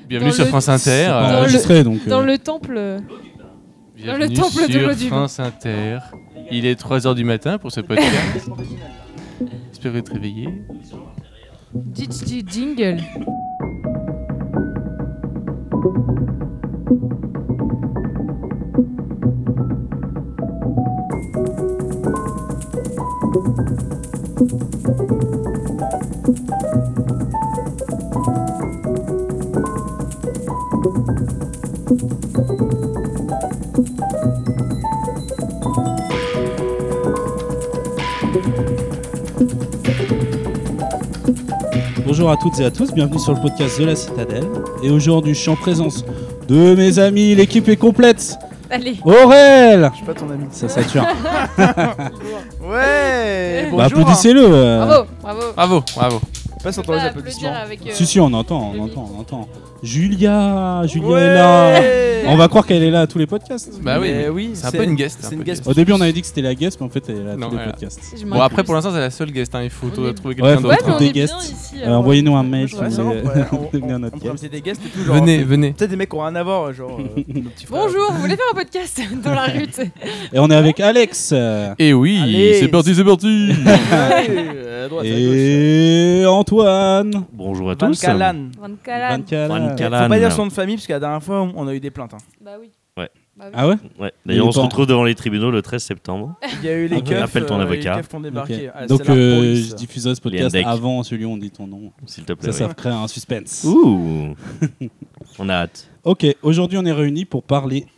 Bienvenue sur France Inter. C'est pas enregistré, donc. Dans le temple. Bienvenue le temple de sur l'eau du vin. France Inter. Il est 3h du matin pour ce podcast. J'espère être réveillé. Jingle. Bonjour à toutes et à tous, bienvenue sur le podcast de la Citadelle. Et aujourd'hui, je suis en présence de mes amis, l'équipe est complète. Allez. Aurel. Je suis pas ton ami. Ça sature. Ouais. Bah, Bonjour. applaudissez-le. Bravo. Bravo. Pas sur On peut les applaudir applaudissements. avec. Si, on entend. Julia est là. On va croire qu'elle est là à tous les podcasts. Bah oui, Mais oui, c'est un peu une guest. C'est une guest. Au début, on avait dit que c'était la guest, mais en fait, elle est là à Non, tous les voilà. podcasts. Bon, après, pour l'instant, c'est la seule guest. Il faut On est- trouver Ouais, quelqu'un faut Ouais, d'autre. mais on des est bien guests. ici. Envoyez-nous un mail si Ouais, vous ça va, voulez devenir notre On pourrait guest. inviter des guests et tout. Genre, Venez. Peut-être des mecs qui ont rien à voir, genre nos petits frères. Bonjour, vous voulez faire un podcast dans la rue tu sais. Et on est avec Alex. Et oui, Allez. c'est parti. Ouais, à droite, à gauche. Et Antoine. Bonjour à Van tous. Callan. Van Callan. Van Faut Callan. pas dire son nom de famille parce que la dernière fois on a eu des plaintes. hein. Bah oui. Ouais. Bah oui. Ah ouais. Ouais. Il D'ailleurs, est on se pas- retrouve devant les tribunaux le 13 septembre. Il y a eu les keufs. Appelle ton avocat. Les keufs qui ont débarqué. Ok. Ah, Donc c'est la police. je diffuserai ce podcast Les NDEC. avant celui où on dit ton nom. S'il te plaît. Ça ouais. crée un suspense. Ouh. On a hâte. Ok, aujourd'hui on est réunis pour parler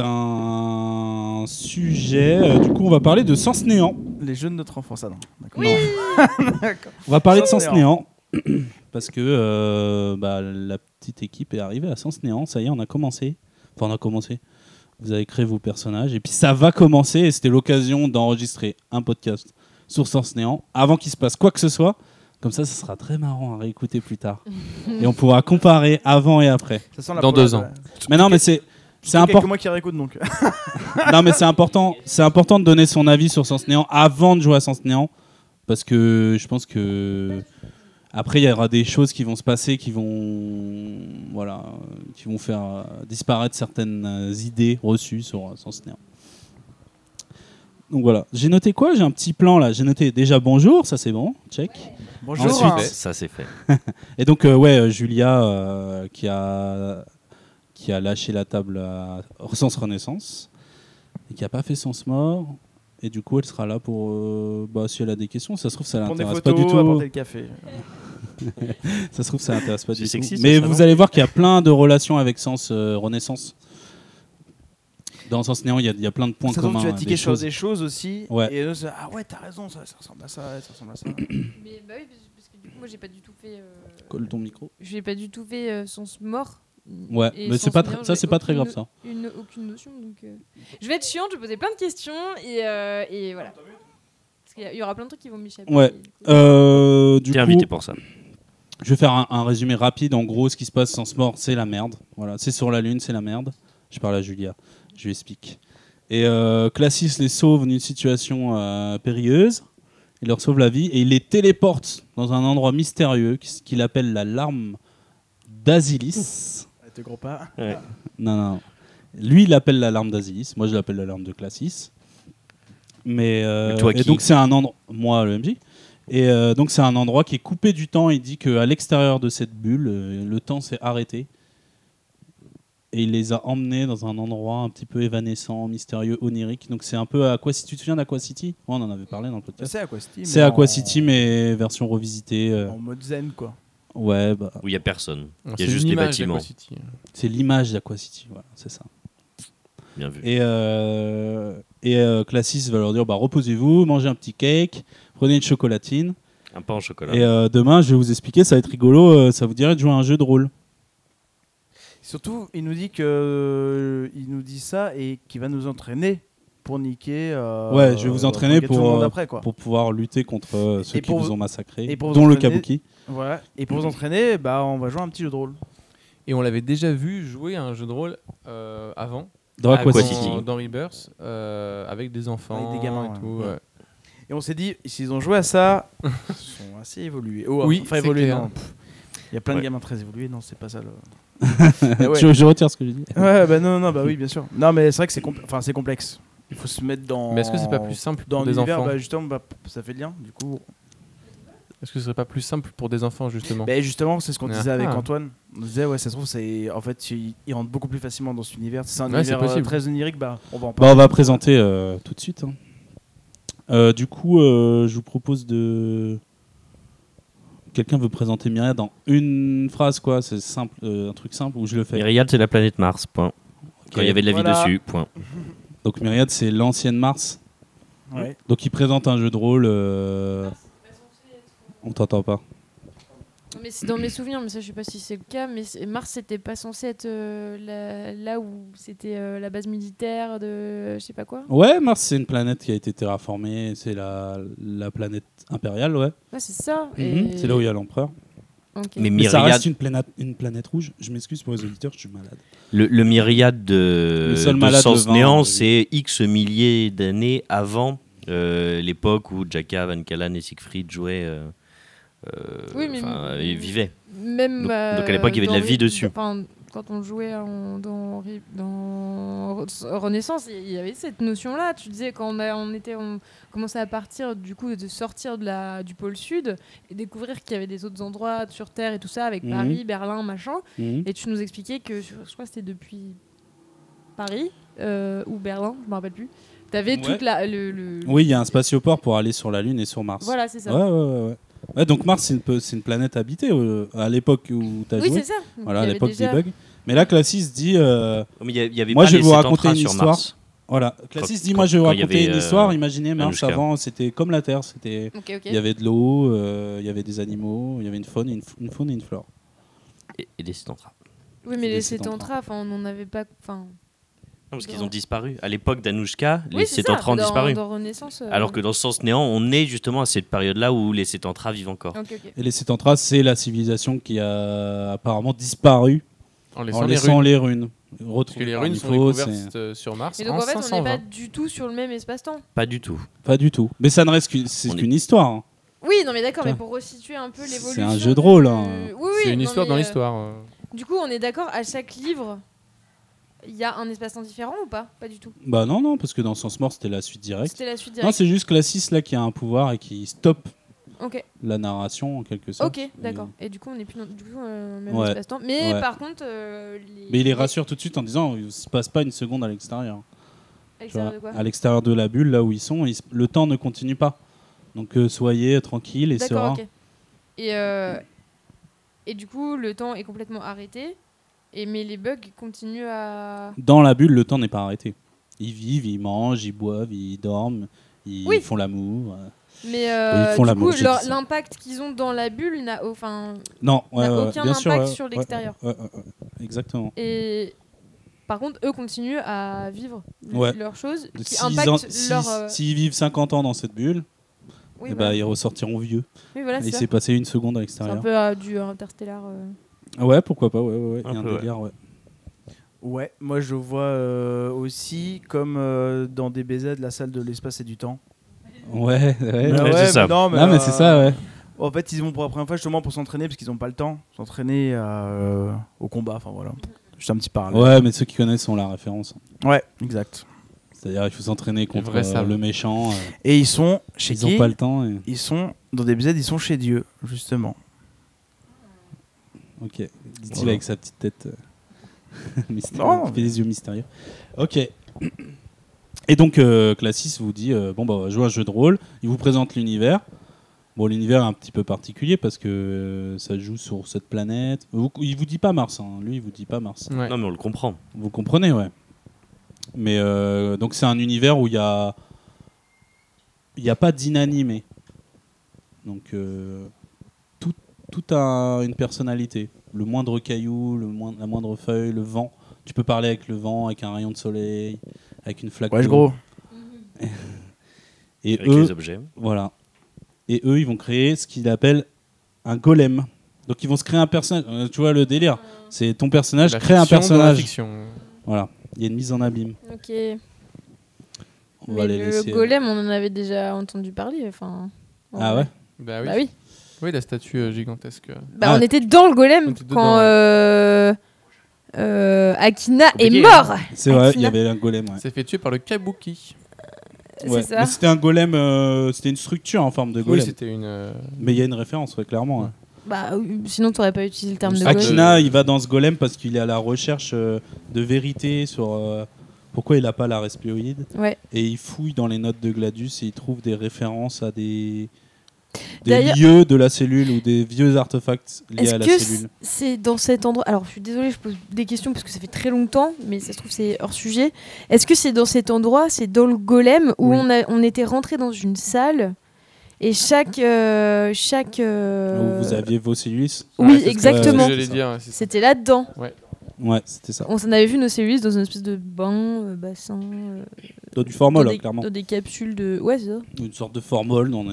d'un sujet. Du coup, on va parler de Sens Néant. Les jeux de notre enfance. Ah non. D'accord. Oui. D'accord. On va parler de Sens Sens Néant parce que la petite équipe est arrivée à Sens Néant. Ça y est, on a commencé. Enfin, on a commencé. Vous avez créé vos personnages et puis ça va commencer. Et c'était l'occasion d'enregistrer un podcast sur Sens Néant avant qu'il se passe quoi que ce soit. Comme ça sera très marrant à réécouter plus tard. Et on pourra comparer avant et après. Ça sent la Dans poêle, 2 ans. ouais. Mais non, mais c'est important. Que moi qui réécoute donc. Non, mais c'est important de donner son avis sur Sens Néant avant de jouer à Sens Néant, parce que je pense que après il y aura des choses qui vont se passer qui vont faire disparaître certaines idées reçues sur Sens Néant. Donc voilà, j'ai noté quoi ? J'ai un petit plan là. J'ai noté déjà bonjour, ça c'est bon, check. Bonjour. Ensuite, hein. Ça, c'est fait. Et donc Julia qui a lâché la table à Sens Renaissance et qui a pas fait Sens Mort. Et du coup, elle sera là pour si elle a des questions. Ça se trouve, ça Prendre des l'intéresse pas photos, du tout. apporter le café. Ça se trouve, ça l'intéresse pas C'est du sexy, tout. ça, Mais ça, vous non allez voir qu'il y a plein de relations avec Sens Renaissance. Dans Sens Néant, il y a plein de points Ça se trouve, communs. tu vas des tiquer sur choses. des choses aussi. Ouais. Et eux, c'est, ah ouais, t'as raison, ça ressemble à ça, ça ressemble à ça. Mais bah oui, parce que du coup, moi j'ai pas du tout fait. Colle ton micro. J'ai pas du tout fait Sens Mort. Ouais, Et mais Sens c'est Néant, ça, c'est j'ai pas très grave ça. aucune notion. Donc, je vais être chiante, je vais poser plein de questions et voilà. Parce qu'il y aura plein de trucs qui vont m'échapper. Ouais. Du T'es coup, invité pour ça. je vais faire un résumé rapide. En gros, ce qui se passe Sens Mort, c'est la merde. Voilà, c'est sur la Lune, c'est la merde. Je parle à Julia, je lui explique. Et Classis les sauve d'une situation périlleuse. Il leur sauve la vie et il les téléporte dans un endroit mystérieux qu'il appelle la larme d'Asilis. Te gros pas. Ouais. Non. Lui, il l'appelle la larme d'Asilis. Moi, je l'appelle la larme de Classis. Mais Toi et qui donc c'est un endroit. Moi, le MJ. Et donc c'est un endroit qui est coupé du temps. Il dit qu'à l'extérieur de cette bulle, le temps s'est arrêté. Et il les a emmenés dans un endroit un petit peu évanescent, mystérieux, onirique. Donc c'est un peu Aqua City. Tu te souviens d'Aqua City ? Ouais, on en avait parlé dans le podcast. C'est Aqua City. C'est Aqua City, mais version revisitée. En mode zen, quoi. Ouais, Où il n'y a personne. Il y C'est a juste une les image bâtiments. d'Aqua City. c'est l'image d'Aqua City. Voilà, c'est ça. Bien vu. Et Classis va leur dire reposez-vous, mangez un petit cake, prenez une chocolatine. Un pain en chocolat. Et demain, je vais vous expliquer, ça va être rigolo. Ça vous dirait de jouer à un jeu de rôle. Surtout, il nous dit ça et qu'il va nous entraîner pour niquer. Ouais, je vais vous entraîner tout le monde après, quoi. pour pouvoir lutter contre ceux Et qui pour vous vous- ont massacré, et pour vous dont le entraîner- Kabuki. Voilà. Et pour vous entraîner, on va jouer à un petit jeu de rôle. Et on l'avait déjà vu jouer à un jeu de rôle avant. Dans Aqua Aqua City. City. Dans Rebirth, avec des enfants. Avec des gamins, et ouais. tout. Ouais. Et on s'est dit, s'ils ont joué à ça, ils sont assez évolués. Oui, enfin c'est évolués, clair. non. Il y a plein de Ouais. gamins très évolués. Non, c'est pas ça. Mais ouais. Je retire ce que j'ai dit. Ouais, bah non, bah oui, bien sûr. Non, mais c'est vrai que c'est complexe. Il faut se mettre dans. Mais est-ce que c'est pas plus simple dans pour des l'univers, enfants bah, justement, ça fait le lien. Du coup, Est-ce que ce serait pas plus simple pour des enfants justement bah, justement, c'est ce qu'on disait avec Ah. Antoine. On disait, ouais, ça se trouve, en fait, il rentre beaucoup plus facilement dans cet univers. C'est un Ouais, c'est univers possible. très onirique. Bah, on va en Bah, parler. on va présenter tout de suite. Du coup, je vous propose de. Quelqu'un veut présenter Myriad en une phrase, quoi. C'est simple, un truc simple où je le fais. Myriad, c'est la planète Mars, point. Quand il y avait de la Voilà. vie dessus, point. Donc Myriad, c'est l'ancienne Mars. Ouais. Donc il présente un jeu de rôle. On t'entend pas. Mais c'est dans mes souvenirs, mais ça je sais pas si c'est le cas, mais Mars c'était pas censé être là où c'était la base militaire de je sais pas quoi. Ouais, Mars, c'est une planète qui a été terraformée. C'est la planète impériale, ouais. Ouais, c'est ça. C'est là où il y a l'empereur. Ok. Mais Mais ça Myriad, reste une planète rouge. Je m'excuse pour les auditeurs, je suis malade. le myriade de seul malade Sens de 20, Néant, oui. c'est X milliers d'années avant l'époque où Jaka, Van Kalan et Siegfried jouaient, Oui, mais et vivaient. Même Donc à l'époque, il y avait de la vie dessus. Enfin, quand on jouait dans Renaissance, il y avait cette notion-là. Tu disais quand on commençait à partir du coup de sortir du pôle sud et découvrir qu'il y avait des autres endroits sur Terre et tout ça avec Mhm. Paris, Berlin, machin. Mhm. Et tu nous expliquais que je crois que c'était depuis Paris ou Berlin, je me rappelle plus. T'avais toute le. Oui, il y a un spatioport pour aller sur la Lune et sur Mars. Voilà, c'est ça. Ouais. Ouais, donc Mars, c'est une planète habitée à l'époque où tu as Oui, joué. c'est ça. Donc, Voilà, il y à avait l'époque déjà- des bugs. Mais là, Classis dit. Mais il y avait Moi, pas je vais les vous raconter Sétantra une sur histoire. Mars. Voilà, Classis dit quand- moi, je vais vous quand il y raconter avait, une histoire. Imaginez Mars Anushka. avant, c'était comme la Terre. C'était. Ok. Il y avait de l'eau, il y avait des animaux, il y avait une faune et une flore. Et des Sétantra. Oui, mais Des les Sétantra. Sétantra, enfin, on n'en avait pas. Enfin, Non, parce qu'ils ont disparu. À l'époque d'Anushka, les oui, c'est ça. Sétantra ont disparu. Dans Renaissance. Alors que dans Sens Néant, on est justement à cette période-là où les Sétantra vivent encore. Ok. Et les Sétantras, c'est la civilisation qui a apparemment disparu En en les laissant runes. les runes. Parce que Retrouvées les par runes sont Nifo, découvertes sur Mars Et donc en en fait, on n'est 520. pas du tout sur le même espace-temps. Pas du tout. Pas du tout. Mais ça ne reste On est- qu'une histoire. Hein. Oui, non, mais d'accord, Tiens. mais pour resituer un peu C'est l'évolution. un jeu de rôle, hein. Oui, C'est une non, histoire mais, dans l'histoire. Du coup, on est d'accord, à chaque livre, il y a un espace-temps différent ou pas? Pas du tout. Bah non, parce que dans Sens Mort, c'était la suite directe. C'était la suite Non, directe. c'est juste Classis là qui a un pouvoir et qui stoppe Ok, la narration en quelque sorte. ok, d'accord. Et du coup, on n'est plus dans le même Ouais. espace-temps. Mais Ouais. par contre, Mais il les rassure tout de suite en disant il ne se passe pas une seconde à l'extérieur. À Tu l'extérieur vois, de quoi? à l'extérieur de la bulle, là où ils sont, le temps ne continue pas. Donc soyez tranquille et serein. D'accord, ok. Et du coup, le temps est complètement arrêté. Mais les bugs continuent à. Dans la bulle, le temps n'est pas arrêté. Ils vivent, ils mangent, ils boivent, ils dorment, ils Oui. font l'amour. Mais Ils font du l'amour, coup, j'ai dit ça. l'impact qu'ils ont dans la bulle n'a Non, N'a aucun bien sûr, impact sur l'extérieur. Ouais, exactement. Et par contre, eux continuent à vivre Ouais. leurs choses qui S'ils impactent en- leur. S'ils vivent 50 ans dans cette bulle, Oui, eh voilà. ben, ils ressortiront vieux. Oui, voilà, Et c'est il ça. s'est passé une seconde à C'est un l'extérieur. peu du Interstellar. Ouais, pourquoi pas, ouais. Il y a Un un peu, ouais. délire, ouais. Ouais, moi je vois aussi comme dans DBZ, la salle de l'espace et du temps. Ouais. Ouais, c'est ça. Non, mais, Non, mais c'est ça, ouais. En fait, ils vont pour la première fois justement pour s'entraîner parce qu'ils n'ont pas le temps. S'entraîner au combat, enfin voilà. Juste un petit parallèle. Ouais, mais ceux qui connaissent ont la référence. Ouais, exact. C'est-à-dire, il faut s'entraîner contre vrais savent. le méchant. Et ils sont chez Ils qui n'ont pas le temps. Ils sont dans DBZ, ils sont chez Dieu, justement. Ok. Dit-il Voilà. avec sa petite tête mystérieuse. Non, Il fait des yeux mystérieux. Ok. Et donc, Classis vous dit bon, bah, on va jouer à un jeu de rôle. Il vous présente l'univers. Bon, l'univers est un petit peu particulier parce que ça joue sur cette planète. Il vous dit pas Mars. Hein. Lui, il vous dit pas Mars. Ouais. Non, mais on le comprend. Vous comprenez, ouais. Mais donc, c'est un univers où il y a pas d'inanimé. Donc, tout a une personnalité. Le moindre caillou, la moindre feuille, le vent. Tu peux parler avec le vent, avec un rayon de soleil, avec une flaque Ouais, d'eau. gros. Et Avec eux, les objets. voilà. Et eux, ils vont créer ce qu'ils appellent un golem. Donc, ils vont se créer un personnage. Tu vois le délire. C'est ton personnage La crée un fiction dans la personnage. fiction. Voilà. Il y a une mise en abîme. Ok. On va Mais les le laisser. golem, on en avait déjà entendu parler. Enfin. en Ah vrai. ouais. Bah oui. Bah oui. Oui, la statue gigantesque. Bah, Ah. on était dans le golem On était quand Akina est Compliqué, mort. C'est vrai, il y Akina. avait un golem. Ouais. s'est fait tuer par le Kabuki. C'est Ouais. ça. Mais c'était un golem, c'était une structure en forme de Oui, golem. c'était une. Mais il y a une référence, ouais, clairement. Ouais. Bah, sinon, t'aurais pas utilisé le terme de golem. Akina, il va dans ce golem parce qu'il est à la recherche de vérité sur pourquoi il n'a pas la respléoïde. Ouais. Et il fouille dans les notes de Gladius et il trouve des références à des D'ailleurs- lieux de la cellule ou des vieux artefacts liés Est-ce à la que cellule. c'est dans cet endroit... Alors, je suis désolée, je pose des questions parce que ça fait très longtemps, mais ça se trouve, c'est hors sujet. Est-ce que c'est dans cet endroit, c'est dans le golem, où Oui. on était rentré dans une salle et chaque Où vous aviez vos cellules. Oui, c'est ce que exactement. j'allais dire. Ouais, c'est ça. C'était là-dedans. Ouais, c'était ça. On s'en avait vu nos cellules dans une espèce de bain, bassin, Dans du formol, dans, hein, des, clairement. dans des capsules de... Ouais, c'est ça. Une sorte de formol dans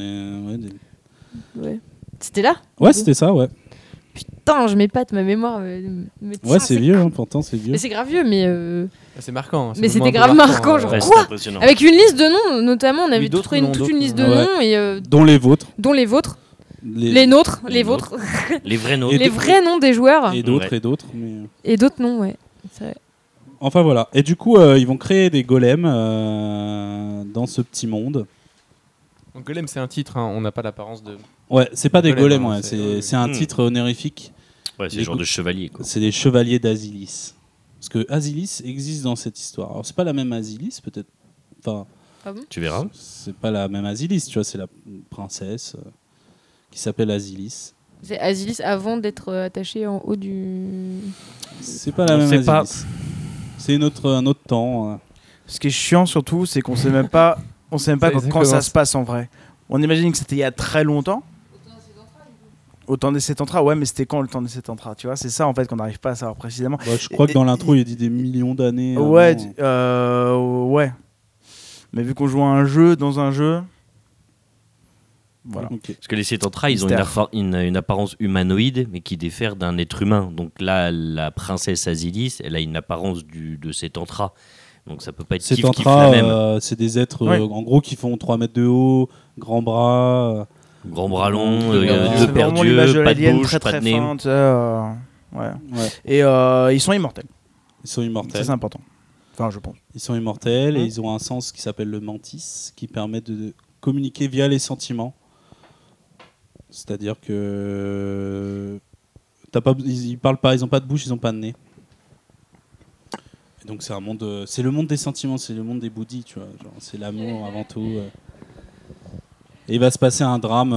Ouais. C'était là. Ouais, c'était ça, ouais. Putain, je m'épate, ma mémoire me tient, Ouais, c'est vieux, hein, pourtant c'est vieux. Mais c'est grave vieux, mais... Ah, c'est marquant. hein, c'est Mais le c'était moment un peu grave marquant, genre, Ouais, quoi c'est impressionnant. Avec une liste de noms, notamment, on avait d'autres trouvé noms, toute une d'autres liste de noms. noms, et, Dont les vôtres. dont les vôtres, Les... les nôtres, Les les nôtres. vôtres, Les vrais noms. les vrais noms des joueurs, Et d'autres, Ouais. et d'autres. Mais... et d'autres noms, ouais. C'est vrai. Enfin voilà. Et du coup, ils vont créer des golems dans ce petit monde. Donc, Golem, c'est un titre. hein, On n'a pas l'apparence de. Ouais, c'est pas des Golem, golems, hein, ouais, c'est- c'est un Hmm. titre honorifique. Ouais, c'est Les le genre go- de chevalier. Quoi. C'est les chevaliers d'Asilis. Parce que Asilis existe dans cette histoire. Alors c'est pas la même Asilis, peut-être. Enfin, Tu verras. c'est pas la même Asilis, tu vois, c'est la princesse qui s'appelle Asilis. C'est Asilis avant d'être attaché en haut du... C'est pas la On même sait pas. Asilis. C'est un autre temps. Ce qui est chiant surtout, c'est qu'on sait même pas, on sait même pas Ça quand ça commence. se passe en vrai. On imagine que c'était il y a très longtemps. Au temps des Sétentras, ouais, mais c'était quand le temps des Sétentras, tu vois? C'est ça en fait qu'on n'arrive pas à savoir précisément. Bah, je crois que dans l'intro, il dit des millions d'années. Ouais, avant. ouais. Mais vu qu'on joue à un jeu dans un jeu, voilà. Ok. Parce que les Sétentras, ils ont Mystère. une apparence humanoïde, mais qui diffère d'un être humain. Donc là, la princesse Asilis, elle a une apparence de Sétentras. Donc ça peut pas être Ces kiff la tantras, même. c'est des êtres Ouais. en gros qui font 3 mètres de haut, grands bras. Grand bras long, C'est deux vraiment C'est paires vraiment l'image de d'yeux, pas de l'alien bouche, très pas très de nez. fin, tu sais, ouais. Ouais, Et ils sont immortels. ils sont Ça immortels. c'est important. Enfin, je pense. Ils sont immortels et ils ont un sens qui s'appelle le mantis, qui permet de communiquer via les sentiments. C'est-à-dire que ils parlent pas, ils ont pas de bouche, ils ont pas de nez. Et donc c'est un monde, c'est le monde des sentiments, c'est le monde des bouddhis, tu vois. Genre, c'est l'amour avant tout. Et il va se passer un drame.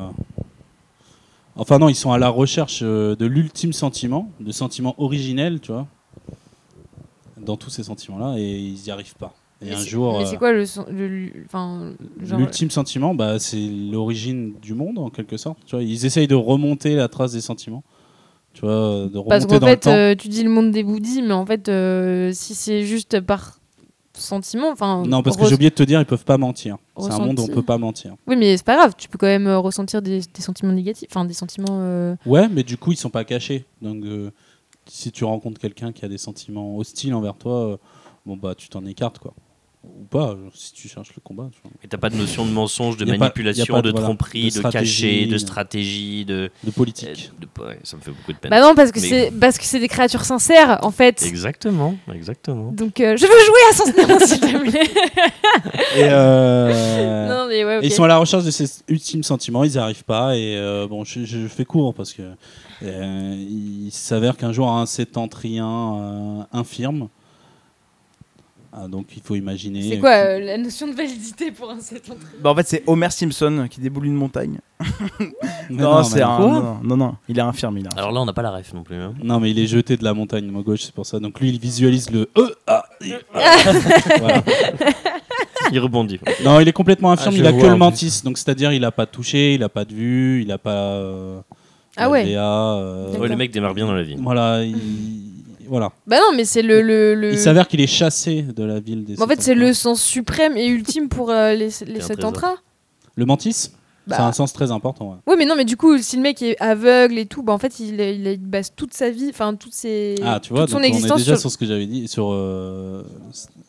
Enfin non, ils sont à la recherche de l'ultime sentiment, de sentiments originels, tu vois, dans tous ces sentiments-là, et ils n'y arrivent pas. Et Mais un c'est- jour, Mais c'est quoi enfin, genre... l'ultime sentiment, bah, c'est l'origine du monde en quelque sorte. Tu vois, ils essayent de remonter la trace des sentiments. Tu vois, de Parce remonter qu'en dans le fait, temps. tu dis le monde des bouddhis, mais en fait, si c'est juste par sentiment, enfin... Non, parce que j'ai oublié de te dire, ils peuvent pas mentir. C'est un monde où on ressenti. peut pas mentir. Oui, mais c'est pas grave, tu peux quand même ressentir des sentiments négatifs, enfin des sentiments... Ouais, mais du coup, ils sont pas cachés. Donc, si tu rencontres quelqu'un qui a des sentiments hostiles envers toi, bon bah, tu t'en écartes, quoi. Ou pas, si tu cherches le combat. Tu vois. Et t'as pas de notion de mensonge, de Y a pas- manipulation, y a pas de voilà, tromperie, de de stratégie, cachet, de stratégie, De politique. ouais, ça me fait beaucoup de peine. Bah non, parce que Mais- c'est des créatures sincères, en fait. Exactement, exactement. Donc, je veux jouer à Sens-Néant, s'il te plaît. Et, Non, mais ouais, ok. et ils sont à la recherche de ces ultimes sentiments, ils n'y arrivent pas. Et bon, je fais court parce que il s'avère qu'un jour un sétentrien infirme. Ah, donc il faut imaginer. C'est quoi la notion de validité pour un septentrion? Bah, en fait, c'est Homer Simpson qui déboule une montagne. Mais Non, c'est mais- un. quoi Non, il est infirme. Il est infirme. Alors là, on n'a pas la ref non plus. Hein. Non, mais il est jeté de la montagne de ma gauche, c'est pour ça. Donc lui, il visualise le. Voilà. Il rebondit. Non, il est complètement infirme. Ah, il je a vois, que le en mantis, donc c'est-à-dire il a pas de toucher, il a pas de vue, il a pas. Ah ouais. LDA, D'accord. Ouais, le mec démarre bien dans la vie. voilà, voilà. Bah non, mais c'est le... Il s'avère qu'il est chassé de la ville des. Mais en fait, c'est Sétentrins. le sens suprême et ultime pour les un septentrins. Le mantis. Bah. C'est un sens très important. Ouais. Oui, mais non, mais du coup, si le mec est aveugle et tout, bah en fait, il base toute sa vie, enfin, toutes ses... Ah, tu vois, toute son donc on est existence déjà sur... sur ce que j'avais dit, sur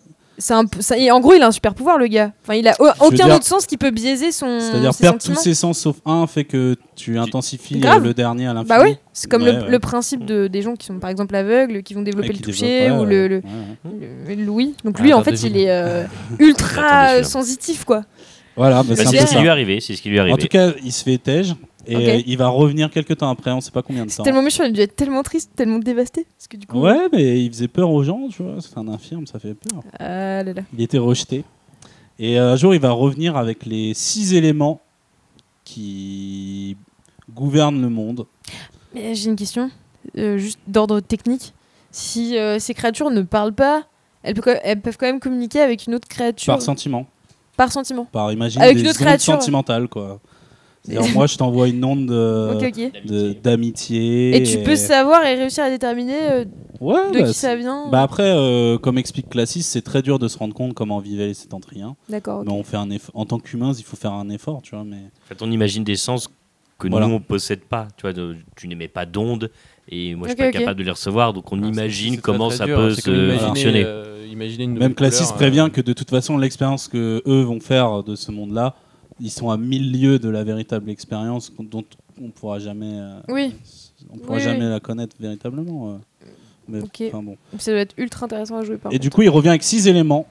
et en gros, il a un super pouvoir, le gars. Enfin, il a aucun dire- autre sens qui peut biaiser C'est-à-dire ses perdre tous sentiments. ses sens sauf un fait que tu intensifies Grave. le dernier à l'infini. Bah oui, c'est comme Ouais. le principe des gens qui sont par exemple aveugles, qui vont développer Et le qui toucher développent, ou ouais, le ouais. l'ouïe. Donc Ah, lui, en attends, fait, il devine. est J'attendais ultra celui-là. sensitif, quoi. Voilà, bah, Bah, c'est un c'est peu ce qui lui est ça. arrivé. C'est ce qui lui est En arrivé. tout cas, il se fait tège et Ok. il va revenir quelques temps après, on sait pas combien de C'est temps. tellement méchant, il a dû être tellement triste, tellement dévasté. Parce que du coup. Ouais, mais il faisait peur aux gens, tu vois. C'est un infirme, ça fait peur. Ah là là. Il était rejeté. Et un jour, il va revenir avec les 6 éléments qui gouvernent le monde. Mais j'ai une question, juste d'ordre technique. Si ces créatures ne parlent pas, elles peuvent quand même communiquer avec une autre créature Par sentiment. par sentiment. Par imagine Avec des une autre ondes créature. sentimentales, quoi. C'est-à-dire, moi, je t'envoie une onde Ok, ok. d'amitié. Et tu peux savoir et réussir à déterminer Ouais, de bah, qui ça vient. Bah après, comme explique Classis, c'est très dur de se rendre compte comment vivaient les Sétentriens. D'accord. ok. Mais on fait un effort. En tant qu'humains, il faut faire un effort, tu vois. Mais En fait, on imagine des sens que Voilà. nous on possède pas. Tu vois, tu n'émets pas d'ondes et moi je suis Ok, pas ok. capable de les recevoir. Donc on Ah, imagine c'est très, comment très ça dur. peut C'est comme se imaginer, fonctionner. Imaginer une même nouvelle Classis couleur, prévient que de toute façon, l'expérience que eux vont faire de ce monde-là, ils sont à 1000 lieues de la véritable expérience dont on pourra jamais. Oui. On pourra Oui, jamais oui. la connaître véritablement. Mais Ok. enfin bon. Ça doit être ultra intéressant à jouer par Et du coup, il revient avec 6 éléments,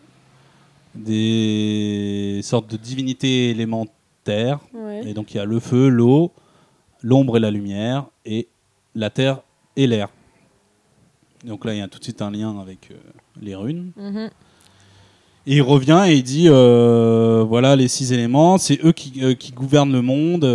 des sortes de divinités élémentaires. Ouais. Et donc il y a le feu, l'eau, l'ombre et la lumière, et la terre et l'air. Donc là, il y a tout de suite un lien avec les runes. Mhm. Et il revient et il dit voilà les 6 éléments, c'est eux qui gouvernent le monde.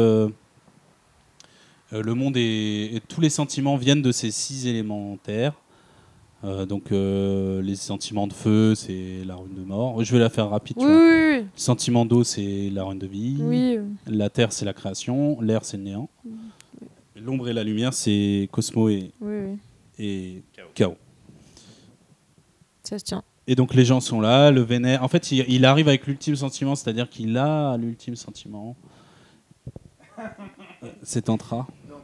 Le monde et tous les sentiments viennent de ces 6 élémentaires. Donc les sentiments de feu, c'est la rune de mort. Je vais la faire rapide. Oui, tu vois. oui, Les sentiments d'eau, c'est la rune de vie. oui. Oui. La terre, c'est la création. L'air, c'est le néant. L'ombre et la lumière, c'est Cosmo Oui, oui. et Chaos. Ça se tient. Et donc les gens sont là, le vénère. En fait, il arrive avec l'ultime sentiment, c'est-à-dire qu'il a l'ultime sentiment. C'est Tantra.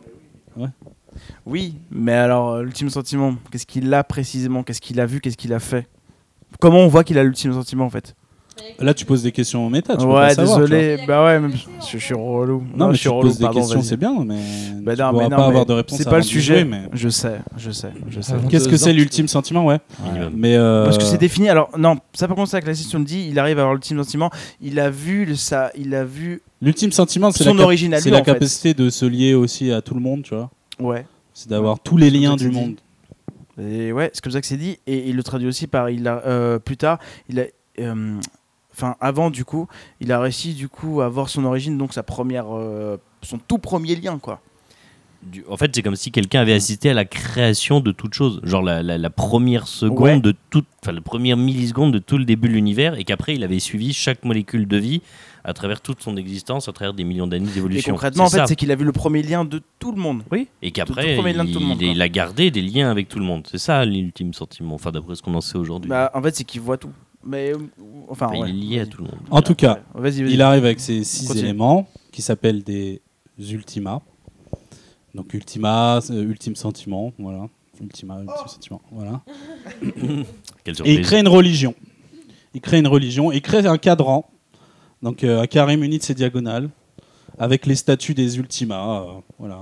Oui, mais alors, l'ultime sentiment, qu'est-ce qu'il a précisément? Qu'est-ce qu'il a vu? Qu'est-ce qu'il a fait? Comment on voit qu'il a l'ultime sentiment en fait? Là, tu poses des questions au méta, tu peux Ouais, pas savoir, désolé. Bah ouais, même, je suis relou. tu vois. Non, mais je tu suis te relou, poses des pardon, questions, vas-y. c'est bien, mais Bah tu non, pourras mais pas non, avoir mais de réponse. c'est avant pas le d'y sujet. jouer, mais... Je sais. Qu'est-ce que c'est l'ultime sentiment, ouais. Minimum. Mais Parce que c'est défini. Alors non, ça par contre, ça, Classis, tu me dis, il arrive à avoir l'ultime sentiment. Il a vu l'ultime sentiment, c'est son origine à lui, c'est la en fait. capacité de se lier aussi à tout le monde, tu vois. Ouais. C'est d'avoir tous les C'est liens comme ça du que c'est monde. Et ouais, c'est comme ça que c'est dit. Et il le traduit aussi par plus tard, il a enfin avant du coup, il a réussi du coup à avoir son origine, donc son tout premier lien quoi. En fait, c'est comme si quelqu'un avait assisté à la création de toute chose. Genre la première seconde Ouais. de toute, enfin la première milliseconde de tout le début de l'univers, et qu'après il avait suivi chaque molécule de vie à travers toute son existence, à travers des millions d'années Et d'évolution. concrètement, en fait, ça. c'est qu'il a vu le premier lien de tout le monde. Oui, et qu'après tout premier lien de tout le monde, il a gardé des liens avec tout le monde. C'est ça l'ultime sentiment, enfin d'après ce qu'on en sait aujourd'hui. Bah, en fait, c'est qu'il voit tout. Mais enfin, Enfin, ouais, il est lié à vas-y. tout le monde. En tout cas, Vas-y. il arrive avec ces 6 Continue. éléments qui s'appellent des ultimas. Donc ultima, ultime sentiment, voilà. Ultima, ultime sentiment, voilà. Quelle Et surprise. il crée une religion. Il crée un cadran, donc un carré muni de ses diagonales, avec les statues des ultimas, voilà,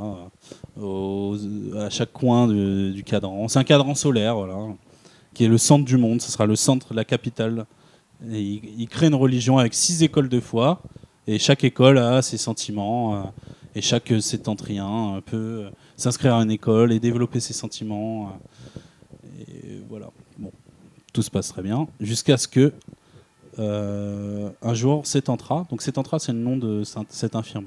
à chaque coin du cadran. C'est un cadran solaire, voilà, qui est le centre du monde. Ce sera le centre, la capitale. Et il crée une religion avec 6 écoles de foi, et chaque école a ses sentiments. Et chaque sétentrien peut s'inscrire à une école et développer ses sentiments. Et voilà. Bon, tout se passe très bien. Jusqu'à ce que, un jour, Sétentra, donc Sétentra, c'est le nom de cet infirme,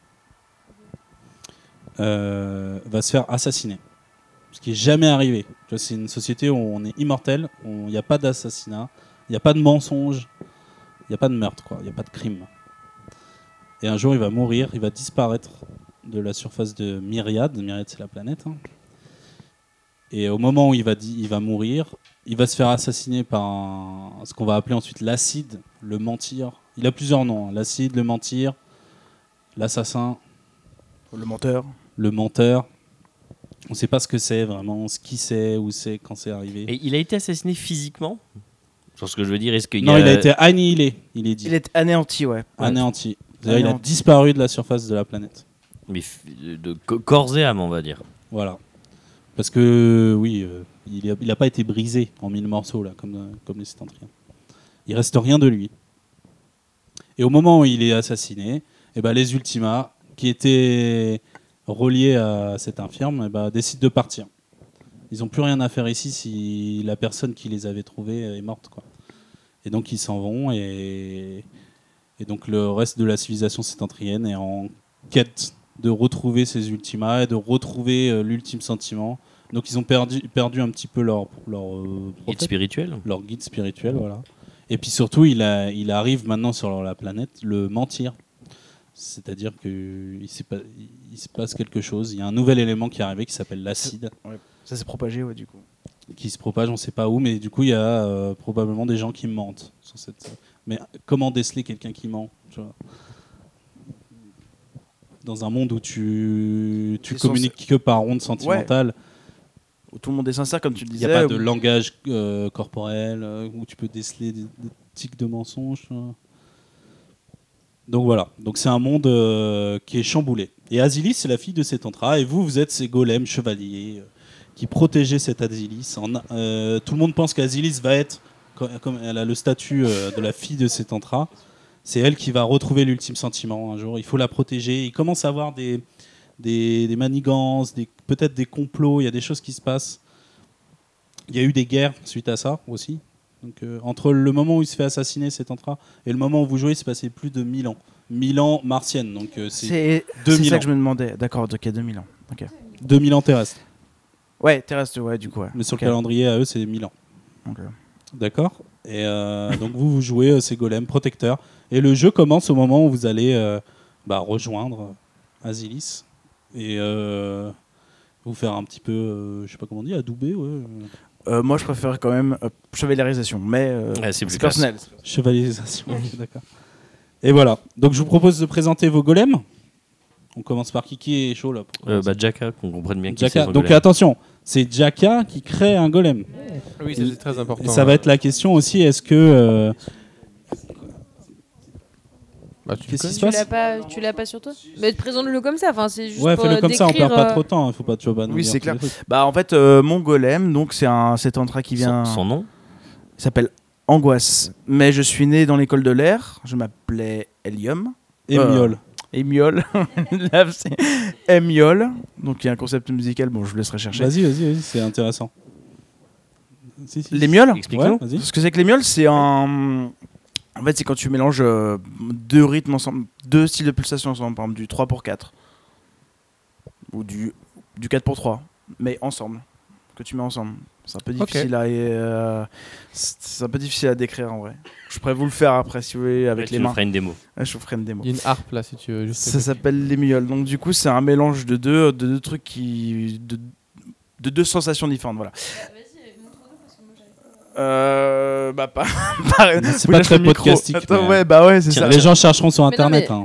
va se faire assassiner. Ce qui n'est jamais arrivé. Tu vois, c'est une société où on est immortel, il n'y a pas d'assassinat, il n'y a pas de mensonge, il n'y a pas de meurtre, quoi. Il n'y a pas de crime. Et un jour, il va mourir, il va disparaître de la surface de Myriade. Myriade, c'est la planète. Hein. Et au moment où il va mourir, il va se faire assassiner par ce qu'on va appeler ensuite l'acide, le mentir. Il a plusieurs noms. Hein. L'acide, le mentir, l'assassin, Le menteur. le menteur. On ne sait pas ce que c'est vraiment, ce qui c'est, où c'est, quand c'est arrivé. Et il a été assassiné physiquement Sur ce que je veux dire, est-ce qu'il y Non, a... il a été annihilé, il est dit. Il est anéanti, ouais. Anéanti. C'est-à-dire, il a Anéanti. disparu de la surface de la planète. Mais de corps et âme, on va dire. Voilà. Parce que, oui, il n'a pas été brisé en 1000 morceaux, là, comme les Sétentriens. Il reste rien de lui. Et au moment où il est assassiné, eh ben, les Ultimas, qui étaient reliés à cette infirme, eh ben, décident de partir. Ils n'ont plus rien à faire ici si la personne qui les avait trouvés est morte, quoi. Et donc ils s'en vont et donc le reste de la civilisation sétentrienne est en quête de retrouver ces Ultimas et de retrouver l'ultime sentiment. Donc ils ont perdu un petit peu leur Guide prophète, spirituel. leur guide spirituel, voilà. Et puis surtout, il arrive maintenant sur la planète le mentir. C'est-à-dire qu'il se passe quelque chose. Il y a un nouvel élément qui est arrivé qui s'appelle l'acide, Ça s'est propagé, ouais, du coup. qui se propage, on ne sait pas où, mais du coup, il y a probablement des gens qui mentent sur cette. Mais comment déceler quelqu'un qui ment, tu vois, dans un monde où tu C'est communiques que par ondes sentimentales, Où tout le monde est sincère, comme tu le il n'y disais. a pas de langage corporel où tu peux déceler des tics de mensonges. Tu vois. Donc voilà, donc c'est un monde qui est chamboulé. Et Asilis, c'est la fille de Sétentra, et vous êtes ces golems chevaliers qui protégez cette Asilis. Tout le monde pense qu'Asilis va être, comme elle a le statut de la fille de Sétentra, c'est elle qui va retrouver l'ultime sentiment un jour. Il faut la protéger. Il commence à avoir des manigances, peut-être des complots, il y a des choses qui se passent. Il y a eu des guerres suite à ça aussi. Donc, entre le moment où il se fait assassiner Sétentra et le moment où vous jouez, il s'est passé plus de 1000 ans. 1000 ans martiennes, donc c'est 2000 ça ans. que je me demandais. D'accord, donc il y a 2000 ans. Ok. 2000 ans terrestres. Ouais, terrestre, ouais, du coup. Ouais. Mais sur Ok. le calendrier, à eux, c'est 1000 ans. Ok. D'accord. Et donc vous jouez ces golems protecteurs. Et le jeu commence au moment où vous allez rejoindre Asilis et vous faire un petit peu, je sais pas comment on dit, adouber, ouais. Moi, je préfère quand même chevalerisation, mais Ouais, c'est c'est plus personnel. Chevalisation, ok, d'accord. Et voilà. Donc je vous propose de présenter vos golems. On commence par qui est chaud là pour commencer. Jaka, qu'on comprenne bien qui Jaka. c'est. Donc attention, c'est Jaka qui crée un golem. Oui, ça, c'est très important. Et ça va être la question aussi, est-ce que... Bah, tu Qu'est-ce le qui se connais. passe Tu l'as pas sur toi. Mais présente-le comme ça. Enfin, c'est juste Ouais, pour fais-le comme ça, on décrire, perd pas trop de temps. Il faut pas tu vas pas nous Oui, dire c'est tous clair. les trucs. Bah, en fait, mon golem, donc c'est un Sétentra qui vient. Son nom Il s'appelle Angoisse. Mais je suis né dans l'école de l'air. Je m'appelais Helium. Et Miol. Emiol. Là, c'est Emiol. Donc il y a un concept musical. Bon, je vous laisserai chercher. Vas-y, c'est intéressant. Si. Les mioles. Explique-nous. Ouais, vas-y. Ce que c'est que les mioles, c'est un. En fait, c'est quand tu mélanges deux rythmes ensemble, deux styles de pulsation ensemble, par exemple du 3/4 ou du 4/3, mais ensemble, que tu mets ensemble. C'est un peu difficile c'est un peu difficile à décrire en vrai. Je pourrais vous le faire après si vous voulez avec Tu les nous mains. feras une démo. Ouais, je vous ferai une démo. Il y a une harpe là si tu veux. Juste Ça s'appelle les mioles. Donc du coup, c'est un mélange de deux trucs de deux sensations différentes. Voilà. Pas. C'est Vous pas lâchez très le micro. podcastique. Attends, mais, ouais, c'est Tiens, ça. Les gens chercheront sur Mais non, internet. mais- Hein.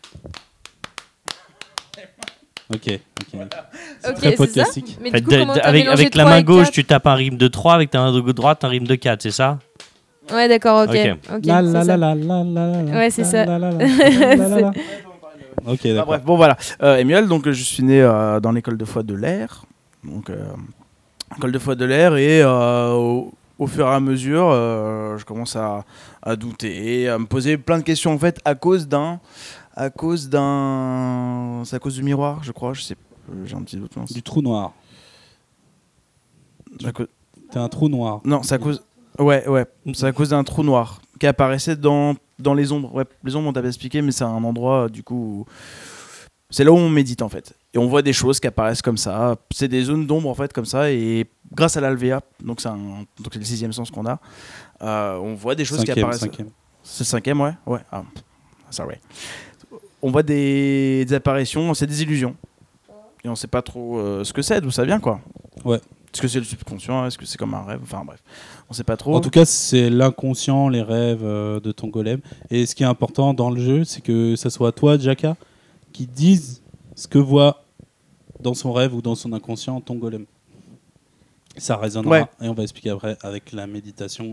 Ok. Ok, Très c'est ça. podcastique. Mais Fait, du coup, comment t'as mélangé avec la 3 main et gauche, 4? tu tapes un rythme de 3, avec ta main de droite, un rythme de 4, c'est ça? Ouais, d'accord, ok. Ok. Ok, La c'est la ça. la la la la la. Ouais, c'est ça. la la la la la la. Ok, Ah, d'accord. bref, bon voilà. Emiel, donc je suis né dans l'école de foi de l'air. Donc, école de foi de l'air, et au fur et à mesure, je commence à douter, et à me poser plein de questions en fait à cause d'un. C'est à cause du miroir, je crois. Je sais. J'ai un petit doute. Non, Du trou noir. c'est à cause- T'es un trou noir. non, c'est à cause. Ouais. C'est à cause d'un trou noir qui apparaissait dans les ombres. Ouais, les ombres, on t'avait expliqué, mais c'est un endroit, du coup, c'est là où on médite, en fait. Et on voit des choses qui apparaissent comme ça. C'est des zones d'ombre, en fait, comme ça. Et grâce à l'Alvéa, donc c'est le 6e sens qu'on a, on voit des choses qui apparaissent. Cinquième. C'est le 5e, ouais. Ouais. Ah, sorry. On voit des apparitions, c'est des illusions. Et on sait pas trop ce que c'est, d'où ça vient, quoi. Ouais. Est-ce que c'est le subconscient? Est-ce que c'est comme un rêve? Enfin, bref. On sait pas trop. En tout cas, c'est l'inconscient, les rêves de ton golem. Et ce qui est important dans le jeu, c'est que ça soit toi, Jaka, qui dise ce que voit dans son rêve ou dans son inconscient ton golem. Ça résonnera. Ouais. Et on va expliquer après avec la méditation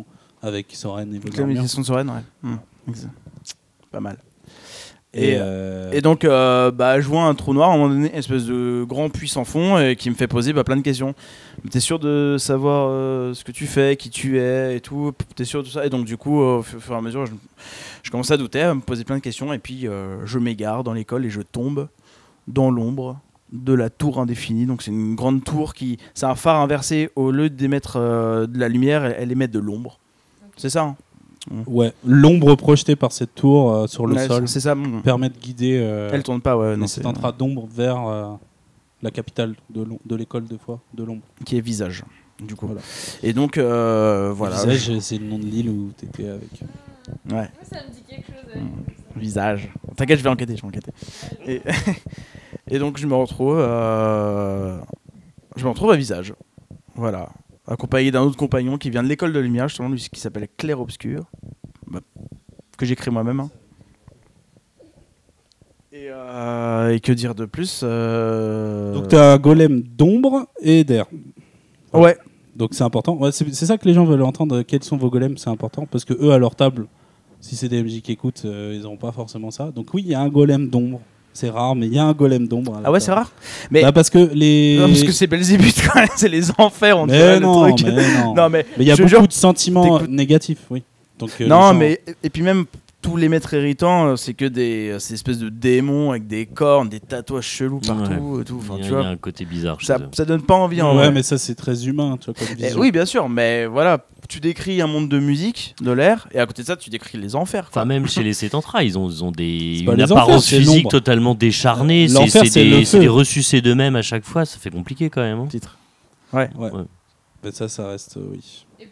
avec Soren et Donc, la Voldemort. méditation de Soren, ouais. Exact. Pas mal. Et, Et donc, je vois un trou noir à un moment donné, une espèce de grand puits sans fond, et qui me fait poser plein de questions. T'es sûr de savoir ce que tu fais, qui tu es et tout? T'es sûr de ça? Et donc, du coup, au fur et à mesure, je commence à douter, à me poser plein de questions, et puis je m'égare dans l'école et je tombe dans l'ombre de la tour indéfinie. Donc, c'est une grande tour c'est un phare inversé. Au lieu d'émettre de la lumière, elle émet de l'ombre. C'est ça, hein? Ouais, l'ombre projetée par cette tour sur le Ouais, sol c'est ça. permet de guider Elle tourne pas, ouais. Non, cet intra d'ombre vers la capitale de l'école de l'ombre. qui est visage, du coup. Voilà. Et donc, voilà. Visage, c'est le nom de l'île où t'étais avec. Ouais, Moi, ça me dit quelque chose. visage. T'inquiète, je vais enquêter. Et, et donc, je me retrouve à visage. Voilà. Accompagné d'un autre compagnon qui vient de l'école de lumière, justement, lui, qui s'appelle Clair Obscur. Que j'écris moi-même. Hein. Et que dire de plus Donc t'as un golem d'ombre et d'air. Ouais. Donc c'est important. Ouais, c'est ça que les gens veulent entendre. Quels sont vos golems? C'est important parce que eux à leur table, si c'est des MJ qui écoutent, ils n'auront pas forcément ça. Donc oui, il y a un golem d'ombre. C'est rare, mais il y a un golem d'ombre. Ah ouais, c'est rare. Mais parce que les. non, parce que c'est Belzébuth quand même, c'est les enfers, on Mais dirait non, le truc. mais non. Non, mais Mais il y a je beaucoup jure, de sentiments t'écoutes- négatifs, oui. Donc, les non, gens- mais et puis même tous les maîtres irritants, c'est que ces espèces de démons avec des cornes, des tatouages chelous partout et tout. Enfin, Il tu y a vois, un côté bizarre chez ça eux. donne pas envie. En Ouais, vrai. mais ça c'est très humain, tu vois, comme vision. Oui, bien sûr, mais voilà, tu décris un monde de musique, de l'air, et à côté de ça, tu décris les enfers. Quoi. Enfin, même chez les Sétentras, ils ont C'est pas une les enfers, apparence c'est physique l'ombre. totalement décharnée. L'enfer, c'est le C'est feu. des ressucés d'eux-mêmes à chaque fois. Ça fait compliqué quand même. Hein. Titre. Ouais. Ouais. Ouais. Mais ça reste, oui. Et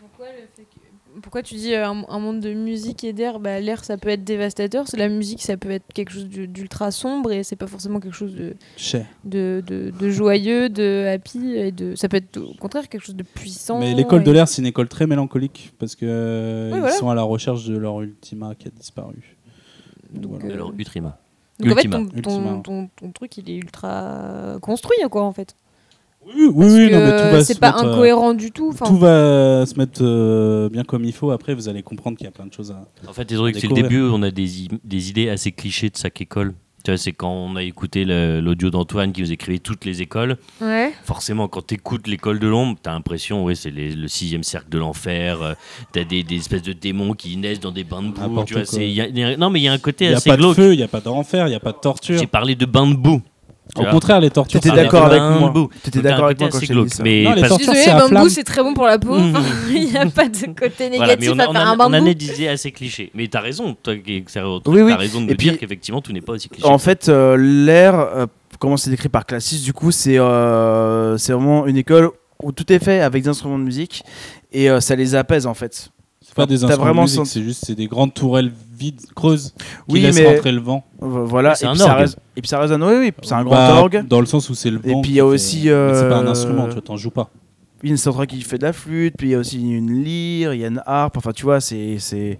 pourquoi tu dis un monde de musique et d'air? L'air, ça peut être dévastateur. La musique, ça peut être quelque chose d'ultra sombre et c'est pas forcément quelque chose Cher. de joyeux, de happy. Ça peut être au contraire quelque chose de puissant. Mais l'école de l'air, c'est une école très mélancolique parce que Oui, ils voilà. sont à la recherche de leur ultima qui a disparu. Donc, Voilà. Alors, Utrima. Donc en fait, Ultima. ton truc, il est ultra construit, quoi, en fait. Oui, Parce non, que mais tout va c'est se pas mettre, incohérent du tout. tout va se mettre bien comme il faut. Après, vous allez comprendre qu'il y a plein de choses à. En fait, c'est vrai que c'est le découvrir. début, on a des idées assez clichés de chaque école. Tu vois, c'est quand on a écouté l'audio d'Antoine qui nous écrivait toutes les écoles. Ouais. Forcément, quand tu écoutes l'école de l'ombre, tu as l'impression, ouais, c'est le 6e cercle de l'enfer. Tu as des espèces de démons qui naissent dans des bains de boue. N'importe Tu vois, quoi. non, mais il y a un côté Il n'y a assez pas de glauque. feu, il n'y a pas d'enfer, il n'y a pas de torture. J'ai parlé de bains de boue. Tu Au vois. contraire, les tortures. T'étais c'est d'accord la- avec bains moi. de boue. T'étais Donc, t'as d'accord un avec côté moi quand assez je t'ai dit glauque. ça. Mais Non, les parce- tortures, Désolé, c'est à bambou, flamme. c'est très bon pour la peau. Mmh. Enfin, il n'y a pas de côté Voilà, mais négatif à faire un on bambou. a des idées assez clichés. Mais t'as raison, toi qui es extérieur au truc, Oui, oui. t'as raison de Et me dire puis- qu'effectivement tout n'est pas aussi cliché. En fait, l'air, comment c'est décrit par Classis, du coup, c'est vraiment une école où tout est fait avec des instruments de musique et ça les apaise en fait. C'est pas des T'as instruments vraiment de musique, senti- c'est juste c'est des grandes tourelles vides, creuses, qui Oui, laissent mais rentrer le vent. voilà. C'est Et un puis, ça orgue. et puis ça résonne. Oui, oui. C'est un grand Bah, orgue. Dans le sens où c'est le Et vent. puis il y a qui fait- aussi, mais c'est pas un instrument, tu vois, t'en joues pas. Il y a une centrale qui fait de la flûte, puis il y a aussi une lyre, il y a une harpe. Enfin, tu vois, c'est.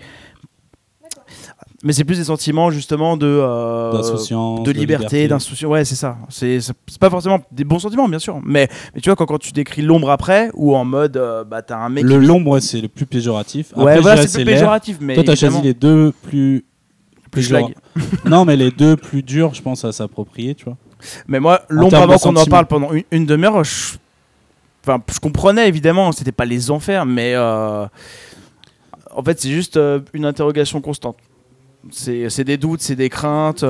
Mais c'est plus des sentiments justement D'insouciance, de liberté, d'insouciance. Ouais, c'est ça. C'est pas forcément des bons sentiments, bien sûr. Mais tu vois, quand tu décris l'ombre après, ou en mode, t'as un mec. L'ombre, ouais, c'est le plus péjoratif. Ouais, Après, voilà, je dirais, c'est plus l'air. péjoratif. Mais Toi, t'as choisi évidemment, les deux plus schlag. non, mais les deux plus durs, je pense, à s'approprier, tu vois. Mais moi, En l'ombre, termes avant de qu'on en sentiment. parle pendant une demi-heure, je comprenais évidemment, c'était pas les enfers, mais en fait, c'est juste une interrogation constante. C'est des doutes, c'est des craintes.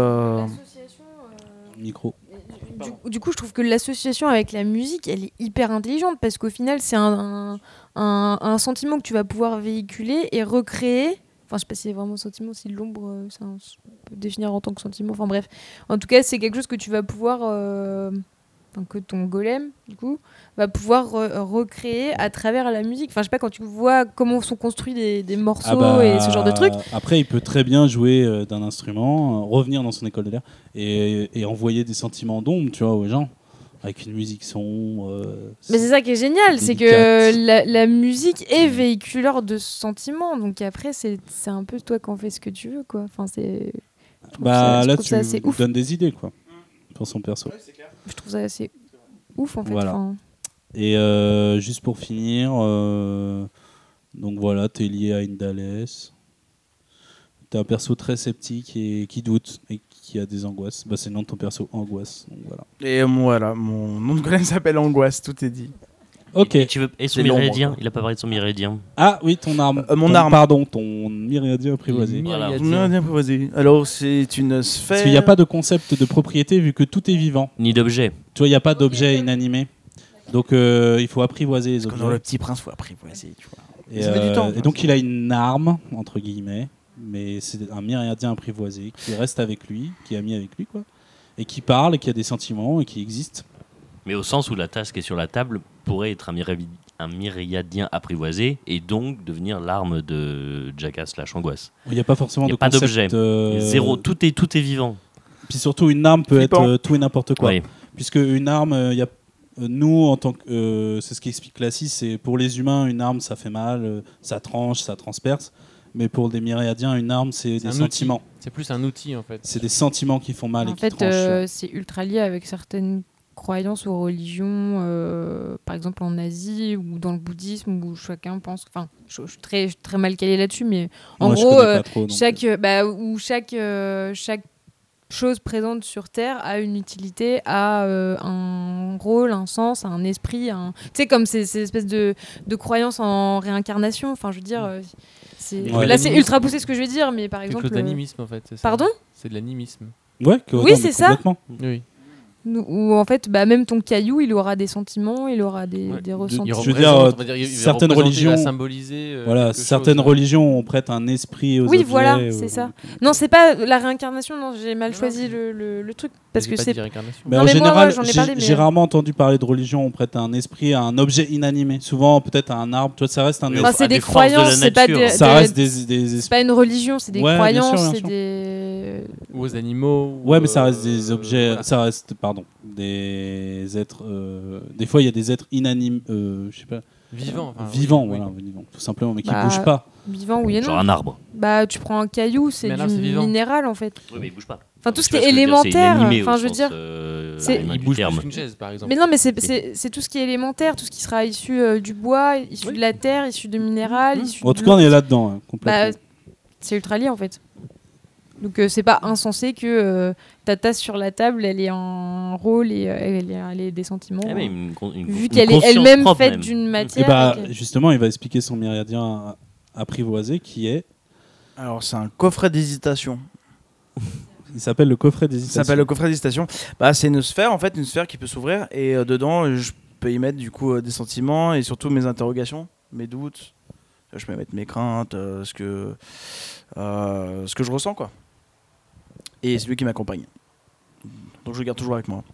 Micro. Du coup, je trouve que l'association avec la musique, elle est hyper intelligente parce qu'au final, c'est un sentiment que tu vas pouvoir véhiculer et recréer. Enfin, je sais pas si c'est vraiment un sentiment, si l'ombre, on peut définir en tant que sentiment. Enfin bref, en tout cas, c'est quelque chose que tu vas pouvoir, que ton golem, du coup, va pouvoir recréer à travers la musique. Enfin, je sais pas, quand tu vois comment sont construits des morceaux et ce genre de trucs. Après, il peut très bien jouer d'un instrument, revenir dans son école de l'air et envoyer des sentiments d'ombre, tu vois, aux gens, avec une musique sombre. Mais c'est ça qui est génial, c'est que la musique est véhiculeur de sentiments. Donc après, c'est un peu toi qui en fais ce que tu veux, quoi. Enfin, c'est. Bah là, trouve ça assez tu ouf. donnes des idées, quoi, pour son perso. Je trouve ça assez ouf, en fait. Voilà. Enfin, Et juste pour finir, Donc voilà, t'es lié à Indales. T'es un perso très sceptique et qui doute et qui a des angoisses. Bah, c'est le nom de ton perso, Angoisse. Donc voilà. Et voilà, mon nom de golem s'appelle Angoisse, tout est dit. Ok. Et son C'est l'ombre, Myriadien, quoi. il a pas parlé de son Myriadien. Ah oui, ton arme. Mon arme. Pardon, ton myriadien apprivoisé. Voilà. Vas-y. Alors, c'est une sphère. Parce qu'il n'y a pas de concept de propriété vu que tout est vivant. Ni d'objet. Tu vois, il n'y a pas d'objet inanimé. Donc il faut apprivoiser les Parce que objets. dans le petit prince, faut apprivoiser, tu vois. Et, Ça met du temps. et donc il a une arme, entre guillemets, mais c'est un myriadien apprivoisé qui reste avec lui, qui est ami avec lui, quoi, et qui parle, et qui a des sentiments, et qui existe. Mais au sens où la tasse qui est sur la table pourrait être un myriadien apprivoisé et donc devenir l'arme de Jackass / Angoisse. Il n'y a pas forcément Il y a de pas concept, d'objet. Zéro, tout est vivant. Puis surtout, une arme peut Flippant. être tout et n'importe quoi. Ouais. Puisque une arme, nous, en tant que. C'est ce qui explique Classis, c'est pour les humains, une arme, ça fait mal, ça tranche, ça transperce. Mais pour des myriadiens, une arme, c'est des un sentiments. outil. C'est plus un outil en fait. C'est des sentiments qui font mal et En qui fait, tranchent. c'est ultra lié avec certaines croyances ou religions, par exemple en Asie ou dans le bouddhisme, où chacun pense. Enfin, je suis très mal calée là-dessus, mais en Moi, je gros, connais pas trop, donc, chaque chose présente sur Terre a une utilité, a un rôle, un sens, un esprit. Tu sais, comme ces espèces de croyances en réincarnation. Enfin, je veux dire. Ouais. Là, c'est ultra poussé ce que je vais dire, mais par Quelque exemple. chose d'animisme en fait. c'est ça. Pardon ? C'est de l'animisme. Ouais, Oui, c'est ça. complètement. Oui. Où en fait, même ton caillou, il aura des sentiments, il aura des ressentis. Je veux dire, certaines religions- Il va symboliser. Voilà, quelque certaines chose. religions on prête un esprit aux Oui, objets. voilà, c'est ça. Non, c'est pas la réincarnation, non, j'ai mal choisi le truc. Parce J'ai que pas c'est. dit réincarnation. Mais Non, en mais moi, général, ouais, j'en ai parlé, mais- j'ai rarement entendu parler de religion. On prête un esprit à un objet inanimé. Souvent, peut-être à un arbre. Tu vois, ça reste un. Oui, Enfin, à c'est des des forces de la croyances, c'est pas nature. des. Ça reste des C'est esprits. pas une religion, c'est des Ouais, bien croyances, sûr, bien c'est sûr. des. Ou aux animaux. Ouais, mais ça reste des objets. voilà. Ça reste, pardon, des êtres. Des fois, il y a des êtres inanimés. Je sais pas. Vivants. enfin, Vivants, oui, voilà, vivants, tout simplement, mais qui Bah, bougent pas. Vivant, oui et Genre non. un arbre. Bah, tu prends un caillou, c'est Mais un du arbre, c'est vivant. minéral en fait. Oui, mais il bouge pas. Enfin, tout ce Tu qui vois est que je veux dire, c'est élémentaire. inanimé au Enfin, je veux sens, dire. c'est- allemand Il du bouge terme. plus qu'une chaise par exemple. Mais non, mais c'est tout ce qui est élémentaire, tout ce qui sera issu du bois, issu de la terre, issu de minéral, issu En de tout cas, on l'eau. est là-dedans, hein, Bah, complètement. c'est ultra lié en fait. Donc c'est pas insensé que ta tasse sur la table, elle ait un rôle et elle ait des sentiments. Ah, mais Vu une qu'elle est conscience elle-même propre, faite même. d'une Et matière. bah, et que- justement, il va expliquer son myriadien apprivoisé qui est. Alors, c'est un coffret d'hésitation. Il s'appelle le coffret Ça d'hésitation. s'appelle le coffret d'hésitation. Bah, c'est une sphère, en fait, une sphère qui peut s'ouvrir. Et dedans, je peux y mettre du coup des sentiments et surtout mes interrogations, mes doutes. Je peux y mettre mes craintes, ce que je ressens, quoi. Et c'est lui qui m'accompagne. Donc je le garde toujours avec moi.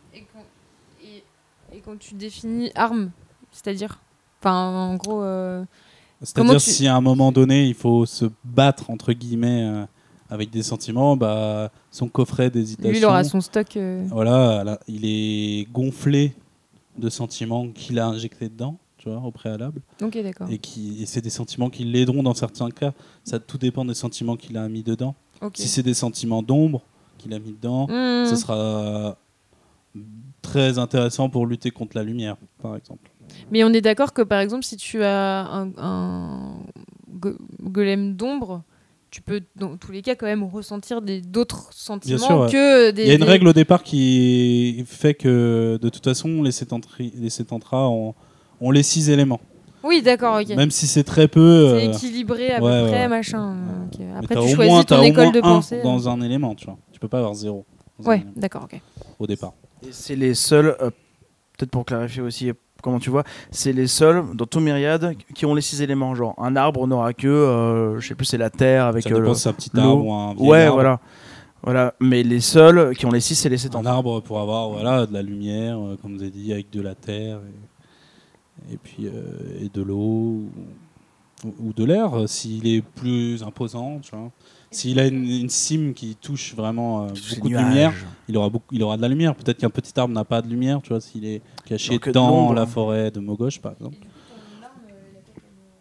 Et quand tu définis arme, c'est-à-dire. Enfin, en gros. C'est-à-dire Comment tu- si à un moment donné il faut se battre entre guillemets avec des sentiments, bah son coffret d'hésitation. Lui, il aura son stock. Voilà, là, il est gonflé de sentiments qu'il a injectés dedans, tu vois, au préalable, Ok, d'accord. et c'est des sentiments qui l'aideront dans certains cas. Ça tout dépend des sentiments qu'il a mis dedans. Ok. Si c'est des sentiments d'ombre qu'il a mis dedans, Mmh. ce sera très intéressant pour lutter contre la lumière, par exemple. Mais on est d'accord que par exemple, si tu as un golem d'ombre, tu peux dans tous les cas quand même ressentir d'autres sentiments sûr, ouais. que des. Il y a une des- règle au départ qui fait que de toute façon les sétentras ont les 6 éléments. Oui, d'accord, ok. Même si c'est très peu. C'est équilibré à ouais, peu près, ouais. machin. Ok. mais Après, t'as tu au choisis moins, t'as ton au école moins de un pensée. dans un élément, tu vois. Tu peux pas avoir 0 dans un Ouais, élément, d'accord, ok. au départ. Et c'est les seuls, peut-être pour clarifier aussi comment tu vois, c'est les seuls dans tout myriade qui ont les 6 éléments. Genre un arbre n'aura que, je sais plus, c'est la terre avec Ça dépend le- si c'est un petit l'eau. arbre ou un vieil Ouais, arbre. voilà. Mais les seuls qui ont les 6, c'est les 7 Un ans. arbre pour avoir de la lumière, comme vous avez dit, avec de la terre et puis et de l'eau ou de l'air, s'il est plus imposant, tu vois. S'il a une cime qui touche vraiment beaucoup de lumière, il aura de la lumière. Peut-être qu'un petit arbre n'a pas de lumière, tu vois, s'il est caché Donc, de dans l'ombre, la hein. forêt de Mogosh, par exemple.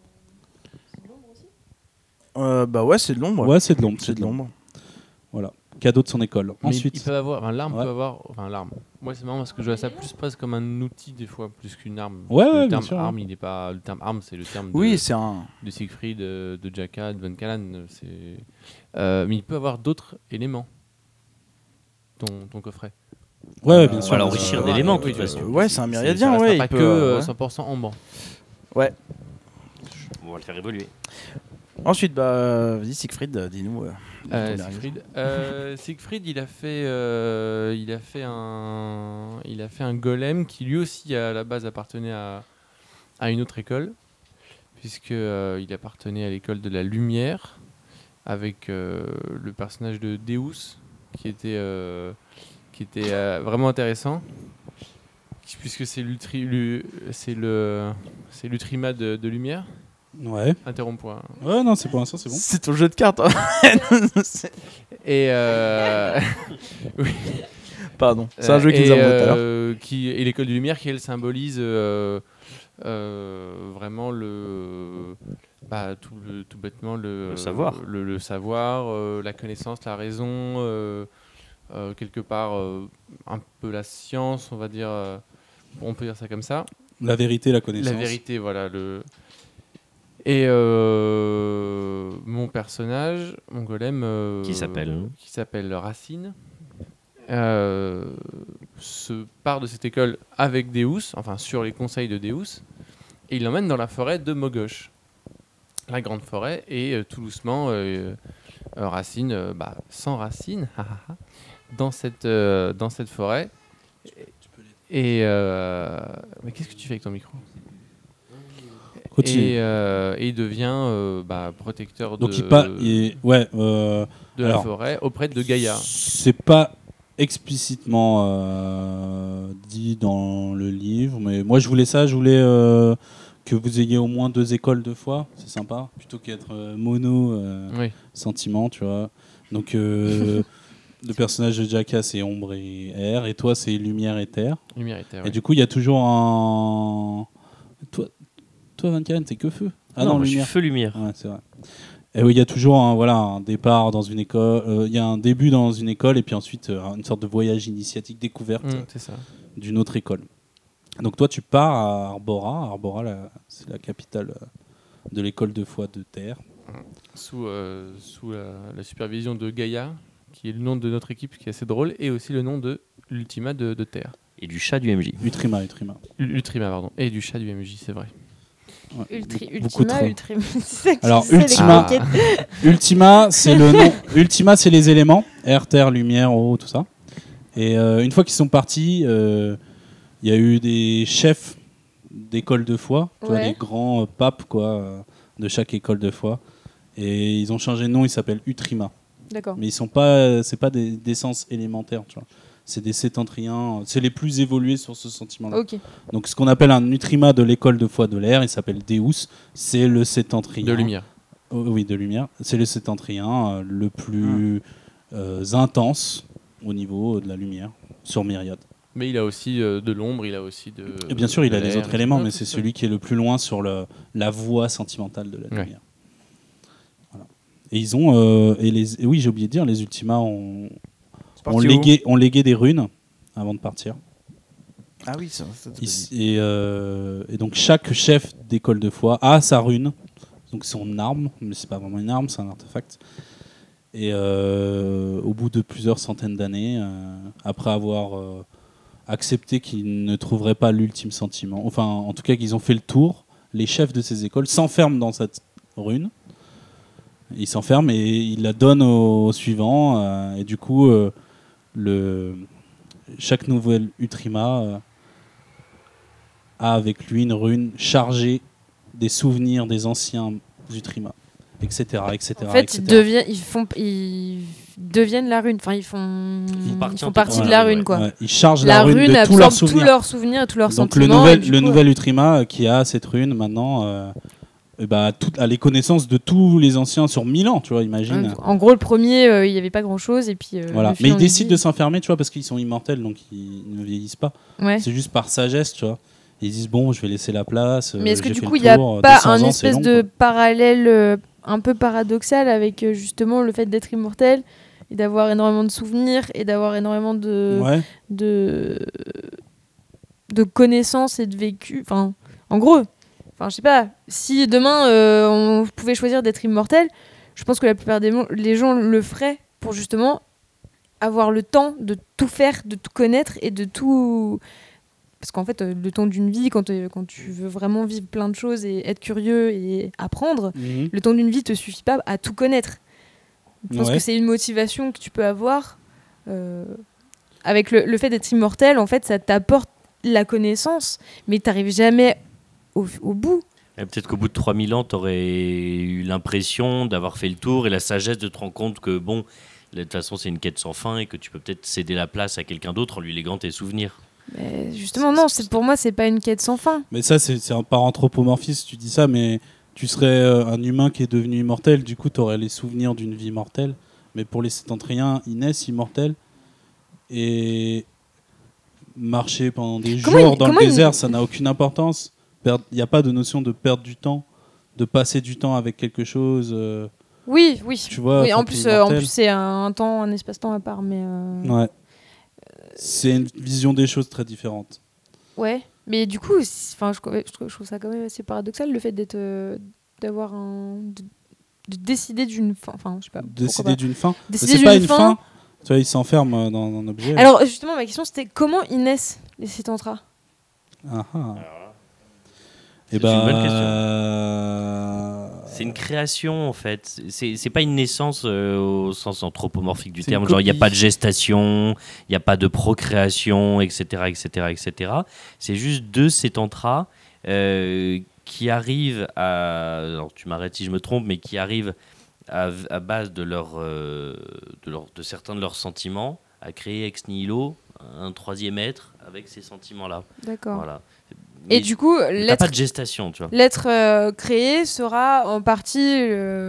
Bah ouais, c'est de l'ombre. Ouais, c'est de l'ombre. C'est de l'ombre. Voilà. cadeau de son école. Mais Ensuite, il peut avoir, l'arme Ouais. peut avoir, l'arme. Moi, c'est marrant parce que je vois ça plus presque comme un outil des fois, plus qu'une arme. Ouais, Parce que ouais, le bien terme sûr, arme, il n'est pas. Le terme arme, c'est le terme de, Oui, c'est un. de Siegfried, de Jaka, de Von Kalan. Mais il peut avoir d'autres éléments. Ton coffret. ouais, bien sûr. Voilà, bien enrichir sûr. d'éléments, de Oui, toute façon. Ouais, c'est un Ça myriadien, restera ouais. pas Il que peut, ouais. 100% ambre. On va le faire évoluer. Ensuite, vas-y, Siegfried, dis-nous. ton dernier. Siegfried, il a fait un golem qui lui aussi à la base appartenait à une autre école, puisque il appartenait à l'école de la lumière, avec le personnage de Deus qui était vraiment intéressant, puisque c'est l'Utrima de lumière. Ouais. Interromps-moi. Ouais, non, c'est pour l'instant, c'est bon. C'est ton jeu de cartes. Hein. Et Pardon. C'est un jeu qui nous a montré tout à l'heure. Et l'école de lumière qui elle symbolise vraiment tout bêtement le savoir. le savoir, la connaissance, la raison, quelque part un peu la science, on va dire, on peut dire ça comme ça. La vérité, la connaissance. La vérité, voilà. Et mon personnage, mon golem, Qui s'appelle Racine, se part de cette école avec Deus, enfin sur les conseils de Deus, et il l'emmène dans la forêt de Mogosh, la grande forêt, et tout doucement, Racine s'enracine dans cette forêt. Et mais qu'est-ce que tu fais avec ton micro ? Continue. Et il devient protecteur Donc de la alors, forêt auprès de Gaïa. c'est pas explicitement dit dans le livre, mais moi je voulais que vous ayez au moins 2 écoles de foi, c'est sympa, plutôt qu'être mono Oui. sentiment, tu vois. Donc le personnage de Jaka c'est ombre et air, et toi c'est lumière et terre. Lumière et terre. Et du coup il y a toujours un... Toi Van Karen, t'es que feu. Ah non, moi, je suis lumière. feu lumière. Ouais, c'est vrai. Et oui, il y a toujours un départ dans une école, il y a un début dans une école et puis ensuite une sorte de voyage initiatique découverte C'est ça. d'une autre école. Donc toi, tu pars à Arbora. Arbora, c'est la capitale de l'école de foi de Terre. Sous la supervision de Gaïa, qui est le nom de notre équipe, qui est assez drôle, et aussi le nom de l'Ultima de Terre. Et du chat du MJ. Utrima. Ultrima, pardon. Et du chat du MJ, c'est vrai. Ouais. Ultima, Beaucoup trop. Ultrima. C'est ça que Alors, je disais, les Ultima. croquettes. Ultima, c'est le nom. Ultima, c'est les éléments. Air, terre, lumière, eau, tout ça. Et une fois qu'ils sont partis, il y a eu des chefs d'école de foi, tu vois, Ouais. les grands papes quoi, de chaque école de foi. Et ils ont changé de nom, ils s'appellent Utrima. D'accord. Mais ils sont pas, c'est pas des d'essence élémentaire, tu vois. C'est des septentriens, c'est les plus évolués sur ce sentiment-là. Ok. Donc ce qu'on appelle un Utrima de l'école de foi de l'air, il s'appelle Deus, c'est le septentrien. De lumière. Oh, oui, de lumière. C'est le septentrien le plus intense au niveau de la lumière sur Myriade. Mais il a aussi de l'ombre, il a aussi de. Et bien sûr, il a de les l'air, autres éléments, tout mais ça. c'est celui qui est le plus loin sur la voie sentimentale de la Ouais. lumière. Voilà. Et ils ont et oui, j'ai oublié de dire, les Ultimas ont légué des runes avant de partir. Ah oui, ça Et donc chaque chef d'école de foi a sa rune, donc son arme, mais c'est pas vraiment une arme, c'est un artefact. Et au bout de plusieurs centaines d'années, après avoir accepté qu'ils ne trouveraient pas l'ultime sentiment, enfin en tout cas qu'ils ont fait le tour, les chefs de ces écoles s'enferment dans cette rune. Ils s'enferment et ils la donnent au suivant. Et du coup, chaque nouvelle Utrima a avec lui une rune chargée des souvenirs des anciens Utrima, etc. etc. En fait, etc. ils deviennent la rune. Enfin, ils font partie de Ouais, la rune, quoi. Ouais, ils chargent La la rune rune de tous leurs absorbe tous souvenirs. leurs souvenirs et tous leurs Donc sentiments. et du le coup, nouvel Utrima qui a cette rune maintenant a les connaissances de tous les anciens sur 1000 ans, tu vois, imagine. En gros, le premier, il n'y avait pas grand-chose. Et puis, Voilà. de fil Mais ils en décident de aiguille- s'enfermer, tu vois, parce qu'ils sont immortels, donc ils ne vieillissent pas. Ouais. C'est juste par sagesse, tu vois. Ils disent, bon, je vais laisser la place. Mais est-ce que j'ai du fait coup, le il n'y a tour, pas 200 un ans, espèce c'est long, de quoi. parallèle un peu paradoxal avec justement le fait d'être immortel et d'avoir énormément de souvenirs et d'avoir énormément Ouais. de connaissances et de vécu. Enfin, en gros, je sais pas, si demain on pouvait choisir d'être immortel, je pense que la plupart les gens le feraient pour justement avoir le temps de tout faire, de tout connaître et de tout... Parce qu'en fait, le temps d'une vie, quand tu veux vraiment vivre plein de choses et être curieux et apprendre, le temps d'une vie te suffit pas à tout connaître. Je pense que c'est une motivation que tu peux avoir. Avec le fait d'être immortel, en fait, ça t'apporte la connaissance, mais t'arrives jamais au bout. Et peut-être qu'au bout de 3000 ans, tu aurais eu l'impression d'avoir fait le tour et la sagesse de te rendre compte que, bon, de toute façon, c'est une quête sans fin et que tu peux peut-être céder la place à quelqu'un d'autre en lui léguant tes souvenirs. Mais justement, non, pour moi, c'est pas une quête sans fin. Mais ça, c'est par anthropomorphisme, tu dis ça, mais tu serais un humain qui est devenu immortel, du coup, tu aurais les souvenirs d'une vie mortelle. Mais pour les sétentriens, ils naissent immortels. Et marcher pendant des jours dans le désert, ça n'a aucune importance. Il n'y a pas de notion de perdre du temps, de passer du temps avec quelque chose. Oui. Tu vois, oui, en plus, c'est un espace-temps à part. Mais ouais. C'est une vision des choses très différente. Ouais, mais du coup, je trouve ça quand même assez paradoxal le fait d'avoir de décider d'une fin. Enfin, je sais pas. Décider d'une fin. Décider c'est pas d'une une fin. Tu vois, il s'enferme dans un objet. Alors, justement, ma question c'était comment ils naissent, les sétentras ? C'est une bonne question. C'est une création en fait. C'est pas une naissance au sens anthropomorphique du terme. Genre il n'y a pas de gestation, il n'y a pas de procréation, etc. C'est juste deux sétentras qui arrivent à... Alors tu m'arrêtes si je me trompe, mais qui arrivent à base de certains de leurs sentiments à créer ex nihilo un troisième être avec ces sentiments-là. D'accord. Voilà. Et du coup, t'as pas de gestation, tu vois. L'être créé sera en partie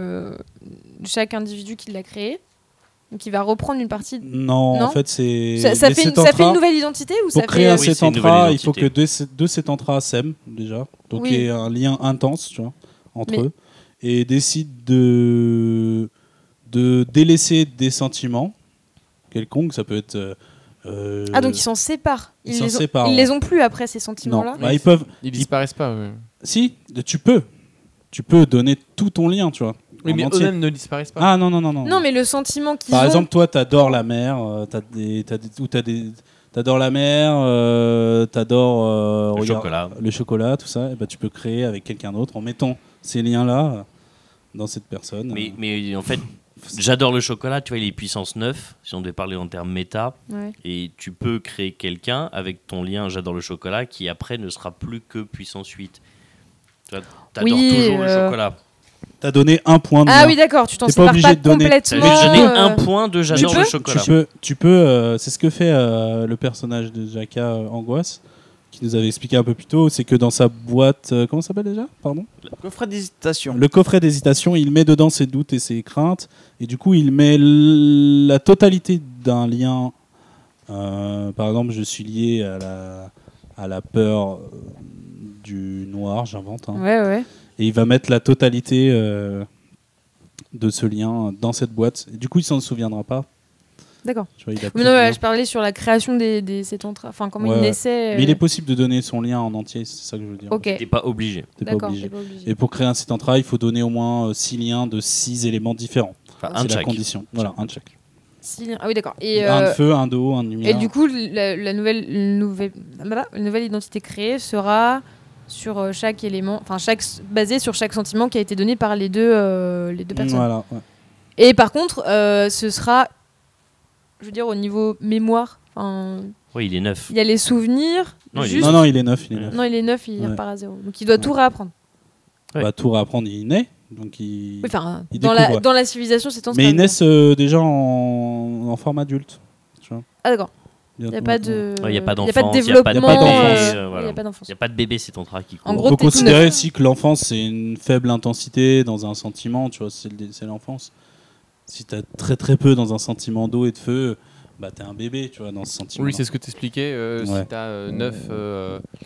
chaque individu qui l'a créé, donc il va reprendre une partie. Non, en fait, c'est ça fait une nouvelle identité ou pour ça créer fait un sétentra, il faut que deux sétentras s'aiment déjà, donc il y ait un lien intense, tu vois, entre eux, et décident de délaisser des sentiments quelconques. Ça peut être donc ils s'en séparent. Ils les ont plus après ces sentiments-là. Non, ils disparaissent pas. Ouais. Si, tu peux donner tout ton lien, tu vois. Oui, mais eux-mêmes ne disparaissent pas. Ah non. Non, mais le sentiment qu'ils ont. Par exemple, toi, t'adores la mer, t'adores la mer, t'adores le chocolat, tout ça. Et bah, tu peux créer avec quelqu'un d'autre en mettant ces liens-là dans cette personne. Mais en fait. J'adore le chocolat, tu vois, il est puissance 9, si on devait parler en termes méta. Ouais. Et tu peux créer quelqu'un avec ton lien j'adore le chocolat qui après ne sera plus que puissance 8. Tu vois, t'adores toujours le chocolat. T'as donné un point de lien. Ah oui, d'accord, tu t'en sépares pas complètement. T'as juste donné un point de j'adore le chocolat. Tu peux c'est ce que fait le personnage de Jaka Angoisse, qui nous avait expliqué un peu plus tôt, c'est que dans sa boîte, comment ça s'appelle déjà ? Pardon ? Le coffret d'hésitation. Le coffret d'hésitation, il met dedans ses doutes et ses craintes, et du coup, il met la totalité d'un lien. Par exemple, je suis lié à la peur du noir, j'invente. Hein. Ouais. Et il va mettre la totalité de ce lien dans cette boîte. Et du coup, il s'en souviendra pas. D'accord. Tu vois, je parlais sur la création des sétentras. Enfin, comment ils naissaient. Mais il est possible de donner son lien en entier, c'est ça que je veux dire. Ok. T'es pas obligé. T'es pas obligé. Et pour créer un sétentra, il faut donner au moins 6 liens de 6 éléments différents. Enfin, c'est la condition. Voilà, un de chaque. Ah oui, d'accord. Et un de feu, un d'eau, un de lumière. Et du coup, la nouvelle identité créée sera sur chaque élément, basée sur chaque sentiment qui a été donné par les deux personnes. Voilà. Ouais. Et par contre, ce sera, je veux dire, au niveau mémoire. Oui, il est 9. Il y a les souvenirs. Non, il est 9. Non, il est 9, il repart à 0. Donc il doit tout réapprendre. Ouais. Bah, tout réapprendre, il naît. Donc il découvre. Dans la civilisation, c'est Mais ils naissent déjà en forme adulte. Tu vois. Ah, d'accord. Il n'y a pas d'enfance, il n'y a pas de développement, il n'y a pas de bébé sétentra qui court. En gros, faut considérer aussi que l'enfance, c'est une faible intensité dans un sentiment, tu vois, c'est l'enfance. Si tu as très très peu dans un sentiment d'eau et de feu, bah t'es un bébé, tu vois, dans ce sentiment. Oui, c'est ce que tu expliquais. Si tu as 9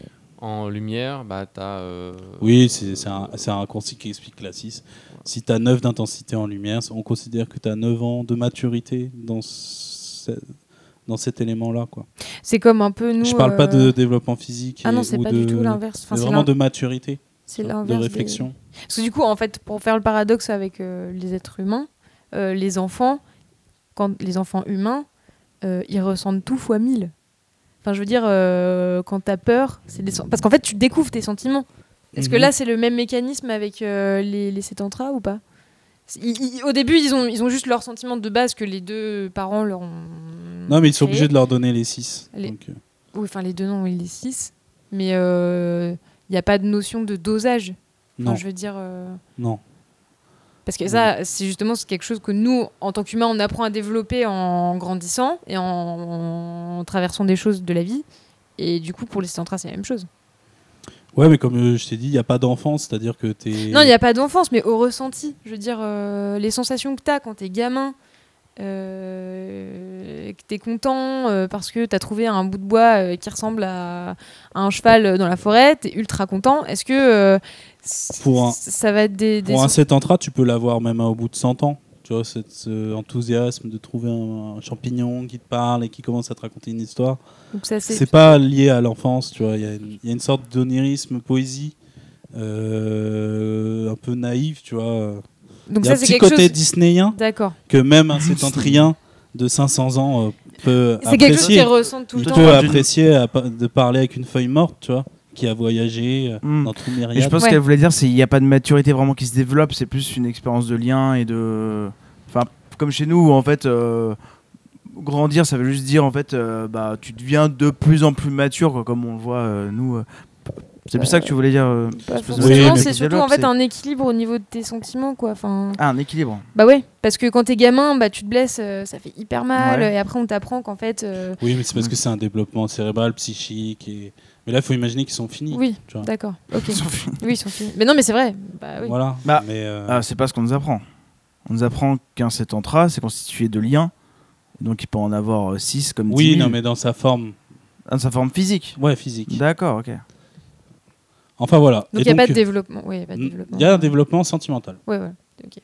En lumière, bah, t'as. Oui, c'est un raccourci qui explique la 6. Si tu as 9 d'intensité en lumière, on considère que tu as 9 ans de maturité dans cet élément-là, quoi. C'est comme un peu nous. Je parle pas de développement physique. Ah non, c'est pas du tout l'inverse. C'est vraiment de maturité, c'est de l'inverse réflexion. Parce que du coup, en fait, pour faire le paradoxe avec les êtres humains, les enfants, quand les enfants humains, ils ressentent tout fois 1000. Enfin, je veux dire, quand t'as peur, parce qu'en fait, tu découvres tes sentiments. Est-ce que là, c'est le même mécanisme avec les Setantras ou pas ? Au début, ils ont juste leurs sentiments de base que les deux parents leur ont. Non, mais ils sont créés. obligés de leur donner les 6. Oui, enfin, les deux non, oui, les 6. Mais il n'y a pas de notion de dosage. Non. Enfin, je veux dire. Non. Parce que ça, c'est quelque chose que nous, en tant qu'humains, on apprend à développer en grandissant et en traversant des choses de la vie. Et du coup, pour les Setantras, c'est la même chose. Ouais, mais comme je t'ai dit, il n'y a pas d'enfance, c'est-à-dire que t'es... Non, il n'y a pas d'enfance, mais au ressenti. Je veux dire, les sensations que tu as quand tu es gamin, que tu es content parce que tu as trouvé un bout de bois qui ressemble à un cheval dans la forêt, tu es ultra content. Est-ce que ça va être des Pour un Setantra, tu peux l'avoir même au bout de 100 ans. Tu vois, cet enthousiasme de trouver un champignon qui te parle et qui commence à te raconter une histoire. Donc ça, c'est pas lié à l'enfance, tu vois. Il y a une sorte d'onirisme, poésie, un peu naïf, tu vois. Donc il y a ça, un petit côté disneyen que même un sétentrien de 500 ans peut apprécier. C'est quelque chose qu'il ressent tout le temps. Il peut apprécier de parler avec une feuille morte, tu vois, qui a voyagé dans tout le myriade. Et je pense qu'elle voulait dire, c'est il n'y a pas de maturité vraiment qui se développe, c'est plus une expérience de lien et de... Enfin, comme chez nous, en fait, grandir, ça veut juste dire, en fait, bah, tu deviens de plus en plus mature, quoi, comme on le voit, nous... C'est plus ça que tu voulais dire forcément, c'est surtout en fait un équilibre au niveau de tes sentiments, quoi. Enfin, un équilibre. Bah ouais, parce que quand t'es gamin, bah tu te blesses, ça fait hyper mal, et après on t'apprend qu'en fait. Oui, mais c'est parce que c'est un développement cérébral, psychique, mais là il faut imaginer qu'ils sont finis. Oui, d'accord. Ok. Ils sont finis. Oui, ils sont finis. Mais non, mais c'est vrai. Bah oui. Voilà. Bah, c'est pas ce qu'on nous apprend. On nous apprend qu'un Setantra, c'est constitué de liens, donc il peut en avoir 6 comme 10 000. Oui, non, mais dans sa forme. Dans sa forme physique. Ouais, physique. D'accord, ok. Enfin voilà. Donc il n'y a pas de développement. Oui, il y a un développement sentimental. Ouais, ouais. Ok.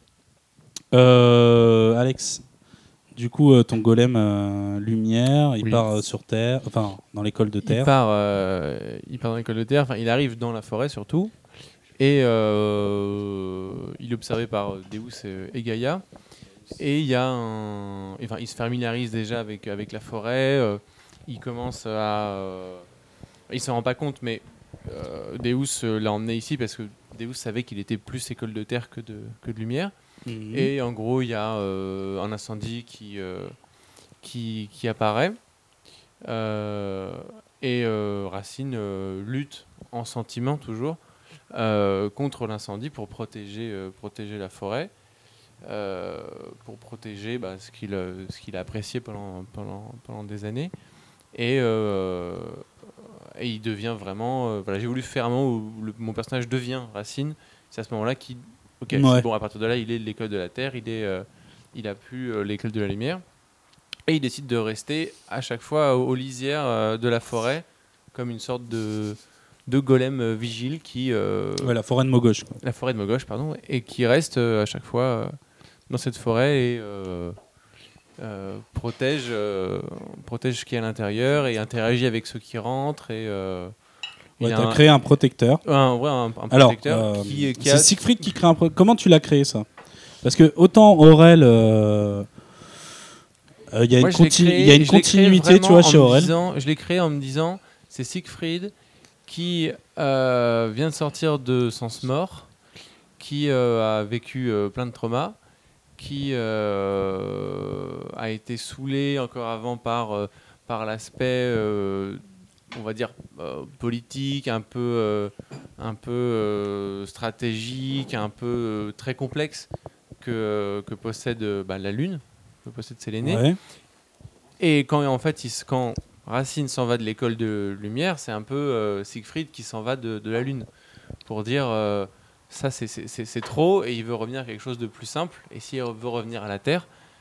Alex, du coup, ton golem lumière, il part sur Terre, enfin dans l'école de Terre. Il part dans l'école de Terre. Enfin, il arrive dans la forêt surtout, et il est observé par Deus et Gaïa. Et il y a enfin, il se familiarise déjà avec la forêt. Il commence à, il s'en rend pas compte, mais Deus l'a emmené ici parce que Deus savait qu'il était plus école de terre que de lumière. Mmh. Et en gros, il y a un incendie qui apparaît. Et Racine lutte en sentiment toujours contre l'incendie pour protéger la forêt. Pour protéger ce qu'il a apprécié pendant des années. Et il devient vraiment... voilà, j'ai voulu faire un moment où mon personnage devient Racine. C'est à ce moment-là qu'il... Ok, bon, à partir de là, il est de l'école de la Terre, il a plus l'école de la lumière. Et il décide de rester à chaque fois aux lisières de la forêt, comme une sorte de golem vigile qui... la forêt de Mogosh. Quoi. La forêt de Mogosh, pardon. Et qui reste à chaque fois dans cette forêt et... protège ce qui est à l'intérieur et interagit avec ceux qui rentrent et tu as créé un protecteur. Un protecteur. Alors, c'est Siegfried qui crée un protecteur. Comment tu l'as créé ça? Parce que autant Aurel, il y a une continuité, tu vois, chez Aurel. Je l'ai créé en me disant, c'est Siegfried qui vient de sortir de Sens Mort, qui a vécu plein de traumas, qui a été saoulé encore avant par l'aspect, on va dire, politique, un peu stratégique, un peu très complexe que possède la Lune, que possède Séléné. Ouais. Et quand Racine s'en va de l'école de lumière, c'est un peu Siegfried qui s'en va de la Lune pour dire... ça c'est trop et il veut revenir à quelque chose de plus simple, et s'il veut revenir à la Terre,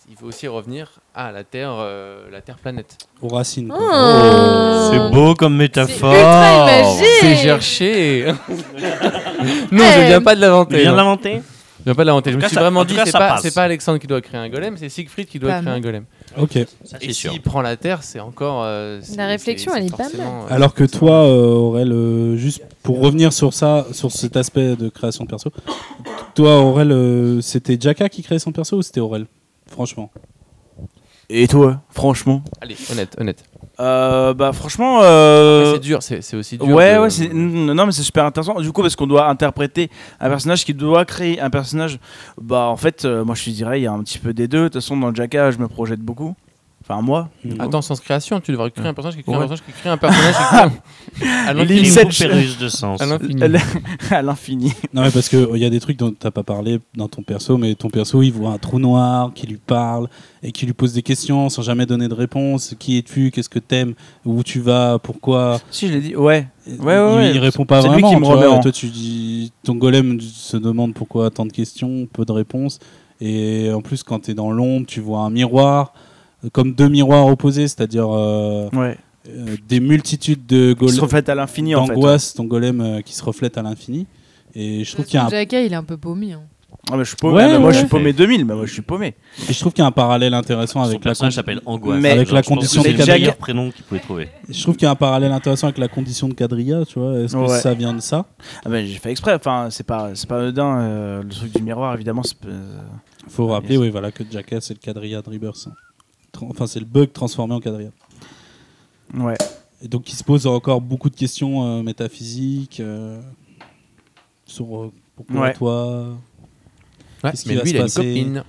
il veut aussi revenir à la Terre planète. Aux racines. quoi. Oh. C'est beau comme métaphore. C'est ultra imagé. C'est cherché. Non, je viens pas de l'inventer. Tu viens de non. l'inventer? Je viens pas de l'inventer. Je me cas, suis ça- vraiment en tout dit, cas, c'est ça pas, passe. c'est pas Alexandre qui doit créer un golem, c'est Siegfried qui doit Pas créer un mal. golem. Ok. Ça, Et c'est sûr. s'il prend la Terre, c'est encore. La réflexion, elle est pas forcément, Alors que toi, Aurel, juste pour revenir sur ça, sur cet aspect de création de perso, toi, Aurel, c'était Jaka qui créait son perso ou c'était Aurel? Franchement. Et toi, franchement Allez, honnête. Bah franchement. Après, c'est dur, c'est aussi dur. Ouais, de- ouais, non, mais c'est super intéressant. Du coup, parce qu'on doit interpréter un personnage qui doit créer un personnage. Bah, en fait, moi je te dirais, il y a un petit peu des deux. De toute façon, dans Jaka, je me projette beaucoup. Enfin, moi. Attends, sans création, tu devrais créer un personnage qui crée Ouais. un personnage qui crée un personnage qui crée à l'infini. L'inception. Une poupée russe de sens. À l'infini. À l'infini. Non, mais parce qu'il y a des trucs dont t'as pas parlé dans ton perso, mais ton perso, il voit un trou noir qui lui parle et qui lui pose des questions sans jamais donner de réponse. Qui es-tu? Qu'est-ce que t'aimes? Où tu vas? Pourquoi? Si, je l'ai dit, ouais. Il répond pas C'est lui vraiment. qui me tu vois. remet en- Toi, tu dis, ton golem se demande pourquoi tant de questions, peu de réponses. Et en plus, quand t'es dans l'ombre, tu vois un miroir, comme deux miroirs opposés, c'est-à-dire Ouais. des multitudes de Qui se golems reflète à l'infini, en fait. d'angoisse, ton golem qui se reflète à l'infini. Et je trouve qu'il y a un Jaka, il est un peu paumé. Hein. Ah, mais je suis paumé. Ouais, Ah, mais moi, ouais. je suis paumé 2000. Bah, moi, je suis paumé. Et je trouve qu'il y a un parallèle intéressant Son avec la personnage s'appelle Angoisse. Mais- Avec Genre, la je pense condition que c'est de le Jack. meilleur prénom qu'il pouvait trouver. Je trouve qu'il y a un parallèle intéressant avec la condition de Quadrilla, tu vois. Est-ce que Ouais. ça vient de ça? Ah, bah, j'ai fait exprès. Enfin, c'est pas anodin. Le truc du miroir, évidemment. Faut rappeler, yes. oui, voilà, que Jackass c'est le Quadrilla de Rebirth. Enfin, c'est le bug transformé en Quadrilla. Ouais. Et donc, il se pose encore beaucoup de questions métaphysiques sur pourquoi Ouais. toi. Ouais, Qu'est-ce qui mais va lui, se il a une passer copine.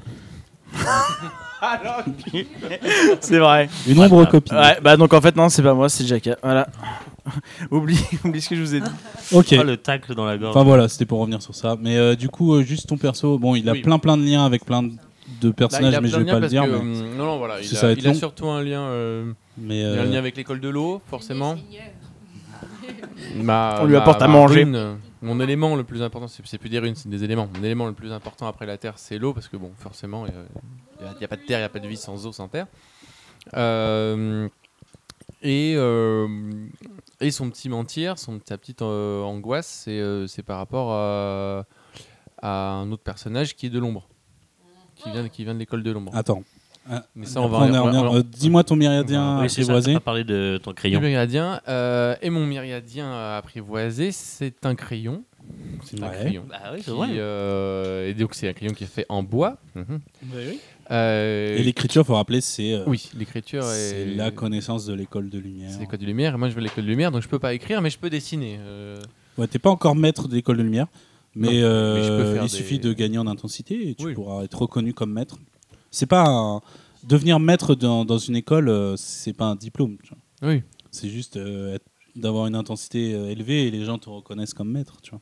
C'est vrai. Une ombre copine. Ouais, bah donc en fait, non, c'est pas moi, c'est Jaka. Voilà. oublie ce que je vous ai dit. Ok. Oh, le tacle dans la gorge. Enfin voilà, c'était pour revenir sur ça. Mais du coup, juste ton perso, bon, il a Oui. plein de liens avec plein de personnages, Là, il a mais je plein vais de pas liens le dire. parce Mais, que, non, voilà, parce que ça va être il a long. surtout un lien, mais, il a un lien avec l'école de l'eau, forcément. On lui apporte à manger. Mon élément le plus important, c'est plus des runes, c'est des éléments. Mon élément le plus important après la terre, c'est l'eau, parce que bon, forcément, il n'y a pas de terre, il n'y a pas de vie sans eau, sans terre. Et son petit mentir, sa petite angoisse, c'est par rapport à un autre personnage qui est de l'ombre, qui vient de l'école de l'ombre. Attends. Mais ça, on Après, va on revient. Dis-moi ton myriadien Oui, c'est ça, apprivoisé. t'as pas parlé de ton Le crayon. myriadien, et mon myriadien apprivoisé, c'est un crayon. C'est un Ouais. crayon. Bah oui, c'est Qui, vrai. et donc c'est un crayon qui est fait en bois. Et l'écriture, faut rappeler, c'est Oui, l'écriture c'est est la connaissance de l'école de lumière. C'est l'école de lumière. Et moi, je veux l'école de lumière, donc je peux pas écrire, mais je peux dessiner. Ouais, t'es pas encore maître de l'école de lumière, mais, Non, mais je peux faire il des- suffit de gagner en intensité et tu Oui. pourras être reconnu comme maître. C'est pas devenir maître dans une école, c'est pas un diplôme. Tu vois. Oui. C'est juste d'avoir une intensité élevée et les gens te reconnaissent comme maître. Tu vois.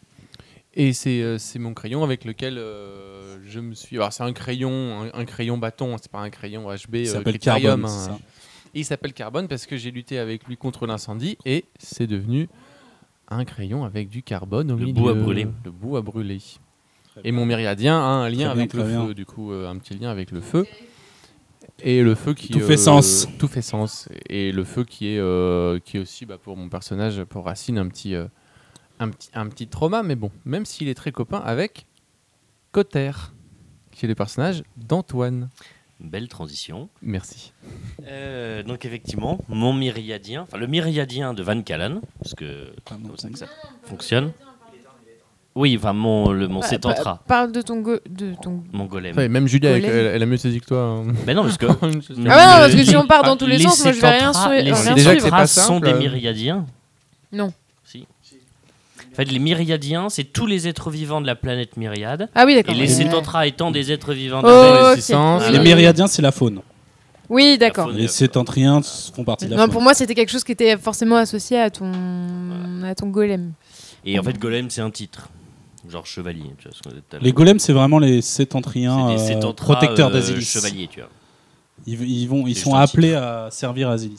Et c'est mon crayon avec lequel je me suis. Alors c'est un crayon bâton. C'est pas un crayon HB Il s'appelle Critérium. Carbone, c'est ça. Et il s'appelle Carbone parce que j'ai lutté avec lui contre l'incendie et c'est devenu un crayon avec du carbone au Le milieu. bout à brûler. Le bout à brûler. Et mon myriadien a un lien Très bien, avec le très bien. feu, du coup, un petit lien avec le feu. Et le feu qui... Tout fait sens. Tout fait sens. Et le feu qui est aussi, pour mon personnage, pour Racine, un petit trauma. Mais bon, même s'il est très copain avec Cotter, qui est le personnage d'Antoine. Belle transition. Merci. Donc effectivement, mon myriadien, enfin le myriadien de Van Callen, parce que c'est comme ça que ça fonctionne. Oui, enfin mon Cétantra, Parle de ton mon golem. Ouais, même Julia, Golem. elle a mieux saisi que toi. Hein. Mais non, parce que Ah ouais, non, parce que si on part dans tous les sens, moi je vais rien Les rien Déjà que suivre. c'est pas Cétantras sont simple. des myriadiens. Non. Si. En fait, les myriadiens, c'est tous les êtres vivants de la planète Myriade. Ah oui, Et d'accord. les Ouais. Cétantras étant des êtres vivants de Oh, la Dans planète. les ok. 600, Ah, Les oui. myriadiens, c'est la faune. Oui, d'accord. faune. Les sétentriens font partie de la Non, faune. pour moi, c'était quelque chose qui était forcément associé à ton golem. Et en fait, golem, c'est un titre. Genre chevalier. Tu vois, ce qu'on disait tout à l'heure. Les golems, c'est vraiment les sétentriens C'est des Cétantras, protecteurs d'Asilis. chevaliers, tu vois. Ils C'est sont juste un appelés à servir Asilis.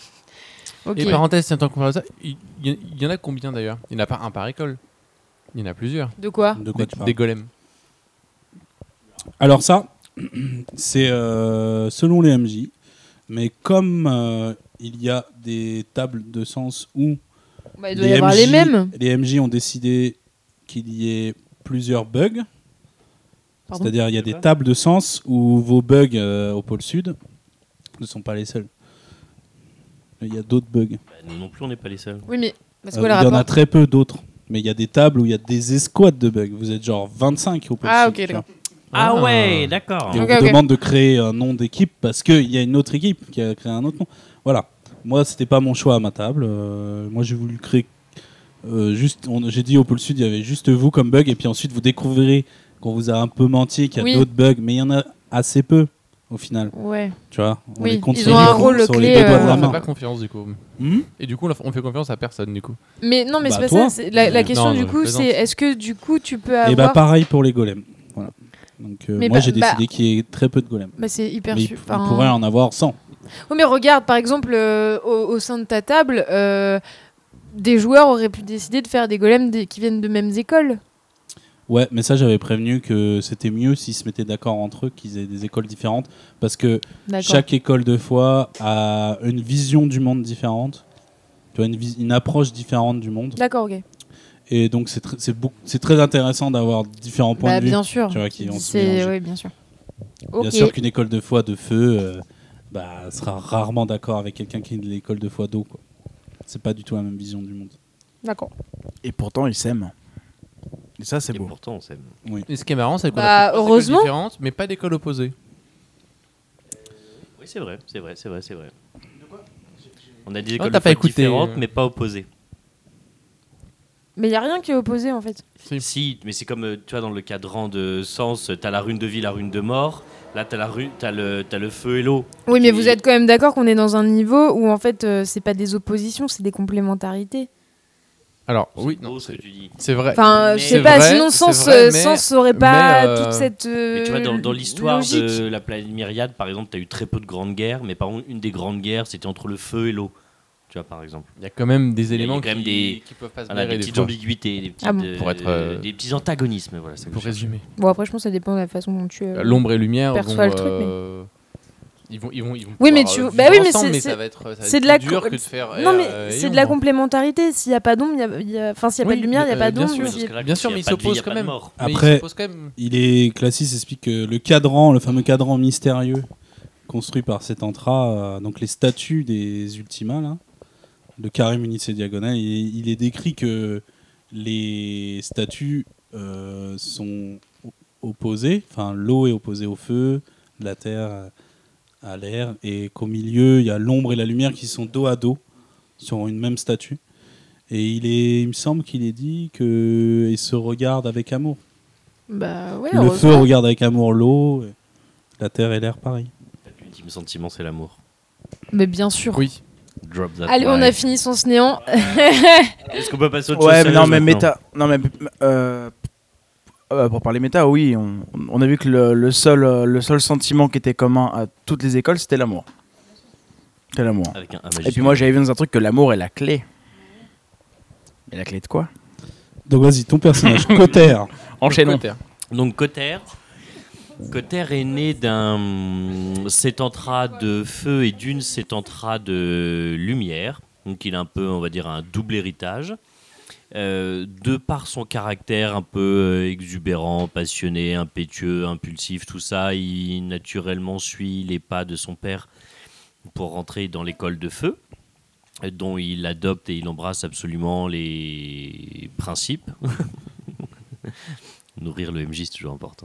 Ok. Et parenthèse, tiens, tant qu'on parle de ça, il y en a combien d'ailleurs? Il n'y en a pas un par école. Il y en a plusieurs. De quoi? De quoi tu parles? Des golems. Alors ça, C'est selon les MJ, mais comme il y a des tables de sens où Il doit y avoir les mêmes. les MJ ont décidé qu'il y ait plusieurs bugs. Pardon. C'est-à-dire il y a des tables de sens où vos bugs au pôle sud ne sont pas les seuls. Il y a d'autres bugs. Nous non plus, on n'est pas les seuls. Oui, mais parce Il que y en a très peu d'autres. Mais il y a des tables où il y a des escouades de bugs. Vous êtes genre 25 au pôle Ah, sud. ok, tu vois. d'accord. Ah ouais, d'accord. Et on Ok, vous ok. demande de créer un nom d'équipe parce qu'il y a une autre équipe qui a créé un autre nom. Voilà. Moi, c'était pas mon choix à ma table. Moi, j'ai voulu créer j'ai dit au pôle sud, il y avait juste vous comme bug. Et puis ensuite, vous découvrirez qu'on vous a un peu menti, qu'il y a Oui. d'autres bugs. Mais il y en a assez peu au final. Ouais. Tu vois, on Oui, les compte ils sur ont les un doigts- rôle sur clé, les deux doigts de On la leur fait main. pas confiance du coup. Hmm Et du coup, on fait confiance à personne du coup. Mais non, mais Bah, c'est pas toi. ça. La question Non, du je coup, plaisante. c'est est-ce que du coup tu peux Et avoir. bah pareil pour les golems. Voilà. Donc Mais moi bah- j'ai décidé qu'il y ait très peu de golems. Bah, c'est hyper Mais il pourrait en avoir 100. Oui, mais regarde, par exemple, au sein de ta table, des joueurs auraient pu décider de faire des golems qui viennent de mêmes écoles. Ouais, mais ça j'avais prévenu que c'était mieux s'ils se mettaient d'accord entre eux, qu'ils aient des écoles différentes, parce que D'accord. chaque école de foi a une vision du monde différente, tu vois, une approche différente du monde, D'accord, ok. et donc c'est très intéressant d'avoir différents points Bah, de vue. bien sûr. Tu vois, qui vont se mélanger. Oui, bien sûr. Bien Ok. sûr qu'une école de foi de feu sera rarement d'accord avec quelqu'un qui est de l'école de foi d'eau, quoi. C'est pas du tout la même vision du monde. D'accord. Et pourtant, ils s'aiment. Et ça, c'est Et beau. pourtant, on s'aime. Et ce qui est marrant, c'est qu'on Bah, a plusieurs heureusement. écoles différentes, mais pas d'écoles opposées. Oui, c'est vrai. On a des Oh, écoles t'as de pas foi écouté, différentes, mais pas opposées. Mais il n'y a rien qui est opposé en fait. Si, mais c'est comme, tu vois, dans le cadran de Sens, t'as la rune de vie, la rune de mort. Là, t'as le feu et l'eau. Oui, mais Et- vous êtes quand même d'accord qu'on est dans un niveau où en fait c'est pas des oppositions, c'est des complémentarités. Alors, C'est oui, beau non, ce que tu dis. c'est vrai. Enfin, Mais- je sais C'est pas, vrai, sinon c'est Sens vrai, mais- Sens aurait pas mais, toute cette Mais tu vois, dans l'histoire logique. de la planète Myriade, par exemple, tu as eu très peu de grandes guerres, mais par contre, une des grandes guerres, c'était entre le feu et l'eau. Tu vois, par exemple. Il y a quand même des y a éléments quand même qui peuvent pas se Voilà, blairer des des petites fois, ambiguïtés, des petites, Ah bon. Pour être, des petits antagonismes. Voilà, c'est pour résumer. Bon, après, je pense que ça dépend de la façon dont tu. L'ombre et lumière perçois vont, le truc, ils vont Oui, mais pouvoir, bah oui, vivre mais ensemble, c'est- ça va être c'est de la plus dur co- que de faire Non, mais air et c'est de la ombre. complémentarité. S'il n'y a pas d'ombre, enfin, s'il n'y a pas Oui, de lumière, il n'y a pas bien d'ombre. sûr. s'il y a- Bien sûr, mais ils s'opposent quand même. Mais ils Après- s'opposent quand même. Classis explique que le cadran, le fameux cadran mystérieux construit par cet Antra, donc les statues des Ultima, là, de carré, munisse et diagonale, il est décrit que les statues sont opposées, enfin l'eau est opposée au feu, la terre à l'air, et qu'au milieu il y a l'ombre et la lumière qui sont dos à dos sur une même statue. Et il me semble qu'il est dit qu'ils se regardent avec amour. Bah ouais, Le feu heureusement. regarde avec amour l'eau, et la terre et l'air pareil. L'ultime sentiment, c'est l'amour. Mais bien sûr. Oui. Drop that Allez, on a mic. fini Sens Néant. Est-ce qu'on peut passer à autre Ouais, chose mais non, mais sérieuse méta. Non, mais. Pour parler méta, oui, on a vu que le seul sentiment qui était commun à toutes les écoles, c'était l'amour. C'était l'amour. maintenant Avec un Et puis majuscule. moi, j'avais vu dans un truc que l'amour est la clé. Et la clé de quoi? Donc vas-y, ton personnage, Cotter. Enchaînons. Donc Cotter est né d'un sétantra de feu et d'une sétantra de lumière. Donc il a un peu, on va dire, un double héritage. De par son caractère un peu exubérant, passionné, impétueux, impulsif, tout ça, il naturellement suit les pas de son père pour rentrer dans l'école de feu, dont il adopte et il embrasse absolument les principes. Nourrir le MJ, c'est toujours important.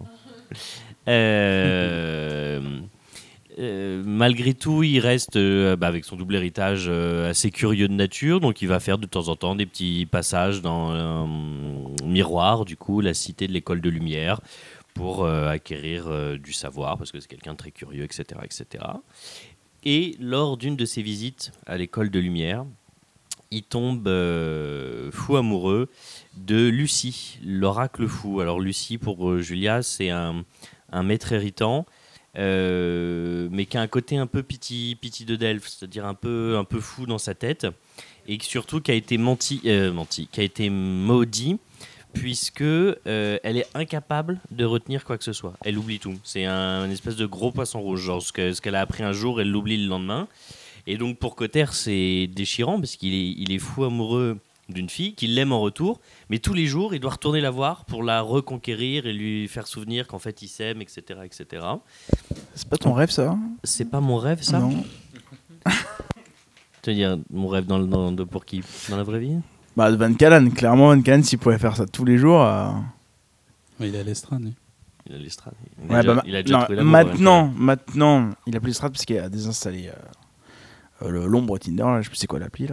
Malgré tout, il reste avec son double héritage assez curieux de nature, donc il va faire de temps en temps des petits passages dans Miroir, du coup, la cité de l'école de lumière, pour acquérir du savoir, parce que c'est quelqu'un de très curieux, etc., etc. Et lors d'une de ses visites à l'école de lumière, il tombe fou amoureux de Lucie, l'oracle fou. Alors Lucie, pour Julia, c'est un maître héritant, mais qui a un côté un peu piti de Delphes, c'est-à-dire un peu fou dans sa tête, et surtout qui a été qui a été maudit, puisque elle est incapable de retenir quoi que ce soit. Elle oublie tout. C'est une espèce de gros poisson rouge. Genre ce qu'elle a appris un jour, elle l'oublie le lendemain. Et donc pour Cotter, c'est déchirant parce qu'il est fou amoureux d'une fille, qu'il l'aime en retour, mais tous les jours, il doit retourner la voir pour la reconquérir et lui faire souvenir qu'en fait, il s'aime, etc., etc. C'est pas ton rêve, ça? C'est pas mon rêve, ça? Non. Tu veux dire, mon rêve pour qui? Dans la vraie vie? Bah, de Van Callen. Clairement, Van Callen, s'il pouvait faire ça tous les jours... Mais il est à l'estrade, lui. Il a l'estrade. Il a déjà trouvé l'amour. Maintenant, il a plus l'estrade parce qu'il a désinstallé l'ombre Tinder. Là, je sais plus c'est quoi l'appli, là.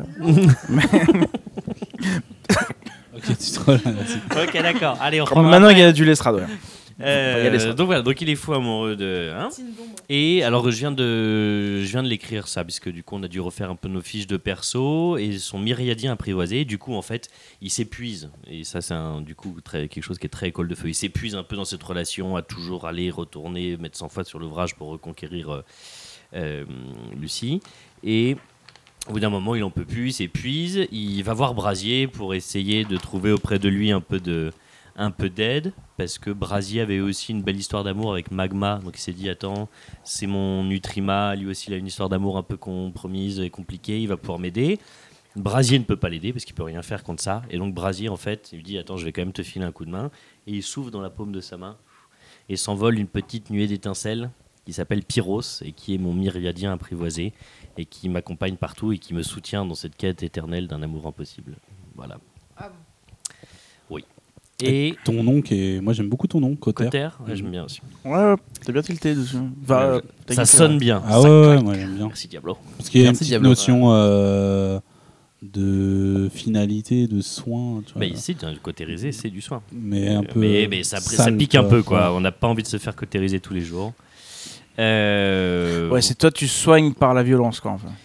Ok, tu te relaxes, vas-y. Ok, d'accord. Allez, on reprend. Maintenant, il y a du l'estrade, ouais. Donc voilà, donc il est fou amoureux de. Hein, et alors je viens de l'écrire ça, puisque du coup on a dû refaire un peu nos fiches de perso et son myriadien apprivoisé. Du coup en fait il s'épuise et ça c'est quelque chose qui est très école de feu. Il s'épuise un peu dans cette relation à toujours aller retourner mettre 100 fois sur l'ouvrage pour reconquérir Lucie et au bout d'un moment, il en peut plus, il s'épuise. Il va voir Brasier pour essayer de trouver auprès de lui un peu d'aide, parce que Brasier avait aussi une belle histoire d'amour avec Magma. Donc il s'est dit, attends, c'est mon Nutrima, lui aussi il a une histoire d'amour un peu compromise et compliquée, il va pouvoir m'aider. Brasier ne peut pas l'aider parce qu'il peut rien faire contre ça. Et donc Brasier, en fait, il lui dit, attends, je vais quand même te filer un coup de main. Et il souffle dans la paume de sa main et s'envole une petite nuée d'étincelles qui s'appelle Pyros et qui est mon myriadien apprivoisé et qui m'accompagne partout et qui me soutient dans cette quête éternelle d'un amour impossible. Voilà. Ah bon. Oui. Et ton nom moi j'aime beaucoup ton nom, Cotter. Cotter, ouais, j'aime bien aussi. Ouais, t'as bien tilté dessus. Enfin, ça sonne bien. Ah ouais, moi j'aime bien. Merci Diablo. Parce qu'il y a Merci, une petite Diablo. notion de finalité, de soin. Tu vois, Mais ici, cotériser, c'est du soin. mais un peu. Mais ça sale, pique un peu, quoi. On n'a pas envie de se faire cotériser tous les jours. Ouais, c'est toi, tu soignes par la violence, quoi. Enfin.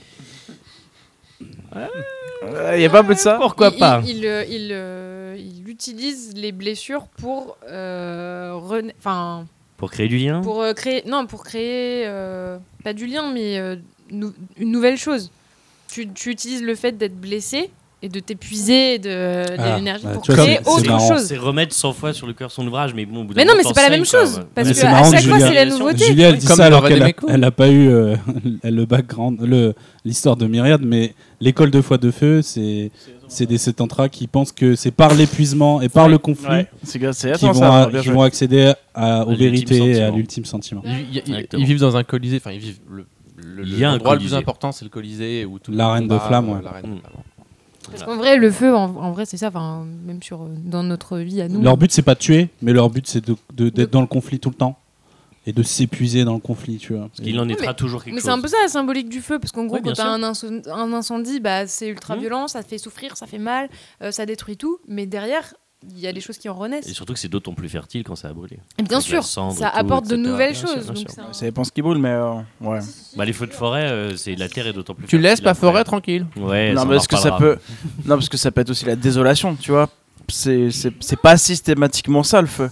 Y a pas un peu de ça? Pourquoi pas? Il utilise les blessures pour Pour créer du lien. pour créer pas du lien mais une nouvelle chose. Tu utilises le fait d'être blessé et de t'épuiser de l'énergie pour tu vois, créer c'est autre marrant. chose. C'est remettre 100 fois sur le cœur son ouvrage, mais bon, au bout d'un Mais non, mais moment, c'est pas la même t'enseignes, quoi, chose ouais. parce Mais que c'est à marrant, chaque fois Julia. c'est la nouveauté. Julia, elle dit Comme ça alors Laura qu'elle Demeco. elle a pas eu le background, l'histoire de Myriade, mais l'école de foi de feu, c'est des sétentras qui pensent que c'est par l'épuisement et par le conflit Ouais, c'est qui vont accéder aux l'ultime vérités et à sentiment. l'ultime sentiment. Exactement. Ils vivent dans un Colisée, enfin ils vivent Il y a un l'endroit le plus Colisée. important, c'est le Colisée où tout le L'arène combat, de flamme, ouais. l'arène de Mm. flamme. Parce qu'en vrai le feu en vrai c'est ça même dans notre vie à nous. Leur but c'est pas de tuer, mais leur but c'est d'être dans le conflit tout le temps et de s'épuiser dans le conflit, tu vois. Parce qu'il en naîtra toujours quelque Mais chose. c'est un peu ça la symbolique du feu, parce qu'en gros, Oui, bien quand t'as un incendie, bah, c'est ultra violent, ça te fait souffrir, ça fait mal, ça détruit tout, mais derrière, il y a des choses qui en renaissent. Et surtout que c'est d'autant plus fertile quand ça a brûlé. Et bien Avec sûr, la cendre, ça tout, apporte de etc. nouvelles Bien sûr, choses. bien donc sûr. c'est un- Ça dépend ce qui brûle, mais ouais. Bah, les feux de forêt, la terre est d'autant plus Tu fertile laisses la après. forêt tranquille. Ouais, Non, ça, on mais en parce que ça reparlera. peut. Non, parce que ça peut être aussi la désolation, tu vois. C'est pas systématiquement ça le feu.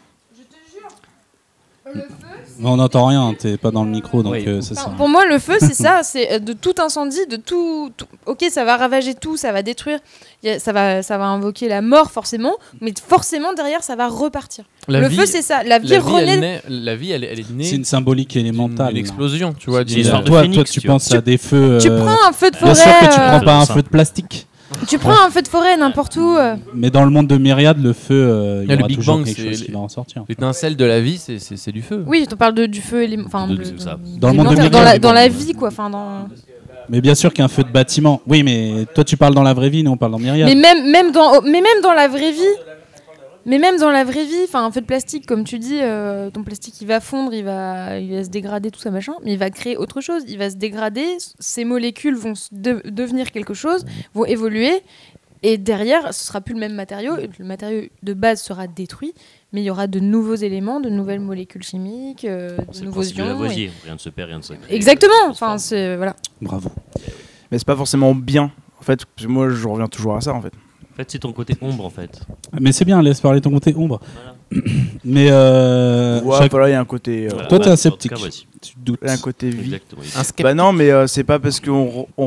Mais on n'entend rien, t'es pas dans le micro, donc Oui. c'est ça. Pour moi, le feu, c'est ça, c'est de tout incendie, de tout. Ok, ça va ravager tout, ça va détruire, ça va invoquer la mort forcément, mais forcément derrière, ça va repartir. Le feu, c'est ça, la vie renaît. La vie, elle est née C'est une symbolique élémentale. d'une explosion, tu vois. C'est d'une- l'histoire de Toi, Phénix, tu tu vois. penses à des feux. Tu prends un feu de Bien sûr que tu forêt, prends pas un ça. feu de plastique. tu prends un feu de forêt n'importe où. Mais dans le monde de Myriade, le feu, il y Le aura Big toujours Bang, quelque c'est chose qui va en sortir. L'étincelle de la vie, c'est du feu. Oui, je te parle du feu ça. Dans le monde de élémentaire, Miguel, dans la vie, quoi. Enfin, dans... Mais bien sûr qu'un feu de bâtiment. Oui, mais toi, tu parles dans la vraie vie, nous, on parle dans Myriade. Mais même dans la vraie vie. Mais même dans la vraie vie, enfin un feu de plastique, comme tu dis, ton plastique il va fondre, il va se dégrader, tout ça machin, mais il va créer autre chose, il va se dégrader, ces molécules vont devenir quelque chose, vont évoluer, et derrière ce sera plus le même matériau, le matériau de base sera détruit, mais il y aura de nouveaux éléments, de nouvelles molécules chimiques, de C'est le nouveaux principe de ions. Lavoisier. Rien ne se perd, rien ne se crée. Exactement, Ça se enfin transforme. c'est voilà. Bravo. Mais c'est pas forcément bien. En fait, parce que moi, je reviens toujours à ça, en fait. En fait, c'est ton côté ombre, en fait. Mais c'est bien, laisse parler ton côté ombre. Voilà. Mais Ouais, voilà, il y a un côté. Voilà. toi, t'es Ouais, un en tout sceptique. cas, voici. Tu te doutes. Il y a un côté vie. Exactement. Un skeptique. Bah non, mais c'est pas parce que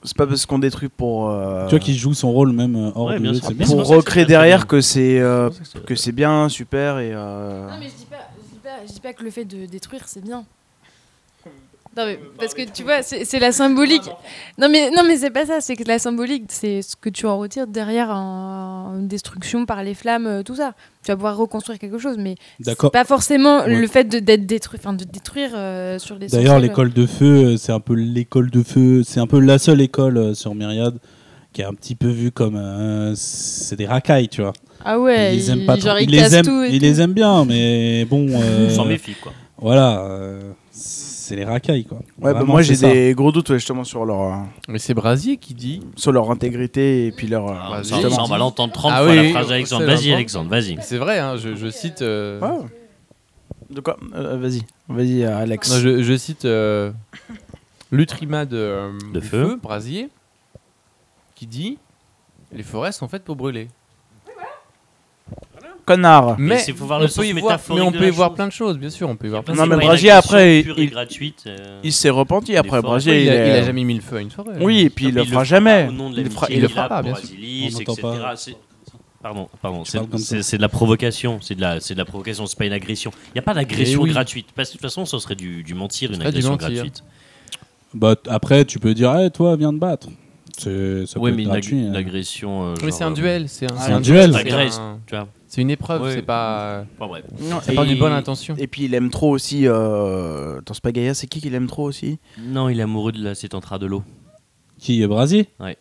c'est pas parce qu'on détruit pour. Tu vois qu'il joue son rôle même hors Ouais, de bien jeu, sûr. c'est Mais bien. c'est Pour pour ça que recréer c'est très derrière bien. que c'est bien, super et. Non, mais je dis pas que le fait de détruire, c'est bien. Non, mais parce que tu vois, c'est la symbolique. Non, mais c'est pas ça, c'est que la symbolique, c'est ce que tu en retires derrière une destruction par les flammes, tout ça. Tu vas pouvoir reconstruire quelque chose, mais D'accord. c'est pas forcément Ouais. le fait d'être détruit, enfin de détruire sur les. D'ailleurs, l'école de feu, c'est un peu l'école de feu, c'est un peu la seule école sur Myriad qui est un petit peu vue comme c'est des racailles, tu vois. Ah ouais, Ils aiment pas trop. genre, Ils cassent les aiment, tout et ils tout. les aiment bien, mais bon. On s'en méfie, quoi. Voilà, c'est les racailles, quoi. Ouais, Vraiment, moi j'ai c'est ça. des gros doutes justement sur Mais c'est Brasier qui dit. sur leur intégrité et puis leur. Ah, Vas-y. ça, on va l'entendre 30 Ah fois oui, la oui, phrase oui, d'Alexandre. c'est Vas-y, longtemps. Alexandre, vas-y. C'est vrai, hein, je cite. Ouais. De quoi Vas-y, Alex. Non, je cite l'Utrima de De du feu. Brasier, qui dit les forêts sont faites pour brûler. Connard. Mais Mais il faut voir on le peut sens y voir, métaphorique mais on de peut la y voir chose. plein de choses, bien sûr, on peut y voir plein de Non, choses. mais C'est pas une Brasier, agression après, pure et il- gratuite. Il s'est repenti après. forêts. Brasier, Oui, il est- a jamais mis le feu à une forêt. Oui, et puis il le fera pas jamais. Au nom de Il le fera- l'amitié il le qu'il a fera pas, pour bien sûr. Asilis, On n'entend etc. pas. Pardon, Tu parles comme ça. c'est de la provocation, c'est de la provocation, c'est pas une agression. Il n'y a pas d'agression Eh oui. gratuite. Parce que de toute façon, ce serait du mentir, une serait du agression mentir. gratuite. Bah, après, tu peux dire, hey, toi, viens te battre. Ça Oui, peut mais être une, gratuit. une agression. Mais c'est un duel, c'est un duel. Ça c'est agresse, un- tu vois. C'est une épreuve, Ouais. c'est pas. Enfin, bref. Non, Ça part d'une bonne intention. Et puis il aime trop aussi. Dans Spagaya, c'est qui qu'il aime trop aussi Non, il est amoureux de la Sétantra de l'eau. Qui est Brasier? Ouais,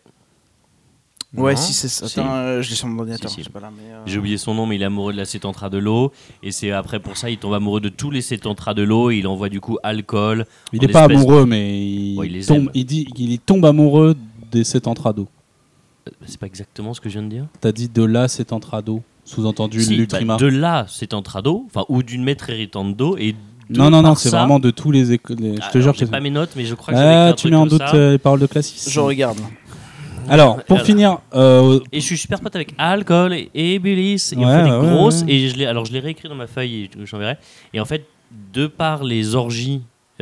Non. si c'est ça. Si. Attends, je l'ai sur mon ordinateur. Si, si. je sais pas là, mais, J'ai oublié son nom, mais il est amoureux de la Sétantra de l'eau. Et c'est après pour ça, il tombe amoureux de tous les Sétantras de l'eau. Et il envoie du coup alcool. Il En n'est pas espèce- amoureux, mais il, Ouais, il les tombe, aime. il dit qu'il tombe amoureux des Sétantrado. C'est pas exactement ce que je viens de dire. T'as dit de là Sétantrado, sous-entendu Si, l'Utrima. bah, de là, Sétantra d'eau, enfin, ou d'une maître héritante d'eau. Et Non, par c'est ça- vraiment de tous les écoles. Je te Alors, jure j'ai que pas mes notes, mais je crois que j'avais écrit un tu truc mets en comme doute ça. les paroles de Classis. je regarde. Alors, pour Alors. finir, Et je suis super pote avec alcool et Bélis. Et on Ouais, fait des ouais, grosses. ouais. Et je l'ai réécrit dans ma feuille et je t'enverrai. Et en fait, de par les orgies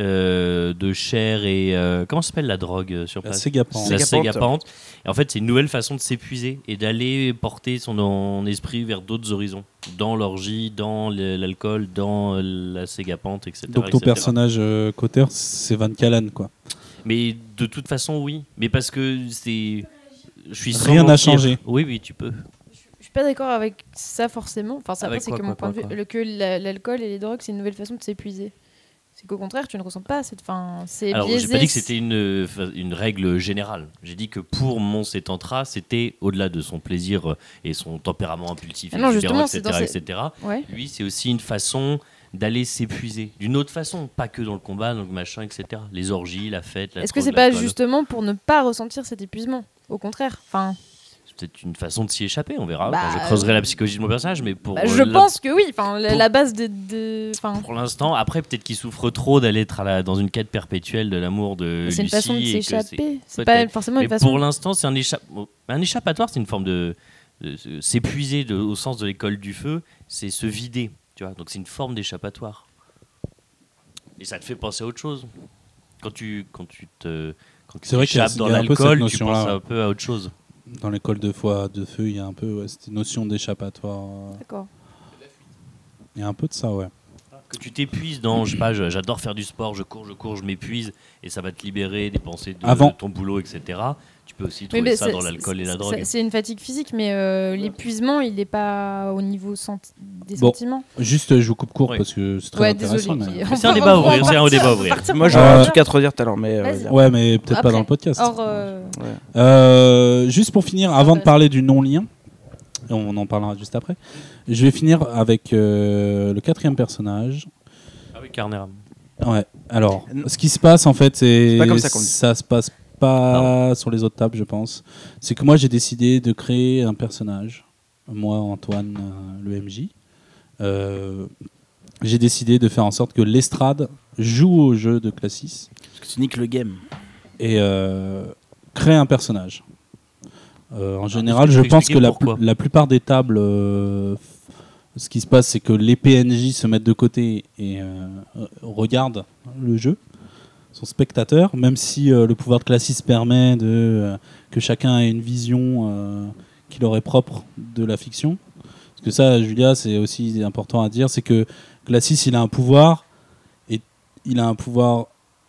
de chair et. Comment s'appelle la drogue sur la place Ségapant. La Ségapante. Ségapante. Et en fait, c'est une nouvelle façon de s'épuiser et d'aller porter son esprit vers d'autres horizons. Dans l'orgie, dans l'alcool, dans la Ségapante, etc. Donc ton etc. personnage Cotter, c'est Van Callen, quoi. Mais de toute façon, oui. Mais parce que c'est. Je suis sans Rien n'a mentir. changé. Oui, oui, tu peux. Je suis pas d'accord avec ça forcément. Enfin, ça, Avec après, c'est quoi, que quoi, mon point de quoi, vue. Que l'alcool et les drogues, c'est une nouvelle façon de s'épuiser. C'est qu'au contraire, tu ne ressens pas cette fin. C'est Alors, biaisé. j'ai pas dit que c'était une règle générale. J'ai dit que pour mon Sétantra, c'était au-delà de son plaisir et son tempérament impulsif, Ah non, exubérant, justement, c'est dans etc. Ouais. Lui, c'est aussi une façon d'aller s'épuiser d'une autre façon, pas que dans le combat, dans le machin, etc. Les orgies, la fête, la Est-ce que drogue, c'est pas l'alcool. justement pour ne pas ressentir cet épuisement? Au contraire. Enfin, C'est peut-être une façon de s'y échapper, on verra. Bah, Enfin, je creuserai la psychologie de mon personnage, mais pour je pense que oui. Enfin, pour- la base de. Enfin, pour l'instant, après peut-être qu'il souffre trop d'aller être dans une quête perpétuelle de l'amour de c'est une Lucie. façon de et que s'échapper. C'est peut-être. pas forcément Mais une façon. pour l'instant, c'est un échappatoire, c'est une forme de s'épuiser au sens de l'école du feu, c'est se vider, tu vois. Donc c'est une forme d'échappatoire. Et ça te fait penser à autre chose. Quand tu C'est vrai qu'il y a- échappes dans il y a un peu cette l'alcool, tu notion-là, penses ouais. un peu à autre chose. Dans l'école de feu, il y a un peu cette notion d'échappatoire. D'accord. Il y a un peu de ça, ouais. Que tu t'épuises dans, je sais pas, j'adore faire du sport, je cours, je m'épuise, et ça va te libérer des pensées de ton boulot, etc. Tu peux aussi trouver mais ça c'est- dans l'alcool et la drogue. C'est une fatigue physique, mais l'épuisement, il n'est pas au niveau des Bon. sentiments. Juste, je vous coupe court Ouais. parce que c'est très Ouais, intéressant. désolé. mais- Mais c'est un débat à ouvrir, c'est un débat à ouvrir. Moi j'aurais un truc à te redire tout à l'heure, mais. Vas-y. Ouais, mais peut-être pas Après. dans le podcast. Or, Juste pour finir, avant de parler du non-lien, on en parlera juste après, je vais finir avec le quatrième personnage. Ah oui, Carneram. Ouais. Alors, ce qui se passe en fait, C'est pas comme ça qu'on dit. ça se passe pas sur les autres tables, je pense. C'est que moi, j'ai décidé de créer un personnage. Moi, Antoine, le MJ. J'ai décidé de faire en sorte que l'estrade joue au jeu de Classis Parce que tu niques le game. et crée un personnage. En général, est-ce je que tu peux pense que expliquer pourquoi la plupart des tables, ce qui se passe, c'est que les PNJ se mettent de côté et regardent le jeu. spectateur, même si le pouvoir de Classis permet que chacun ait une vision qui leur est propre de la fiction. Parce que ça, Julia, c'est aussi important à dire, c'est que Classis, il a un pouvoir, et il a un pouvoir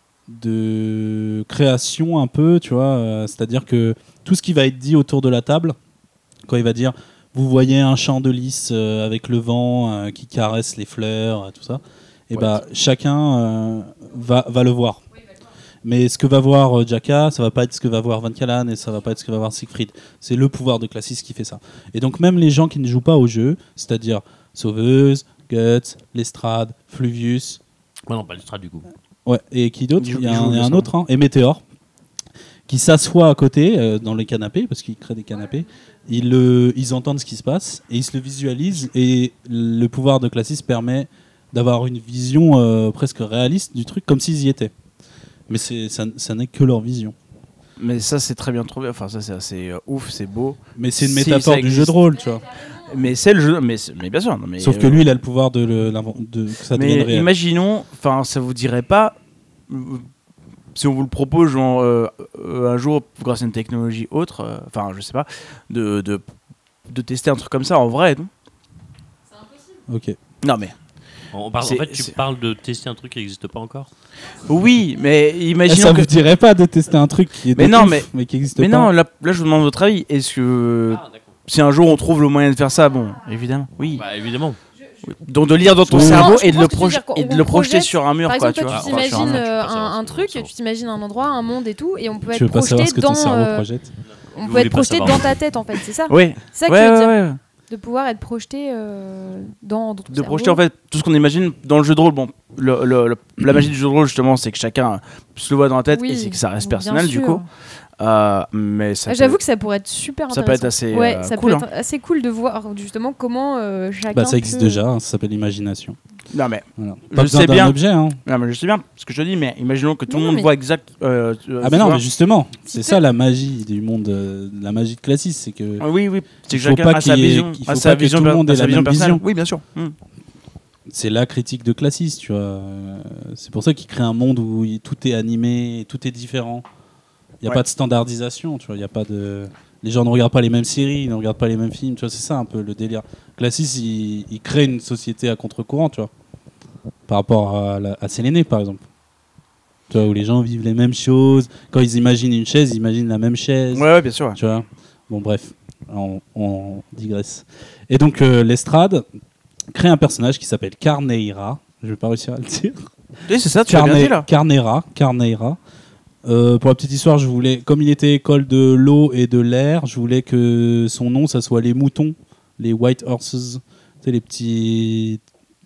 de création un peu, tu vois, c'est-à-dire que tout ce qui va être dit autour de la table, quand il va dire vous voyez un champ de lys avec le vent qui caresse les fleurs, tout ça, et chacun va le voir. Mais ce que va voir Jaka, ça va pas être ce que va voir Van Callen et ça va pas être ce que va voir Siegfried. C'est le pouvoir de Classis qui fait ça. Et donc même les gens qui ne jouent pas au jeu, c'est-à-dire Sauveuse, Guts, Lestrade, Fluvius. Non, pas Lestrade du coup. Ouais, et qui d'autre ? Il y a un autre, et Météor, qui s'assoit à côté dans les canapés, parce qu'ils créent des canapés. Ils entendent ce qui se passe et ils se le visualisent. Et le pouvoir de Classis permet d'avoir une vision presque réaliste du truc, comme s'ils y étaient. Mais ça n'est que leur vision. Mais ça, c'est très bien trouvé. Enfin, ça, c'est assez ouf, c'est beau. Mais c'est une métaphore du jeu de rôle, tu vois. Mais c'est le jeu, mais bien sûr. Non, mais, sauf que lui, il a le pouvoir que ça devienne réel. Imaginons, enfin, ça vous dirait pas, si on vous le propose, genre, un jour, grâce à une technologie autre, enfin, je sais pas, de tester un truc comme ça en vrai, non ? C'est impossible. Ok. Non, mais. En fait, tu parles de tester un truc qui n'existe pas encore ? Oui, mais imaginons ça vous dirait pas de tester un truc qui est mais qui existe pas. Mais non, là, je vous demande votre avis. Est-ce que si un jour on trouve le moyen de faire ça, bon, évidemment, oui. Bah évidemment. Donc de lire dans ton cerveau et de le projeter sur un mur, par quoi. Exemple, Tu tu t'imagines un truc, tu t'imagines un endroit, un monde et tout, et on peut être projeté dans. On peut être projeté dans ta tête, en fait, c'est ça ? Oui. C'est ça que tu veux dire. De pouvoir être projeté dans ton cerveau. Projeter en fait tout ce qu'on imagine dans le jeu de rôle. Bon, la magie du jeu de rôle justement, c'est que chacun se le voit dans la tête et c'est que ça reste personnel du coup. Mais j'avoue que ça pourrait être super intéressant. Ça peut être assez ça cool. Peut être assez cool de voir justement comment chacun. Ça existe déjà, ça s'appelle l'imagination. Non mais pas besoin d'un objet. Hein. Non mais je sais bien ce que je te dis, mais imaginons que tout le monde voit exact. Mais non, mais justement, c'est ça la magie du monde, la magie de Classis, c'est que. Oui, c'est que chacun a sa vision, il faut pas que tout le monde ait la même vision. Oui, bien sûr. C'est la critique de Classis, tu vois. C'est pour ça qu'il crée un monde où tout est animé, tout est différent. Il n'y a pas de standardisation, tu vois. Il y a pas de. Les gens ne regardent pas les mêmes séries, ils ne regardent pas les mêmes films, tu vois. C'est ça un peu le délire. Classis, il crée une société à contre-courant, tu vois. Par rapport à Séléné, par exemple. Tu vois, où les gens vivent les mêmes choses. Quand ils imaginent une chaise, ils imaginent la même chaise. Ouais, bien sûr. Tu vois. Bon, bref, on digresse. Et donc, Lestrade crée un personnage qui s'appelle Carneira. Je vais pas réussir à le dire. Oui, c'est ça, tu l'as bien dit là. Carneira. Pour la petite histoire, je voulais, comme il était école de l'eau et de l'air, je voulais que son nom, ça soit les moutons, les white horses, tu sais, les petits,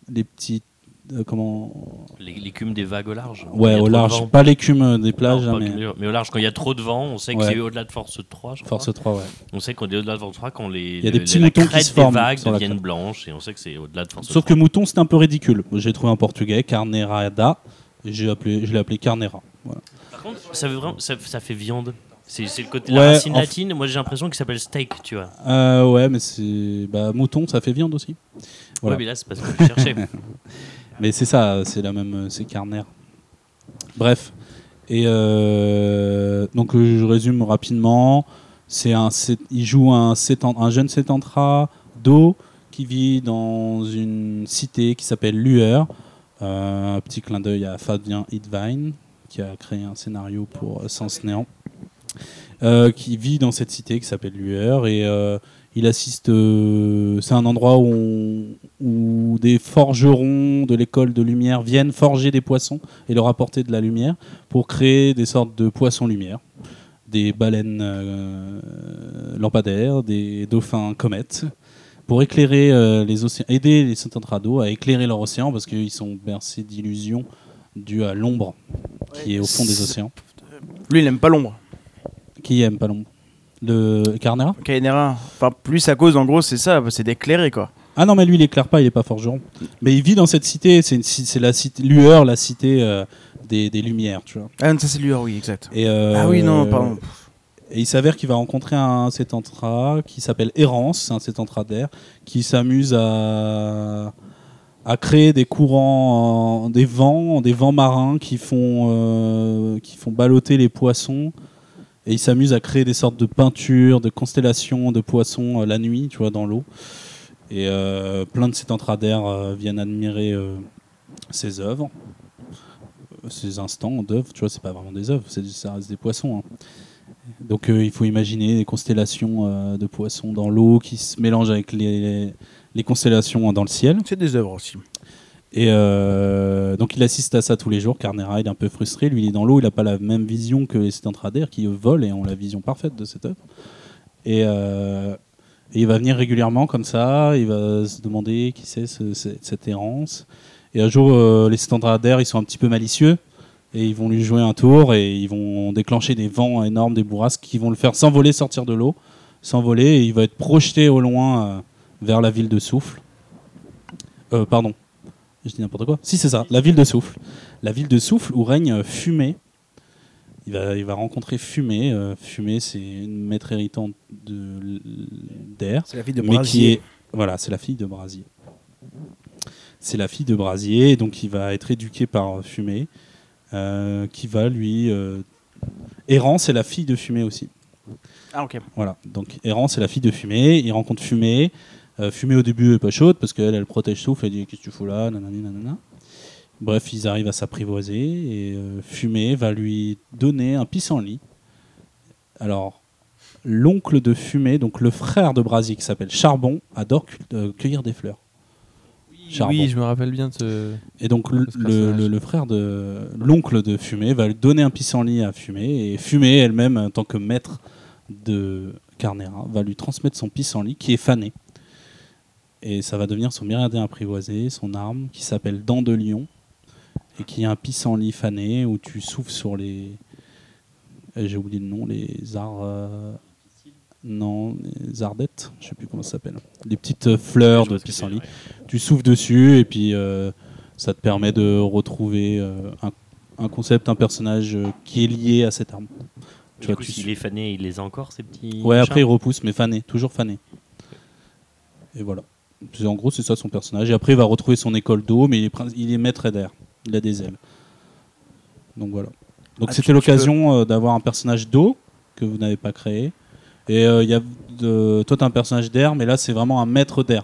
comment. L'écume des vagues au large. Ouais, au large, pas l'écume des plages, non, mais au large, quand il y a trop de vent, on sait que c'est au-delà de force 3. Force 3, ouais. On sait qu'on est au-delà de force 3 quand il y a des petits moutons qui se forment. Les vagues deviennent blanches et on sait que c'est au-delà de force 3. Sauf que mouton, c'est un peu ridicule. J'ai trouvé un portugais, Carneirada, et je l'ai appelé Carnera. Voilà. Par contre, ça fait viande. C'est le côté la racine latine. Moi, j'ai l'impression qu'il s'appelle steak, tu vois. Ouais, mais c'est mouton, ça fait viande aussi. Voilà. Ouais, mais là, c'est parce que je cherchais. Mais c'est ça, c'est la même, c'est carnaire. Bref, et donc je résume rapidement. Il joue un jeune sétantra d'eau qui vit dans une cité qui s'appelle Lueur. Un petit clin d'œil à Fabien Hidvine qui a créé un scénario pour Sens Néant. Qui vit dans cette cité qui s'appelle Lueur et il assiste. C'est un endroit où des forgerons de l'école de lumière viennent forger des poissons et leur apporter de la lumière pour créer des sortes de poissons-lumière, des baleines lampadaires, des dauphins comètes, pour éclairer les océans, aider les Saint-Andrado à éclairer leur océan parce qu'ils sont bercés d'illusions dues à l'ombre qui est au fond des océans. Lui, il n'aime pas l'ombre. Qui aime pas l'ombre ? Le Carnera ? Enfin, plus à cause, en gros, c'est ça, c'est d'éclairer, quoi. Ah non, mais lui, il éclaire pas, il est pas forgeron. Mais il vit dans cette cité, c'est la cité Lueur, la cité des Lumières, tu vois. Ah, ça c'est Lueur, oui, exact. Ah oui, non, pardon. Et il s'avère qu'il va rencontrer un sétantra qui s'appelle Errance, c'est un sétantra d'air, qui s'amuse à à créer des courants, des vents marins qui font ballotter les poissons. Et il s'amuse à créer des sortes de peintures, de constellations de poissons la nuit, tu vois, dans l'eau. Et plein de sétentradaires viennent admirer ses œuvres, ces instants d'œuvres. Tu vois, c'est pas vraiment des œuvres, ça reste des poissons. Hein. Donc il faut imaginer des constellations de poissons dans l'eau qui se mélangent avec les constellations dans le ciel. C'est des œuvres aussi. Et donc il assiste à ça tous les jours. Carnera, il est un peu frustré. Lui, il est dans l'eau, il n'a pas la même vision que les sétentradaires qui volent et ont la vision parfaite de cette œuvre. Et il va venir régulièrement comme ça. Il va se demander qui c'est cette errance. Et un jour, les sétentradaires, ils sont un petit peu malicieux et ils vont lui jouer un tour et ils vont déclencher des vents énormes, des bourrasques qui vont le faire s'envoler, sortir de l'eau, s'envoler et il va être projeté au loin vers la ville de Souffle. Pardon. Je dis n'importe quoi. Si, c'est ça, la ville de Souffle. La ville de Souffle où règne Fumée. Il va rencontrer Fumée. Fumée, c'est une maître héritante d'Air. C'est la fille de Brasier. Voilà, c'est la fille de Brasier. C'est la fille de Brasier, donc il va être éduqué par Fumée, qui va lui... Errant, c'est la fille de Fumée aussi. Ah, ok. Voilà, donc Errant, c'est la fille de Fumée. Il rencontre Fumée. Fumée au début est pas chaude parce qu'elle protège Souffle, elle dit qu'est-ce que tu fous là, nanani, nanana. Bref, ils arrivent à s'apprivoiser et Fumée va lui donner un pissenlit. Alors, l'oncle de Fumée, donc le frère de Brasier qui s'appelle Charbon, adore cueillir des fleurs. Charbon. Oui, je me rappelle bien de ce... Et donc le frère de l'oncle de Fumée va lui donner un pissenlit à Fumée et Fumée elle-même, en tant que maître de Carnera, va lui transmettre son pissenlit qui est fané. Et ça va devenir son méridien apprivoisé, son arme, qui s'appelle Dent de Lion, et qui est un pissenlit fané où tu souffles sur les... J'ai oublié le nom, les les ardettes, je sais plus comment ça s'appelle. Les petites fleurs de pissenlit. Ouais. Tu souffles dessus, et puis ça te permet de retrouver un concept, un personnage qui est lié à cette arme. Tu vois, s'il est fané, il les a encore, ces petits... Ouais, après il repousse, mais fané, toujours fané. Et voilà. En gros, c'est ça son personnage. Et après, il va retrouver son école d'eau, mais il est maître d'air. Il a des ailes. Donc voilà. Donc c'était l'occasion d'avoir un personnage d'eau que vous n'avez pas créé. Et toi, tu as un personnage d'air, mais là, c'est vraiment un maître d'air.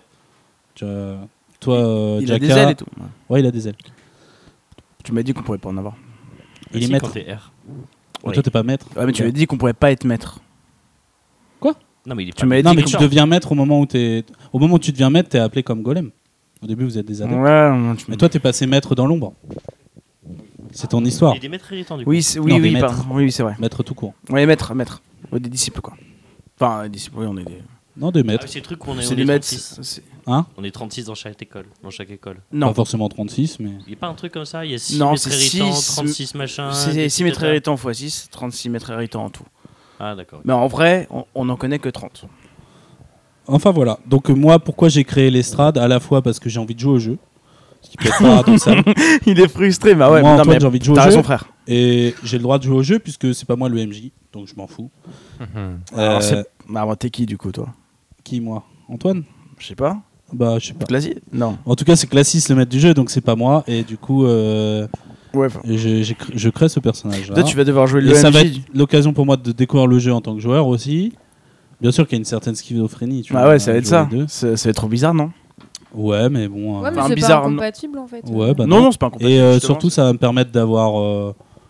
Toi, il Jaka, a des ailes et tout. Ouais, il a des ailes. Tu m'as dit qu'on pourrait pas en avoir. Il est maître. Quand t'es R. Ouais. Toi, t'es pas maître. Ouais, mais tu m'as dit qu'on pourrait pas être maître. Quoi? Non, mais il est pas... tu deviens maître au moment où tu deviens maître, t'es appelé comme golem. Au début, vous êtes des adeptes. Ouais, mais toi, t'es passé maître dans l'ombre. C'est ton histoire. Il y a des maîtres héritants du coup. Oui, oui, c'est vrai. Maître tout court. Oui, maître. Ouais, des disciples quoi. Enfin, des disciples, oui, on est des... Non, des maîtres. C'est le truc où on est des maîtres. 36. Hein? On est 36 dans chaque école. Non. Pas forcément 36, mais... Il n'y a pas un truc comme ça? Il y a 6 maîtres héritants, 36 machins... C'est 6 maîtres héritants x 6, 36 maîtres héritants en tout. Ah, d'accord. Mais en vrai, on n'en connaît que 30. Enfin voilà. Donc moi, pourquoi j'ai créé l'estrade? À la fois parce que j'ai envie de jouer au jeu. Ce qui peut être paradoxal. Il est frustré, bah ouais. Moi, Antoine, j'ai envie de jouer au jeu. T'as raison, frère. Et j'ai le droit de jouer au jeu puisque c'est pas moi le MJ, donc je m'en fous. Alors, t'es qui du coup, toi? Qui, moi? Antoine? Je sais pas. Bah, je sais pas. Classis? Non. En tout cas, c'est Classis le maître du jeu, donc c'est pas moi. Et du coup, ouais, je crée ce personnage-là. Toi, tu vas devoir jouer le MJ. MJ. Ça va être l'occasion pour moi de découvrir le jeu en tant que joueur aussi. Bien sûr qu'il y a une certaine schizophrénie. Ah ouais, ça va être ça. Ça va être trop bizarre, non? Ouais, mais bon. Ouais, mais c'est bizarre, pas incompatible en fait. Ouais, bah non, c'est pas incompatible. Et surtout, ça va me permettre d'avoir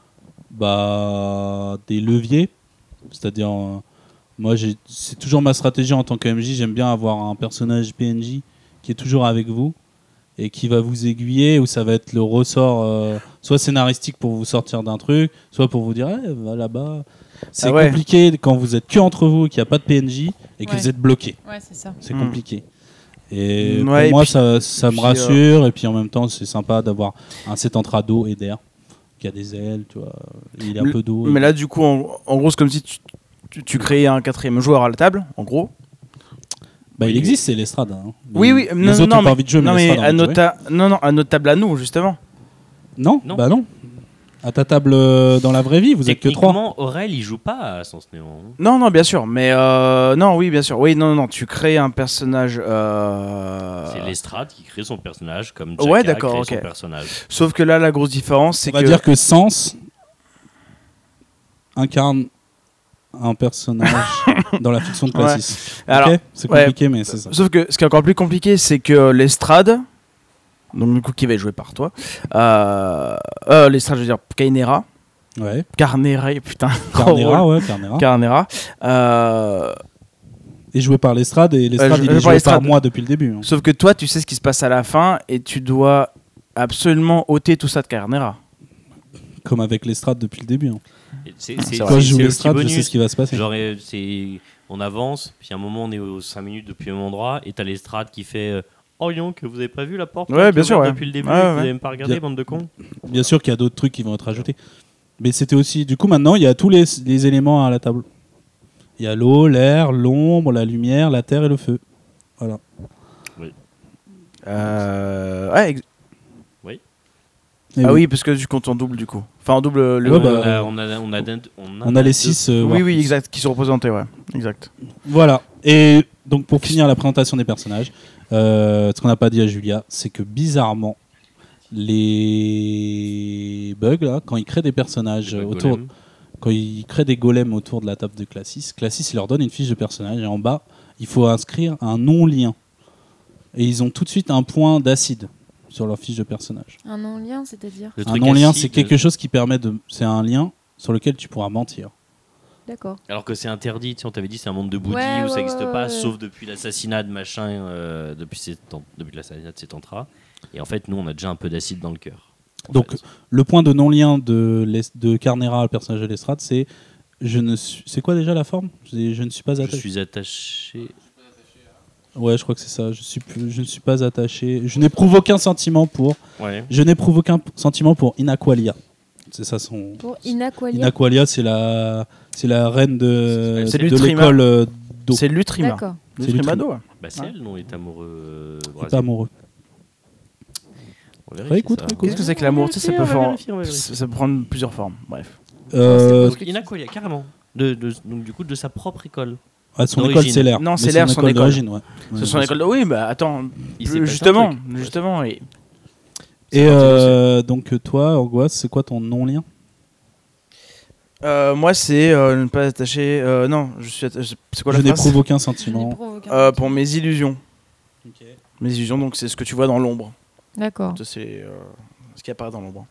des leviers. C'est-à-dire, moi, c'est toujours ma stratégie en tant que MJ. J'aime bien avoir un personnage PNJ qui est toujours avec vous et qui va vous aiguiller, ou ça va être le ressort soit scénaristique pour vous sortir d'un truc, soit pour vous dire va là-bas. C'est compliqué quand vous êtes que entre vous et qu'il n'y a pas de PNJ et que vous êtes bloqué. Ouais, c'est ça. C'est compliqué. Et pour moi, ça me rassure. Et puis en même temps, c'est sympa d'avoir un sétentra d'eau et d'air qui a des ailes, tu vois. Il est un peu d'eau. Mais là, du coup, en gros, c'est comme si tu créais un 4e joueur à la table, en gros. Bah, il existe, c'est l'estrade. Hein. Oui, les autres n'ont pas envie de jouer, mais à notre table à nous, justement. Non, bah non. À ta table dans la vraie vie, vous êtes que 3. Techniquement, Aurel, il joue pas à Sens Néant. Non, bien sûr, mais non, oui, bien sûr. Oui, non, tu crées un personnage. C'est Lestrade qui crée son personnage comme Jaka Ouais, d'accord, crée ok. son personnage. Sauf que là, la grosse différence, c'est On va que. dire que Sens incarne un personnage dans la fiction de Classis. Alors, Ok, c'est compliqué, mais c'est ça. Sauf que ce qui est encore plus compliqué, c'est que Lestrade, donc du coup qui va être joué par toi, Lestrade, je veux dire Kainera, Ouais. Carnera, putain, Carnera, ouais, Carnera. Carnera. Et joué par l'Estrade, et l'Estrade, je- il je est par joué par l'Estrade. moi depuis le début. Hein. Sauf que toi, tu sais ce qui se passe à la fin et tu dois absolument ôter tout ça de Carnera. Comme avec l'Estrade depuis le début. Hein. Et C'est Quand je joue c'est l'Estrade, aussi je sais ce qui va se passer. Genre, on avance, puis à un moment, on est aux 5 minutes depuis le même endroit, et t'as l'Estrade qui fait Oh, que vous avez pas vu la porte Ouais, là, qui bien est sûr, ouverte ouais. depuis le début, Ouais, que ouais. vous avez même pas regardé, Bien. bande de cons. Bien sûr qu'il y a d'autres trucs qui vont être ajoutés. Mais c'était aussi. Du coup, maintenant, il y a tous les éléments à la table. Il y a l'eau, l'air, l'ombre, la lumière, la terre et le feu. Voilà. Ouais, Et ah oui, parce que tu comptes en double du coup. Enfin, en double. Ouais, bah, On on a les 6. oui, exact, qui sont représentés, ouais. Exact. Voilà. Et donc, pour finir la présentation des personnages, ce qu'on n'a pas dit à Julia, c'est que bizarrement, les bugs, là, quand ils créent des personnages quand ils créent des golems autour de la table de Classis, Classis il leur donne une fiche de personnage et en bas, il faut inscrire un non-lien. Et ils ont tout de suite un point d'acide sur leur fiche de personnage. Un non-lien, c'est-à-dire Un non-lien, c'est quelque chose qui permet de. C'est un lien sur lequel tu pourras mentir. D'accord. Alors que c'est interdit, tu sais, on t'avait dit c'est un monde de bouddhi Ouais, où ça ouais, n'existe ouais, pas, ouais. sauf depuis l'assassinat de machin, depuis l'assassinat de Settantra. Et en fait, nous, on a déjà un peu d'acide dans le cœur. Donc, le point de non-lien de Carnera, le personnage de l'Estrade, c'est. C'est quoi déjà la forme ? Je ne suis pas je attaché. suis attaché. Ouais, je crois que c'est ça. Je ne suis pas attaché. Je n'éprouve aucun sentiment pour. Ouais. Je n'éprouve aucun sentiment pour Inaqualia. C'est ça son. Pour Inaqualia. Inaqualia, c'est la reine de C'est de Lutrima. l'école d'eau. C'est Lutrima. D'accord. C'est Lutrima Lutrima. d'eau, ouais. Bah, c'est elle, non, est amoureux. C'est Brésil. pas amoureux. On vérifie Réécoute, ça. réécoute. Qu'est-ce que c'est que l'amour? Tu sais, ça peut On va faire. vérifier, on va vérifier. Ça peut prendre plusieurs formes. Bref. Donc, Inaqualia, carrément. Donc, du coup, de sa propre école. Son D'origine. école, c'est l'air. Non, Mais c'est l'air, son école. d'origine, ouais. C'est Ouais, son bien école. sûr. Oui, bah attends. Il s'est passé un Justement, truc. justement. Et... Et donc, toi, Angoisse, c'est quoi ton non-lien ? moi, c'est ne pas attacher. Non, je suis attaché. C'est quoi la Je phrase n'éprouve aucun Je sentiment. n'éprouve aucun Pour mes illusions. Mes illusions, donc c'est ce que tu vois dans l'ombre. D'accord. Ça, c'est ce qui apparaît dans l'ombre.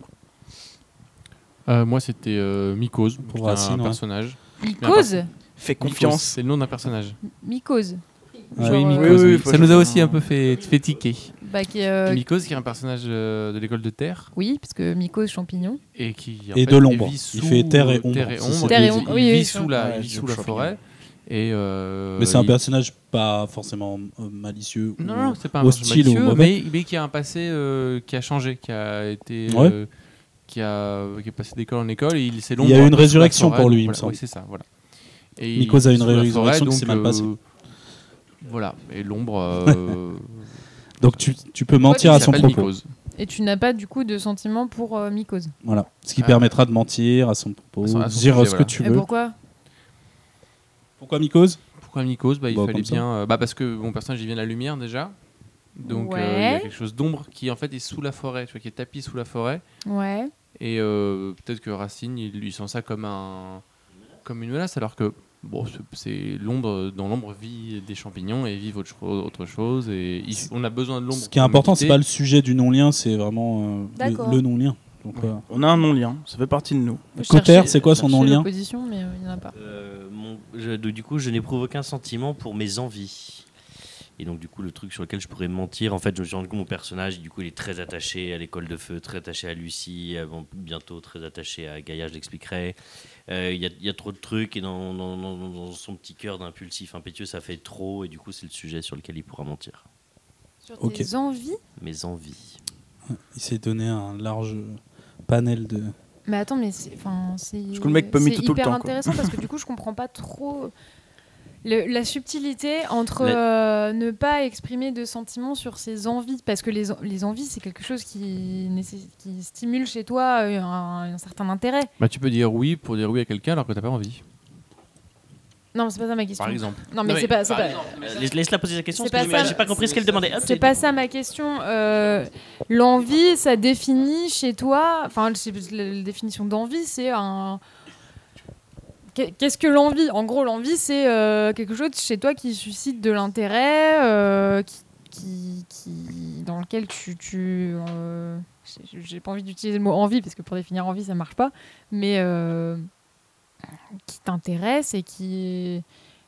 Moi, c'était Mycose, Pour pour Racine, un ouais. personnage. Mycose. Fais Mycose, confiance. c'est le nom d'un personnage. Mycose. Ouais. Oui, Genre, Mycose, oui, oui. faut Ça nous a jouer. aussi un peu fait tiquer. Bah, qui, Mycose, qui est un personnage de l'école de terre oui, parce que mycose, champignon. et qui en Et fait, de l'ombre. vit Il sous fait terre et ombre. Terre et C'est ça. ombre. Terre et Il- ombre, il oui, vit oui, sous la, ouais, il vit je sous le la champignon. forêt. Et Mais c'est un il- personnage pas forcément malicieux. Non, ou non, c'est pas un hostile personnage ou malicieux, mauvais. mais qui a un passé qui a changé, qui a été. Ouais. Qui est passé d'école en école. Et c'est Il y a eu une résurrection pour lui, il me voilà, semble. Oui, c'est ça, voilà. Et Mycose a il une vit sous la résurrection forêt, qui donc, s'est mal passée. Voilà, et l'ombre. Donc tu peux mentir Ouais, à il son s'appelle propos. Mycose. Et tu n'as pas du coup de sentiment pour mycose. Voilà. Ce qui Ah. permettra de mentir à son propos, À son dire sujet, ce que voilà. tu Et veux. pourquoi Pourquoi Mycose ? Pourquoi Mycose Il Bah, fallait comme ça. bien. Parce que mon personnage il vient de la lumière déjà. Donc il y Ouais. a quelque chose d'ombre qui en fait est sous la forêt, tu vois, qui est tapis sous la forêt. Ouais. Et peut-être que Racine il lui sent ça comme une menace, alors que bon, c'est l'ombre. Dans l'ombre vit des champignons et vivent autre chose. Et on a besoin de l'ombre. Ce qui est pour important, c'est méditer. pas le sujet du non-lien, c'est vraiment D'accord. le non-lien. Donc, On a un non-lien, ça fait partie de nous. Je Cotter, cherchais- c'est quoi son cherchais non-lien l'opposition, mais il n'y en a pas. Du coup, je n'éprouve aucun sentiment pour mes envies. Et donc, du coup, le truc sur lequel je pourrais mentir, en fait, je me suis rendu compte que mon personnage, du coup, il est très attaché à l'école de feu, très attaché à Lucie, bientôt très attaché à Gaïa, je l'expliquerai. Il y a trop de trucs, et dans son petit cœur d'impulsif impétueux, ça fait trop, et du coup, c'est le sujet sur lequel il pourra mentir. Sur Ok. tes envies. Mes envies. il s'est donné un large panel de. Mais attends, mais c'est. Enfin, c'est. Parce que le mec peut c'est mytho tout le hyper temps, quoi. intéressant parce que du coup, je comprends pas trop. La subtilité entre ne pas exprimer de sentiments sur ses envies, parce que les envies, c'est quelque chose qui stimule chez toi un certain intérêt. Bah, tu peux dire oui pour dire oui à quelqu'un alors que t'as pas envie. Non, c'est pas ça ma question. Par exemple. Non, mais c'est pas. Laisse-la poser sa question, C'est parce pas que ça. j'ai pas compris ce qu'elle demandait. C'est pas ça ma question. L'envie, ça définit chez toi. Enfin, la définition d'envie, c'est un. Qu'est-ce que l'envie ? En gros, l'envie, c'est quelque chose chez toi qui suscite de l'intérêt, dans lequel j'ai pas envie d'utiliser le mot envie, parce que pour définir envie, ça marche pas, mais qui t'intéresse et qui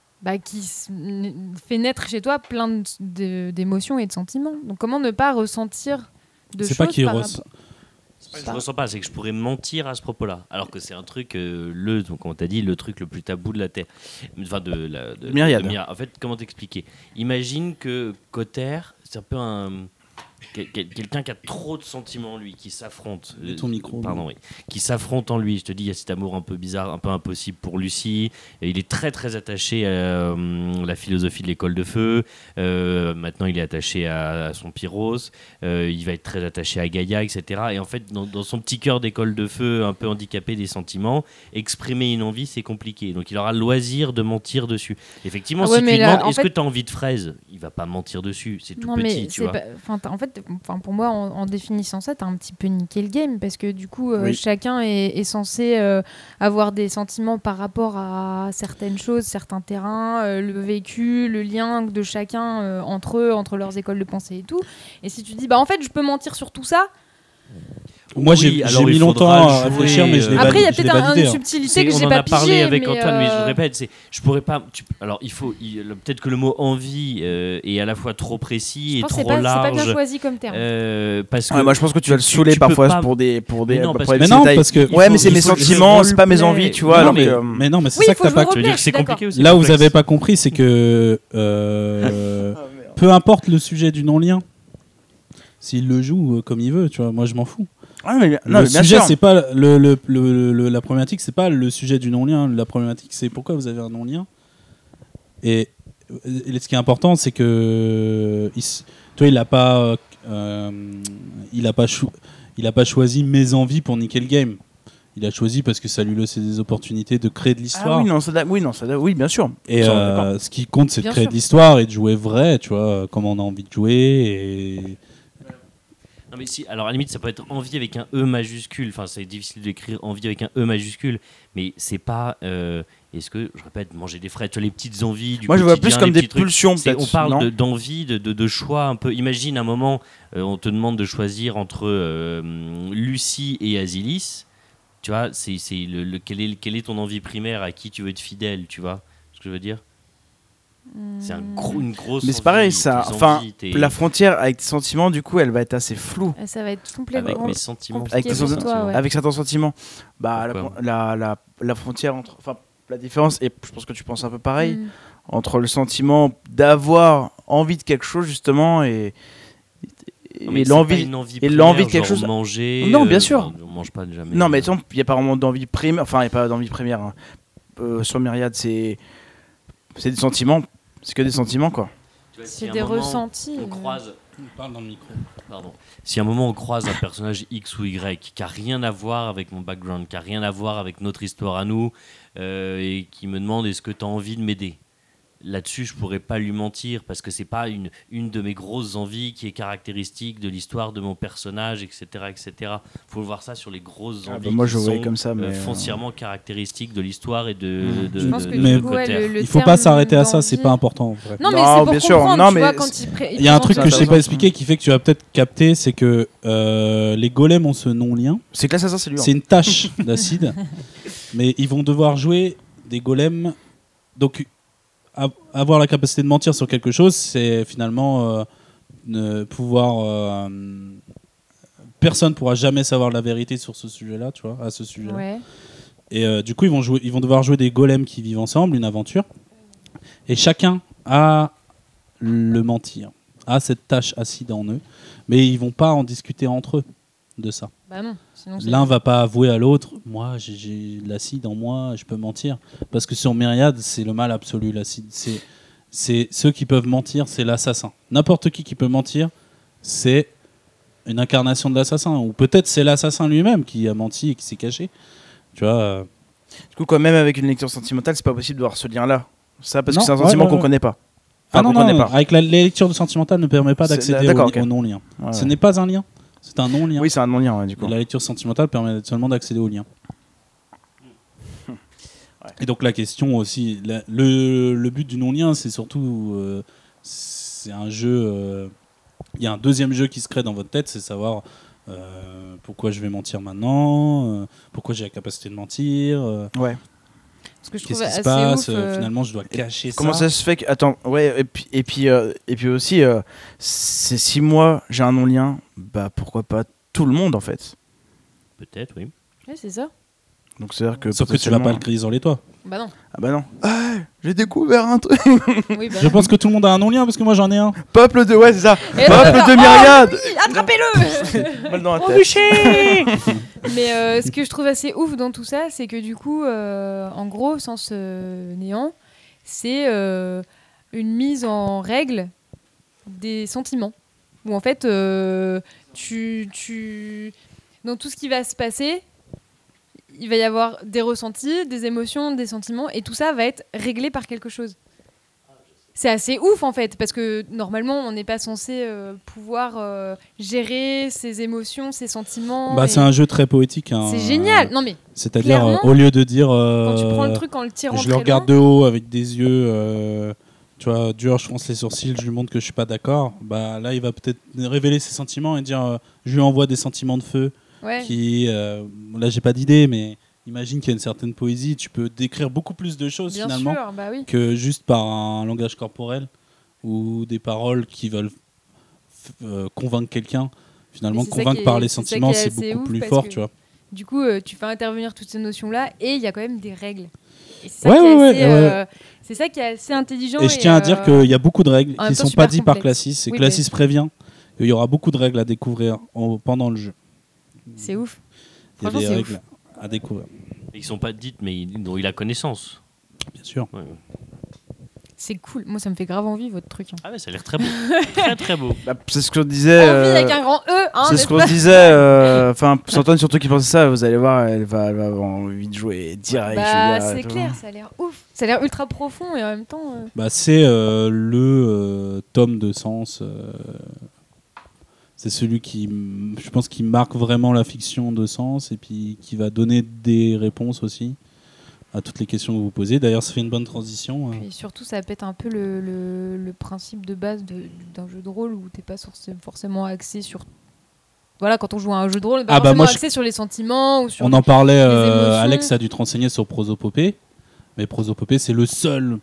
fait naître chez toi plein d'émotions et de sentiments. Donc, comment ne pas ressentir de choses pas qu'il par ressent. rapport... Je ressens pas, c'est que je pourrais mentir à ce propos-là, alors que c'est un truc, donc on t'a dit, le truc le plus tabou de la Terre, enfin de Myriade. En fait, comment t'expliquer ? Imagine que Cotter, c'est un peu quelqu'un qui a trop de sentiments en lui, qui s'affronte. Ton micro. Pardon, oui. Qui s'affronte en lui. Je te dis, il y a cet amour un peu bizarre, un peu impossible pour Lucie. Et il est très très attaché à la philosophie de l'école de feu. Maintenant, il est attaché à son Pyros. Il va être très attaché à Gaïa, etc. Et en fait, dans son petit cœur d'école de feu, un peu handicapé des sentiments, exprimer une envie, c'est compliqué. Donc, il aura le loisir de mentir dessus. Effectivement, si tu lui demandes, est-ce que tu as envie de fraises ? Il va pas mentir dessus. C'est tout petit, tu vois. En fait, pour moi, en définissant ça, t'as un petit peu niqué le game, parce que du coup, Oui. chacun est censé avoir des sentiments par rapport à certaines choses, certains terrains, le vécu, le lien de chacun entre eux, entre leurs écoles de pensée et tout. Et si tu dis, en fait, je peux mentir sur tout ça. Moi, j'ai mis longtemps à réfléchir, mais je l'ai Après, il y a validé, peut-être une subtilité que j'ai on en pas a parlé pigée, avec mais Antoine, mais je répète, je pourrais pas. Alors, peut-être que le mot envie est à la fois trop précis et trop large. C'est pas bien choisi comme terme. Parce que moi, je pense que tu vas le saouler parfois pour des Mais non, parce pour que- des Mais non, détails. parce que- Ouais, mais c'est mes faut- sentiments, c'est pas mes roleplay. envies, tu vois. Non, alors mais, que, mais non, mais c'est Oui, ça il que faut t'as jouer pas. au Tu veux dire que c'est D'accord. compliqué aussi Là où vous avez pas compris, c'est que peu importe le sujet du non-lien, s'il le joue comme il veut, tu vois, moi je m'en fous. non, mais Le bien sujet, sûr. c'est pas la problématique, c'est pas le sujet du non-lien. La problématique, c'est pourquoi vous avez un non-lien. Et ce qui est important, c'est que il a pas choisi mes envies pour niquer le game. Il a choisi parce que ça lui laissait des opportunités de créer de l'histoire. Oui, bien sûr. Et Ça, on est d'accord. ce qui compte, c'est de Bien créer sûr. de l'histoire et de jouer vrai, tu vois, comme on a envie de jouer. Et Non, mais si, alors à la limite, ça peut être envie avec un E majuscule. Enfin, c'est difficile d'écrire envie avec un E majuscule, mais c'est pas. Est-ce que, je répète, manger des fraises, tu as les petites envies du Moi, je vois quotidien, plus comme les des petits trucs. pulsions, On peut-être. parle non d'envie, de choix un peu. Imagine un moment, on te demande de choisir entre Lucie et Asilis. Tu vois, quelle est ton envie primaire, à qui tu veux être fidèle, tu vois ce que je veux dire ? C'est une grosse. Mais c'est pareil, envie, ça. tes Enfin, envies, la frontière avec tes sentiments, du coup, elle va être assez floue. Ça va être complètement avec mes sentiments. compliqué Avec tes pour sentiments. toi, ouais. Avec certains sentiments. Pourquoi La frontière entre. Enfin, la différence, et je pense que tu penses un peu pareil, Mm. entre le sentiment d'avoir envie de quelque chose, justement, et Non, mais c'est l'envie. pas une envie et l'envie de primaire, quelque genre chose. manger, Non, bien sûr. on mange pas jamais. Non, mais exemple, il n'y a pas vraiment d'envie primaire. Enfin, il n'y a pas d'envie primaire. Hein. Sur Myriade, c'est des sentiments. C'est que des sentiments, quoi. Tu vois, si C'est à un des moment, ressentis. On croise. parle dans le micro. Pardon. Si à un moment on croise un personnage X ou Y qui a rien à voir avec mon background, qui a rien à voir avec notre histoire à nous, et qui me demande est-ce que tu as envie de m'aider ? Là-dessus, je pourrais pas lui mentir parce que c'est pas une de mes grosses envies qui est caractéristique de l'histoire de mon personnage, etc., etc. Faut voir ça sur les grosses envies moi, qui je voyais sont comme ça, mais foncièrement caractéristiques de l'histoire et de Je pense que Mais du coup, ouais, le Il faut terme pas s'arrêter à ça, c'est d'envie- pas important. En vrai. Non, mais Non, c'est pour bien sûr. comprendre, Non, tu mais vois, quand Il y a un truc que je ça, t'ai ça, pas ça. expliqué qui fait que tu vas peut-être capter, c'est que les golems ont ce non-lien. C'est que l'assassin, c'est lui. C'est une tâche d'acide, mais ils vont devoir jouer des golems. Donc, avoir la capacité de mentir sur quelque chose, c'est finalement pouvoir. Personne pourra jamais savoir la vérité sur ce sujet-là, tu vois, à ce sujet-là. Ouais. Et du coup, ils vont devoir jouer des golems qui vivent ensemble, une aventure. Et chacun a le mentir, a cette tâche acide en eux, mais ils vont pas en discuter entre eux. de ça. Bah non, sinon c'est... L'un va pas avouer à l'autre, moi j'ai de l'acide en moi, je peux mentir. Parce que sur Myriade, c'est le mal absolu, l'acide. C'est ceux qui peuvent mentir, c'est l'assassin. N'importe qui peut mentir, c'est une incarnation de l'assassin. Ou peut-être c'est l'assassin lui-même qui a menti et qui s'est caché. Tu vois. Du coup, quand même, avec une lecture sentimentale, c'est pas possible d'avoir ce lien-là. Ça, parce Non, que c'est un sentiment ouais. qu'on connaît pas. Ah Enfin, non, qu'on connaît pas. avec les lectures sentimentales ne permet pas C'est- d'accéder d'accord, au ok. non-lien. Ouais, Ce ouais. n'est pas un lien, c'est un non-lien. Oui, c'est un non-lien, ouais, du coup. Et la lecture sentimentale permet seulement d'accéder au lien. Et donc la question aussi, le but du non-lien, c'est surtout, c'est un jeu. Il y a un deuxième jeu qui se crée dans votre tête, c'est savoir pourquoi je vais mentir maintenant, pourquoi j'ai la capacité de mentir, Ouais. Ce que je qu'est-ce trouve qui se assez passe, ouf, finalement je dois cacher Comment ça. ça se fait que. Attends, ouais, et puis aussi, c'est si moi j'ai un non-lien, bah pourquoi pas tout le monde en fait. Peut-être, oui. Ouais, c'est ça. Donc c'est-à-dire que. Sauf que tu vas pas le potentiellement- crier sur les toits. Bah non. Ah bah non. Ah, j'ai découvert un truc. Oui, bah Je non. pense que tout le monde a un non-lien parce que moi j'en ai un. Peuple de. Ouais, c'est ça. Et Peuple de Myriade. oui, attrapez-le. Mal dans la tête. Mais ce que je trouve assez ouf dans tout ça, c'est que du coup, en gros, Sens Néant, c'est une mise en règle des sentiments. Où en fait, dans tout ce qui va se passer, il va y avoir des ressentis, des émotions, des sentiments, et tout ça va être réglé par quelque chose. C'est assez ouf en fait, parce que normalement on n'est pas censé pouvoir gérer ses émotions, ses sentiments. Bah, et c'est un jeu très poétique. Hein. c'est génial. Non mais C'est-à-dire, Clairement, au lieu de dire. quand tu prends le truc en le tirant je très le regarde loin, de haut avec des yeux, tu vois, dur, je fronce les sourcils, je lui montre que je suis pas d'accord. Bah là, il va peut-être révéler ses sentiments et dire, je lui envoie des sentiments de feu. ouais. Qui, là, j'ai pas d'idée, mais imagine qu'il y a une certaine poésie. Tu peux décrire beaucoup plus de choses Bien finalement sûr, bah oui. que juste par un langage corporel ou des paroles qui veulent convaincre quelqu'un. Finalement, Mais c'est ça convaincre qui est- par les c'est ça qui sentiments, est c'est assez beaucoup ouf plus parce fort, que- tu vois. Du coup, tu fais intervenir toutes ces notions-là et il y a quand même des règles. Et c'est ça, Ouais, qui est ouais, assez, ouais. c'est ça qui est assez intelligent. Et je tiens à dire qu'il y a beaucoup de règles en qui même ne temps sont super pas dites par complexe. Classis. Et Oui, Classis prévient qu'il y aura beaucoup de règles à découvrir pendant le jeu. C'est ouf. Il y a Franchement, des c'est règles ouf. à découvrir, Ils sont pas dites, mais dont il a connaissance. bien sûr. Ouais. C'est cool. Moi, ça me fait grave envie, votre truc. Hein. Ah ouais, ça a l'air très beau. Très très beau. Bah, c'est ce qu'on disait. Envie avec un grand E, hein, C'est n'est-ce ce qu'on pas se disait. Enfin, Antoine, surtout qui pensait ça, vous allez voir, elle va avoir envie de jouer direct. Bah, Julia, c'est et tout. clair, ça a l'air ouf. Ça a l'air ultra profond et en même temps. Bah, c'est le tome de Sens. C'est celui qui, je pense, qui marque vraiment la fiction de Sens et puis qui va donner des réponses aussi à toutes les questions que vous posez. D'ailleurs, ça fait une bonne transition. Et surtout, ça pète un peu le principe de base d'un jeu de rôle où t'es pas forcément axé sur. Voilà, quand on joue à un jeu de rôle, on est pas Ah bah, forcément moi, axé sur les sentiments ou sur. On en parlait, les émotions. Alex a dû te renseigner sur Prosopopée, mais Prosopopée c'est le seul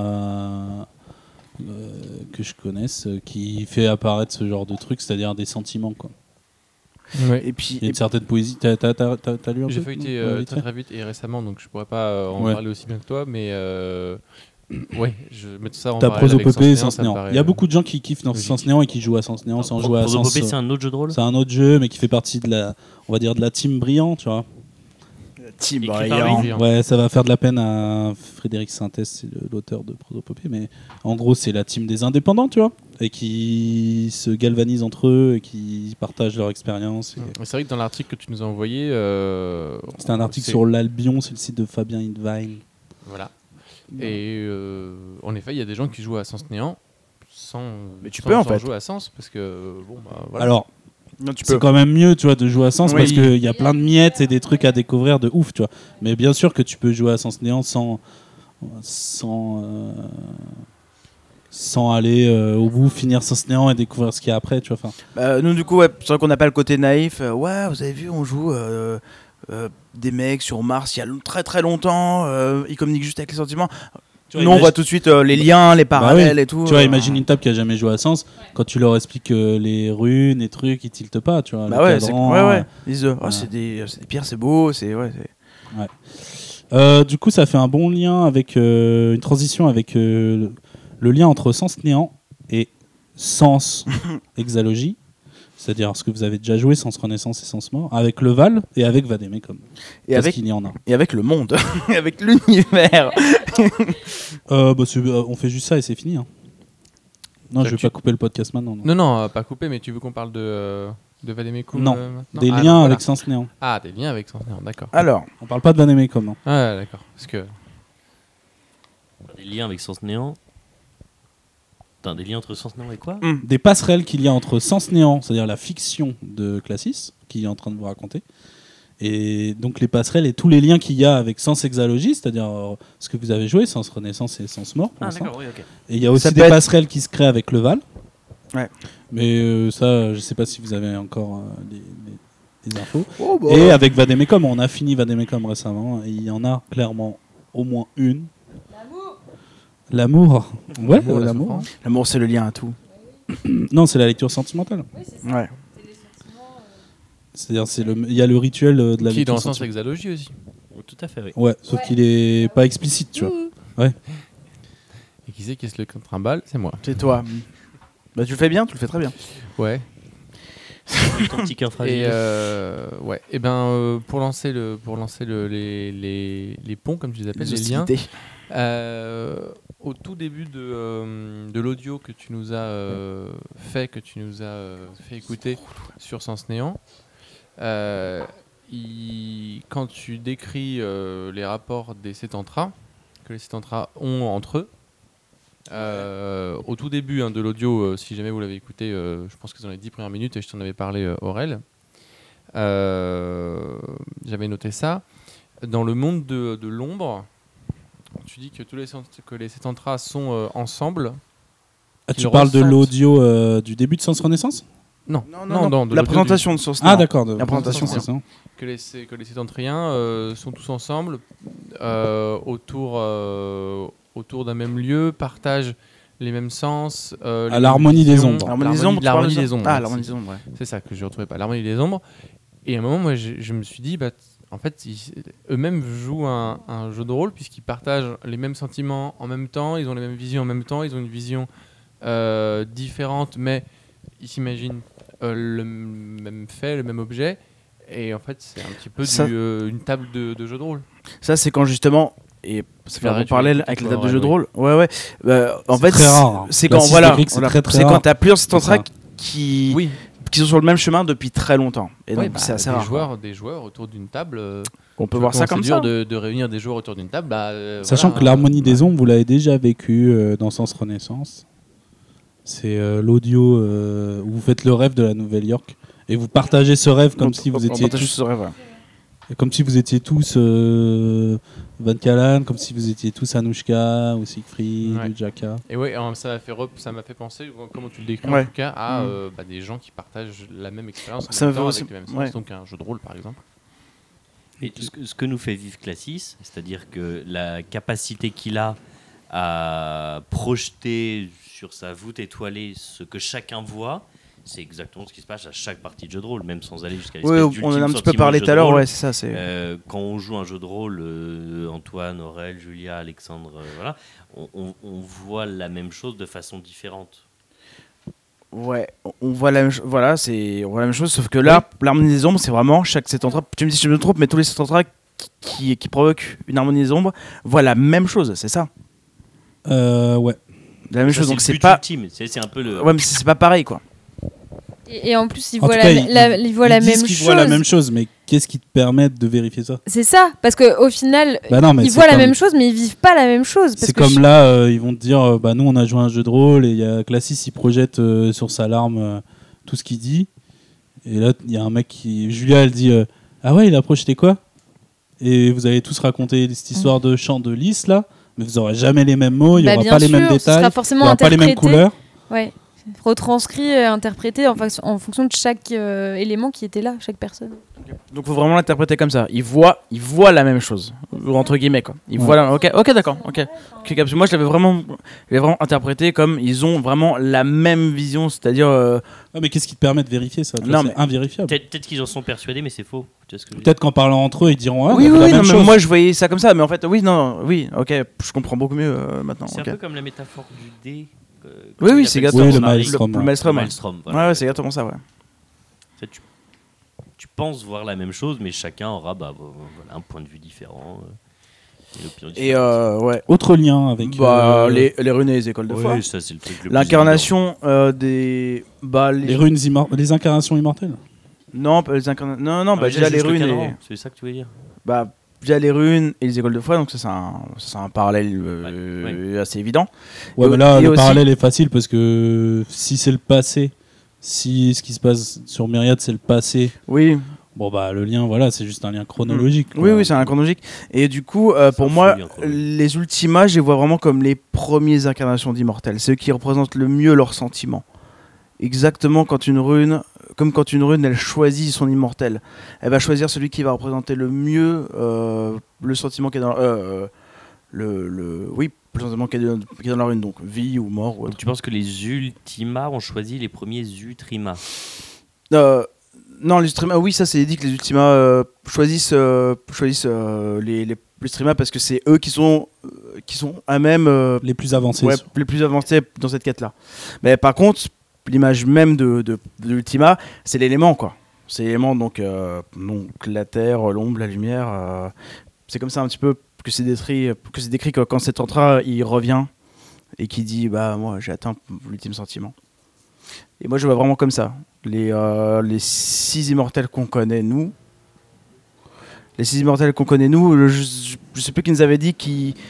que je connaisse qui fait apparaître ce genre de truc, c'est-à-dire des sentiments, quoi. Ouais. Et puis, Il y a une certaine poésie. T'as lu un J'ai peu feuilleté Ouais, vite très fait. très vite et récemment, donc je pourrais pas en Ouais. parler aussi bien que toi, mais ouais, je vais mettre ça en T'as parallèle avec Prosopopée et Sens Sens Néant, Néant. ça me Il y a paraît, beaucoup de gens qui kiffent dans logique. Sens Néant et qui jouent à Sens Néant sans jouer à Sens. Prosopopée, c'est un autre jeu de rôle. C'est un autre jeu, mais qui fait partie de la, on va dire, de la team Brillant, tu vois. Team Écrit par Brillant. lui. Ouais, ça va faire de la peine à Frédéric Sintès, c'est l'auteur de Prosopopée, mais en gros, c'est la team des indépendants, tu vois, et qui se galvanisent entre eux et qui partagent leur expérience. C'est vrai que dans l'article que tu nous as envoyé, C'était un article c'est- sur l'Albion, c'est le site de Fabien Hidvine. Voilà. Et en effet, il y a des gens qui jouent à Sens Néant sans, Mais tu sans- peux, en sans fait. jouer à Sens parce que bon bah voilà. Alors, Non, tu c'est peux. quand même mieux, tu vois, de jouer à Sens Oui. parce qu'il y a plein de miettes et des trucs à découvrir de ouf, tu vois. Mais bien sûr que tu peux jouer à Sens Néant sans aller au bout, finir Sens Néant et découvrir ce qu'il y a après, tu vois. Enfin, Nous, du coup, ouais, c'est vrai qu'on n'a pas le côté naïf. Ouais, vous avez vu, on joue des mecs sur Mars il y a très très longtemps. Ils communiquent juste avec les sentiments. tu vois, Nous, on voit tout de suite les liens, les parallèles et tout. Tu vois, imagine une table qui a jamais joué à Sens, quand tu leur expliques les runes, les trucs, ils tiltent pas, tu vois. Bah le ouais, c'est cadran, ouais. Ils disent, oh, ouais. c'est des pierres, c'est beau. C'est ouais. Du coup, ça fait un bon lien avec une transition avec le lien entre Sens Néant et Sens Exalogie. C'est-à-dire ce que vous avez déjà joué, Sens Renaissance et Sens Mort, avec le Val et avec Vademecum. Et Parce avec, qu'il y en a. et avec le monde, avec l'univers. On fait juste ça et c'est fini. Hein. Non, Ça, je vais pas couper le podcast maintenant. Non. Non, pas coupé, mais tu veux qu'on parle de Vademecum Non. maintenant Des liens avec Sens Néant. Ah, des liens avec Sens Néant, d'accord. Alors, On parle pas de Vademecum. Hein. Ah, d'accord. Parce que. Des liens avec Sens Néant. Attends, des liens entre Sens Néant et quoi? Des passerelles qu'il y a entre Sens Néant, c'est-à-dire la fiction de Classis, qu'il est en train de vous raconter, et donc les passerelles et tous les liens qu'il y a avec Sens Hexalogie, c'est-à-dire ce que vous avez joué, Sens Renaissance et Sens Mort. Pour l'instant. D'accord, oui, ok. Et il y a aussi Ça des peut être- passerelles qui se créent avec le Val. Ouais. Mais ça, je sais pas si vous avez encore des infos. oh, bah, Et avec Vademecum, on a fini Vademecum récemment, et il y en a clairement au moins une. L'amour. Ouais, L'amour, la l'amour. souffrance. l'amour, c'est le lien à tout. Non, c'est la lecture sentimentale. Ouais. C'est-à-dire, il y a le rituel de la Qui est dans lecture le sens sentimentale. hexalogie aussi. Tout à fait, oui. Ouais, sauf qu'il est pas explicite, tu vois. Et qui c'est qui se le trimballe? C'est moi. C'est toi. Bah, tu le fais bien, tu le fais très bien. Ouais. Ton petit cœur fragile. Et ouais. Et ben pour lancer les ponts comme tu les appelles, les liens. hostilités. Au tout début de l'audio que tu nous as fait écouter sur Sens Néant, quand tu décris les rapports des sétantras que les sétantras ont entre eux, au tout début de l'audio, si jamais vous l'avez écouté, je pense que dans les 10 premières minutes, et je t'en avais parlé Aurel, j'avais noté ça. Dans le monde de l'ombre, tu dis que les sétantras sont ensemble. Ah, Qu'ils tu parles de ressentent- l'audio du début de Sens Renaissance? Non, Non, de la l'audio présentation de Sens Ah, Néant. d'accord. De La présentation, c'est ça. que les sétentriens sont tous ensemble autour d'un même lieu, partagent les mêmes sens. À l'harmonie des ombres. L'harmonie des ombres, tu parles L'harmonie de ça des ombres. Ah, merci. l'harmonie des ombres, ouais. C'est ça que je ne retrouvais pas, l'harmonie des ombres. Et à un moment, moi, je me suis dit, en fait, eux-mêmes jouent un jeu de rôle puisqu'ils partagent les mêmes sentiments en même temps, ils ont les mêmes visions en même temps, ils ont une vision différente, mais ils s'imaginent le même fait, le même objet. Et en fait, c'est un petit peu Ça- une table de jeu de rôle. Ça, c'est quand justement, et ça fait un Arrête, bon parallèle tu avec la l'écoutes, table de jeu de oui. rôle. Ouais. En C'est fait, très rare. c'est La quand systémique, c'est très, très c'est quand rare. t'as plusieurs sétantras ça. qui Oui, sont sur le même chemin depuis très longtemps. Et ouais, donc, c'est assez des rare. des joueurs autour d'une table. On peut voir ça comme c'est ça. dur de réunir des joueurs autour d'une table. Sachant voilà, que l'harmonie des ombres, vous l'avez déjà vécu dans Sens Renaissance. C'est l'audio où vous faites le rêve de la Nouvelle-York et vous partagez ce rêve comme si vous étiez tous, comme si vous étiez tous Van Callan, comme si vous étiez tous Anouchka ou Siegfried Ouais. ou Jaka. Et ouais, ça m'a fait penser, comment tu le décris Ouais. en tout cas, à des gens qui partagent la même expérience en Ça même me temps, fait avec aussi- les mêmes sens, ouais. donc un jeu de rôle par exemple. Et ce que nous fait vivre Classis, c'est-à-dire que la capacité qu'il a à projeter sur sa voûte étoilée ce que chacun voit, c'est exactement ce qui se passe à chaque partie de jeu de rôle, même sans aller jusqu'à l'espèce Oui, d'ultime on en a un petit peu sentiment parlé de tout jeu à de l'heure. rôle. Ouais, c'est ça. C'est Quand on joue un jeu de rôle, Antoine, Aurel, Julia, Alexandre, voilà, on voit la même chose de façon différente. ouais. On voit la même chose. Voilà, on voit la même chose. Sauf que là, l'harmonie des ombres, c'est vraiment chaque sétantra. Tu me dis si je me trompe, mais tous les sétantras qui provoquent une harmonie des ombres voient la même chose. C'est ça. Ouais. La même Ça, chose. Donc le c'est but pas. ultime, c'est un peu le. Ouais, mais c'est pas pareil, quoi. Et en plus, ils En voient tout cas, ils voient la ils disent même qu'ils chose. voient la même chose, mais qu'est-ce qui te permet de vérifier ça? C'est ça, parce qu'au final, Bah non, mais ils c'est voient la comme- même chose, mais ils vivent pas la même chose. parce C'est que comme là, ils vont te dire, bah nous on a joué à un jeu de rôle et il y a Classis, il projette sur sa larme tout ce qu'il dit. Et là, il y a un mec Julia, elle dit, ah ouais, il a projeté quoi? Et vous allez tous raconter cette histoire de chant de lys là, mais vous aurez jamais les mêmes mots, il y Bah, aura bien pas les mêmes sûr, ce détails, sera il y forcément aura pas les mêmes interprété. couleurs. Ouais. Retranscrit, interprété en fonction de chaque élément qui était là, chaque personne. Donc faut vraiment l'interpréter comme ça. Ils voient la même chose, ou entre guillemets quoi. Ils Ouais. voient ok, d'accord. Ok, parce que moi je l'avais vraiment interprété comme ils ont vraiment la même vision, c'est-à-dire. Ah, mais qu'est-ce qui te permet de vérifier ça? Tu vois, Non, c'est invérifiable. Peut-être qu'ils en sont persuadés, mais c'est faux. Tu vois ce que je veux dire Peut-être qu'en parlant entre eux, ils diront, ah, oui, on a fait la même non, mais chose. moi je voyais ça comme ça, mais en fait, ok, je comprends beaucoup mieux maintenant. C'est ok. un peu comme la métaphore du dé. Oui, c'est exactement Oui, le ça. Maelstrom, Le ouais. Maelstrom, ouais. Maelstrom, Ouais, voilà. ouais, c'est exactement ça, ouais. Ça, tu penses voir la même chose, mais chacun aura voilà, un point de vue différent. Et ouais. Autre lien avec les runes et les écoles de foi. Ça, c'est le truc le L'incarnation des les incarnations immortelles. Non, déjà les runes. C'est ça que tu veux dire. Déjà les runes et les écoles de foi, donc ça c'est un parallèle assez évident. Ouais, mais là le parallèle est facile parce que si c'est le passé, si ce qui se passe sur Myriade c'est le passé. Oui. Bon le lien c'est juste un lien chronologique. Oui, c'est un lien chronologique. Et du coup, pour moi, les Ultimas, je les vois vraiment comme les premières incarnations d'immortels, ceux qui représentent le mieux leurs sentiments. Exactement quand une rune elle choisit son immortel, elle va choisir celui qui va représenter le mieux le sentiment qui est dans le sentiment qui est dans la rune, donc vie ou mort. Donc tu penses que les Ultimas ont choisi les premiers Utrimas? Non, les Ultimas, oui, ça c'est dit que les Ultimas choisissent les Ultimas parce que c'est eux qui sont à même les plus avancés. Ouais, les plus avancés dans cette quête-là. Mais par contre, l'image même de l'Ultima, c'est l'élément, quoi. C'est l'élément, donc la terre, l'ombre, la lumière. C'est comme ça un petit peu que c'est décrit quand cet entra, il revient et qui dit moi j'ai atteint l'ultime sentiment. Et moi je vois vraiment comme ça. Les 6 immortels qu'on connaît nous. Je sais plus qui nous avait dit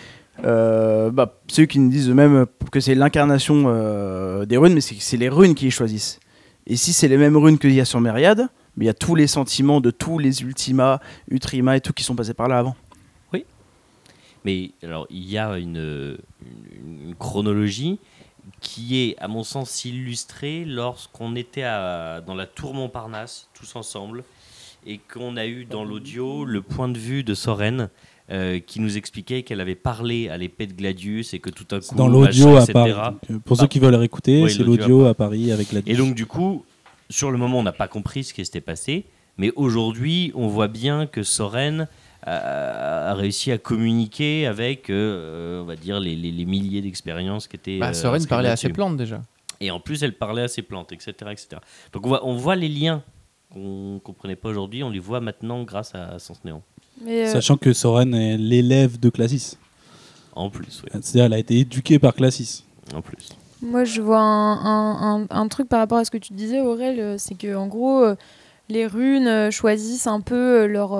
ceux qui nous disent eux-mêmes que c'est l'incarnation des runes, mais c'est les runes qui les choisissent. Et si c'est les mêmes runes qu'il y a sur Myriade, il y a tous les sentiments de tous les Ultimas, Utrima et tout qui sont passés par là avant. Oui. Mais alors, il y a une chronologie qui est, à mon sens, illustrée lorsqu'on était dans la tour Montparnasse, tous ensemble, et qu'on a eu dans l'audio le point de vue de Soren, qui nous expliquait qu'elle avait parlé à l'épée de Gladius et que tout à coup... Dans l'audio à Paris. Pour ceux qui veulent réécouter, c'est l'audio à Paris avec Gladius. Et donc du coup, sur le moment, on n'a pas compris ce qui s'était passé, mais aujourd'hui, on voit bien que Soren a réussi à communiquer avec, on va dire, les milliers d'expériences qui étaient... Soren parlait à ses plantes déjà. Et en plus, elle parlait à ses plantes, etc. etc. Donc on voit les liens qu'on ne comprenait pas aujourd'hui, on les voit maintenant grâce à Sens Néant. Sachant que Soren est l'élève de Classis. En plus, oui. C'est-à-dire elle a été éduquée par Classis. En plus. Moi, je vois un truc par rapport à ce que tu disais, Aurel, c'est que en gros, les runes choisissent un peu leur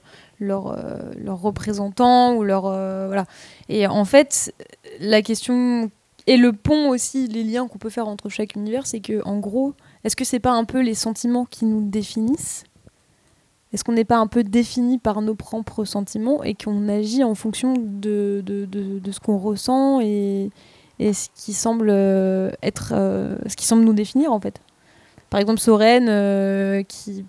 représentant ou leur voilà. Et en fait, la question et le pont aussi, les liens qu'on peut faire entre chaque univers, c'est que en gros, est-ce que c'est pas un peu les sentiments qui nous définissent ? Est-ce qu'on n'est pas un peu défini par nos propres sentiments et qu'on agit en fonction de ce qu'on ressent et ce qui semble ce qui semble nous définir en fait. Par exemple, Soren qui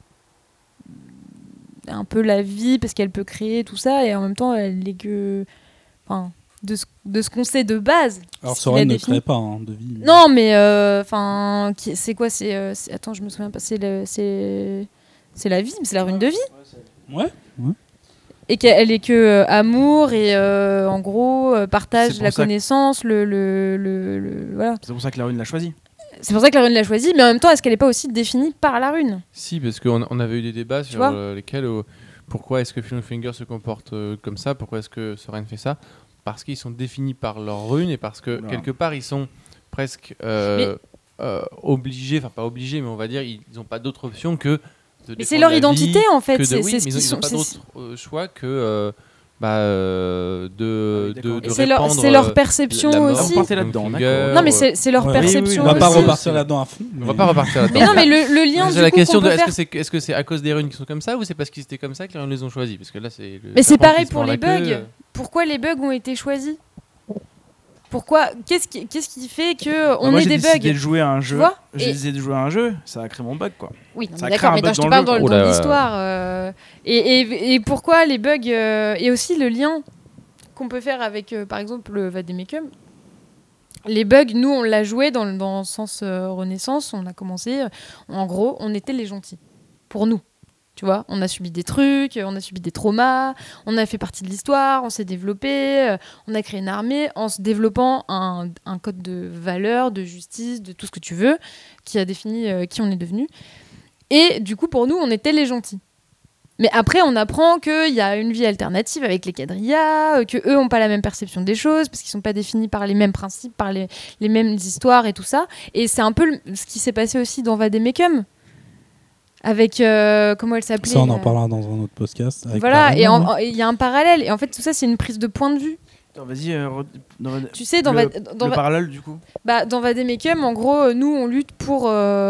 a un peu la vie parce qu'elle peut créer tout ça et en même temps elle est que de ce qu'on sait de base. Alors Soren ne crée pas de vie. Non mais c'est quoi attends, je me souviens pas, c'est la vie, mais c'est la rune de vie. Ouais. Et qu'elle est que amour et en gros partage la connaissance, voilà. C'est pour ça que la rune l'a choisie. C'est pour ça que la rune l'a choisie, mais en même temps, est-ce qu'elle n'est pas aussi définie par la rune ? Si, parce qu'on avait eu des débats sur lesquels pourquoi est-ce que Finger se comporte comme ça, pourquoi est-ce que Soren fait ça ? Parce qu'ils sont définis par leur rune et parce que quelque part ils sont presque obligés, enfin pas obligés, mais on va dire ils n'ont pas d'autre option que mais c'est leur identité en fait. C'est ils n'ont pas d'autre choix que de répandre. C'est leur perception aussi. On partait là-dedans. Non mais c'est leur perception. On va pas repartir là-dedans à fond. On va pas repartir là-dedans. Mais non mais le lien. C'est la question de est-ce que c'est à cause des runes qui sont comme ça ou c'est parce qu'ils étaient comme ça que les runes les ont choisis ? Parce que là c'est. Mais c'est pareil pour les bugs. Pourquoi les bugs ont été choisis ? Pourquoi ? Qu'est-ce qui fait que on est des bugs ? J'ai décidé de jouer à un jeu. Ça a créé mon bug quoi. Oui, non, d'accord, mais je te parle dans l'histoire. Et pourquoi les bugs et aussi le lien qu'on peut faire avec, par exemple, le Vademecum. Les bugs, nous, on l'a joué dans le sens Renaissance. On a commencé, en gros, on était les gentils. Pour nous. Tu vois, on a subi des trucs, on a subi des traumas, on a fait partie de l'histoire, on s'est développé, on a créé une armée en se développant un code de valeurs, de justice, de tout ce que tu veux, qui a défini qui on est devenu. Et du coup, pour nous, on était les gentils. Mais après, on apprend qu'il y a une vie alternative avec les quadrillas, qu'eux n'ont pas la même perception des choses, parce qu'ils ne sont pas définis par les mêmes principes, par les mêmes histoires et tout ça. Et c'est un peu ce qui s'est passé aussi dans Vademecum. Avec, comment elle s'appelait Ça, on en parlera dans un autre podcast. Voilà, et il y a un parallèle. Et en fait, tout ça, c'est une prise de point de vue. Attends, vas-y, Tu sais, le parallèle, du coup. Dans Vademecum, en gros, nous, on lutte pour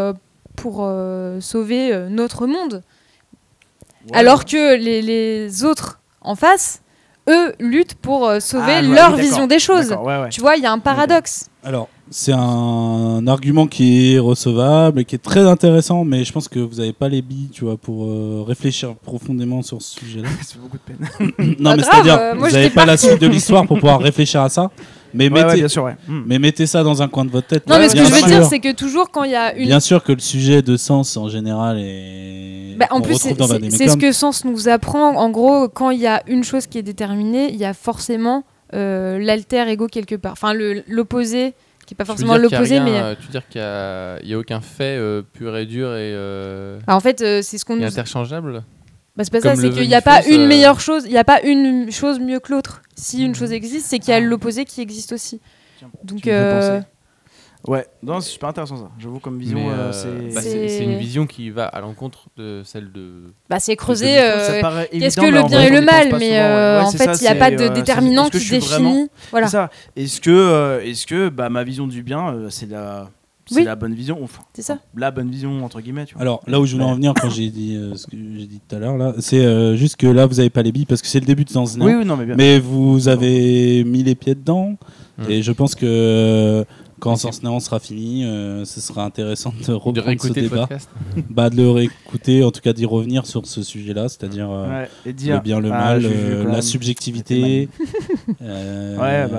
sauver notre monde. Ouais, alors que les autres en face, eux, luttent pour sauver leur vision des choses. Ouais. Tu vois, il y a un paradoxe. Alors, c'est un argument qui est recevable et qui est très intéressant, mais je pense que vous n'avez pas les billes, tu vois, pour réfléchir profondément sur ce sujet-là. Ça fait beaucoup de peine. Non, mais c'est-à-dire, vous n'avez pas la suite de l'histoire pour pouvoir réfléchir à ça. Mais bien sûr, mais mettez ça dans un coin de votre tête. Non, mais ce que je veux dire, c'est que toujours quand il y a une... Bien sûr que le sujet de Sens, en général, est... en plus, c'est ce que Sens nous apprend. En gros, quand il y a une chose qui est déterminée, il y a forcément l'alter ego quelque part. Enfin, l'opposé, qui n'est pas forcément l'opposé, mais... Tu veux dire qu'il n'y a aucun fait pur et dur et... en fait, c'est ce qu'on nous... interchangeable. C'est pas ça, c'est qu'il n'y a pas une meilleure chose, il n'y a pas une chose mieux que l'autre. Si une chose existe, c'est qu'il y a l'opposé qui existe aussi. Donc, ouais, non, c'est super intéressant ça. J'avoue comme vision, c'est une vision qui va à l'encontre de celle de. C'est creuser. Qu'est-ce que le bien et le mal, mais en fait, il n'y a pas de déterminant qui définit. Voilà. C'est ça. Est-ce que ma vision du bien, c'est la bonne vision, enfin, c'est ça. La bonne vision entre guillemets. Tu vois. Alors là où je voulais en venir quand j'ai dit ce que j'ai dit tout à l'heure là, c'est juste que là vous avez pas les billes parce que c'est le début de Sens Néant. Oui, non, mais vous avez mis les pieds dedans et je pense que quand Sens Néant sera fini, ce sera intéressant de reprendre ce débat, de le réécouter, en tout cas d'y revenir sur ce sujet-là, c'est-à-dire et dire, le bien, le mal, la subjectivité. Ouais.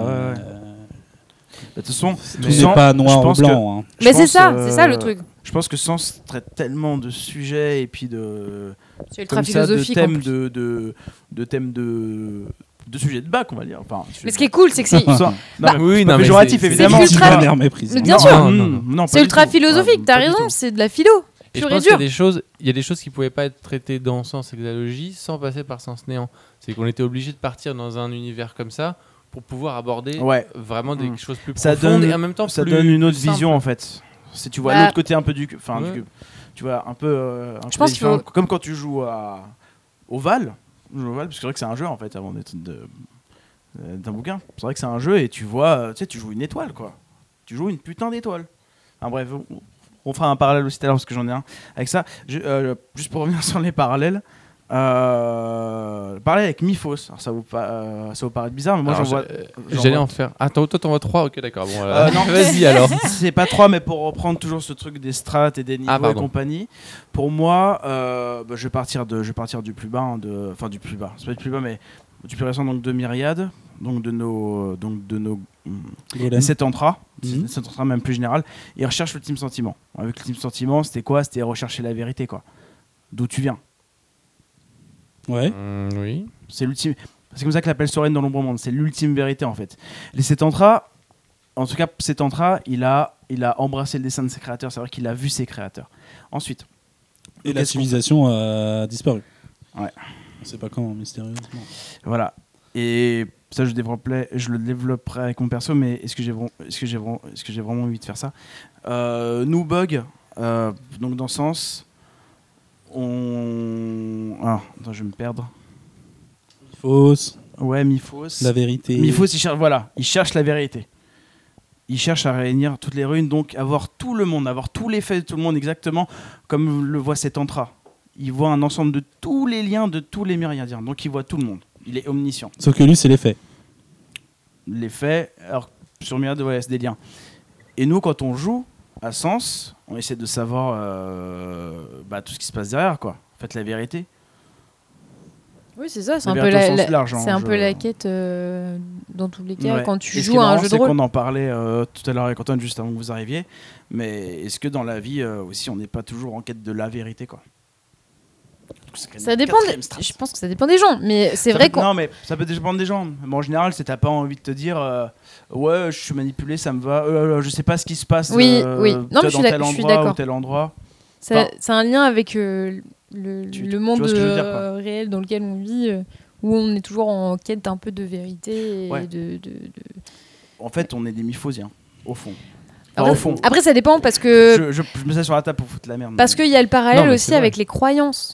De toute façon, tout n'est pas noir ou blanc. Mais c'est ça le truc. Je pense que Sens traite tellement de sujets et puis de ultra philosophique, de thèmes de sujets de bac, on va dire. Enfin, mais ce qui est cool, c'est que c'est péjoratif évidemment. Bien sûr. Non, c'est ultra philosophique. T'as raison, c'est de la philo. Et je pense qu'il y a des choses qui pouvaient pas être traitées dans Sens Hexalogie sans passer par Sens Néant. C'est qu'on était obligé de partir dans un univers comme ça pour pouvoir aborder vraiment des choses plus profondes et en même temps ça donne une autre vision en fait. Si tu vois l'autre côté un peu du cube, tu vois un peu je pense qu'il faut... comme quand tu joues au Val, parce que c'est vrai que c'est un jeu en fait avant d'être d'un bouquin. C'est vrai que c'est un jeu et tu vois, tu joues une étoile quoi. Tu joues une putain d'étoile. Bref, on fera un parallèle aussi tout à l'heure parce que j'en ai un avec ça. Juste pour revenir sur les parallèles. Parler avec Miphos, alors ça vous paraît bizarre, mais moi j'allais en faire. Toi t'en vois 3, ok d'accord. Bon, non, vas-y alors. C'est pas 3, mais pour reprendre toujours ce truc des strates et des niveaux et compagnie. Pour moi, je vais partir du plus bas, enfin du plus bas. C'est pas du plus bas, mais du plus récent donc de Myriade, donc de nos les 7 entras, même plus général. Et recherche le Team Sentiment. Avec le Team Sentiment, c'était quoi ? C'était rechercher la vérité quoi. D'où tu viens. Ouais. Oui. C'est l'ultime. C'est comme ça que l'appelle Soren dans l'ombre monde. C'est l'ultime vérité en fait. Les Setantra, en tout cas Setantra, il a embrassé le dessin de ses créateurs. C'est vrai qu'il a vu ses créateurs. Ensuite. Et la civilisation a disparu. Ouais. On sait pas comment, mystérieusement. Voilà. Et ça, je le développerai avec mon perso, mais est-ce que j'ai vraiment envie de faire ça ? Nous Bug, donc dans Sens. Attends, je vais me perdre. Miphos. Ouais, Miphos. La vérité. Miphos, il cherche la vérité. Il cherche à réunir toutes les ruines, donc avoir tout le monde, avoir tous les faits de tout le monde exactement comme le voit cet Setantra. Il voit un ensemble de tous les liens de tous les Myriadiens, donc il voit tout le monde. Il est omniscient. Sauf que lui, c'est les faits. Les faits, alors sur Myriade, c'est des liens. Et nous, quand on joue à Sens, on essaie de savoir tout ce qui se passe derrière, quoi. En fait, la vérité. Oui, c'est ça. C'est un peu la quête dans tous les cas quand tu joues à un jeu de rôle. C'est qu'on en parlait tout à l'heure avec Antoine juste avant que vous arriviez. Mais est-ce que dans la vie aussi, on n'est pas toujours en quête de la vérité, quoi ? Ça dépend. Je pense que ça dépend des gens, mais c'est vrai qu'on. Non, mais ça peut dépendre des gens. Mais en général, c'est t'as pas envie de te dire, ouais, je suis manipulé, ça me va. Je sais pas ce qui se passe. Oui. Non, mais je suis d'accord. Ou tel endroit. c'est un lien avec le monde vois ce que je veux dire, quoi. réel dans lequel on vit, où on est toujours en quête d'un peu de vérité. Et Ouais. En fait, on est des myphosiens, au fond. Enfin, au fond. Après, ça dépend parce que Je mets ça sur la table pour foutre la merde. parce qu'il y a le parallèle Non, mais aussi c'est vrai. avec les croyances.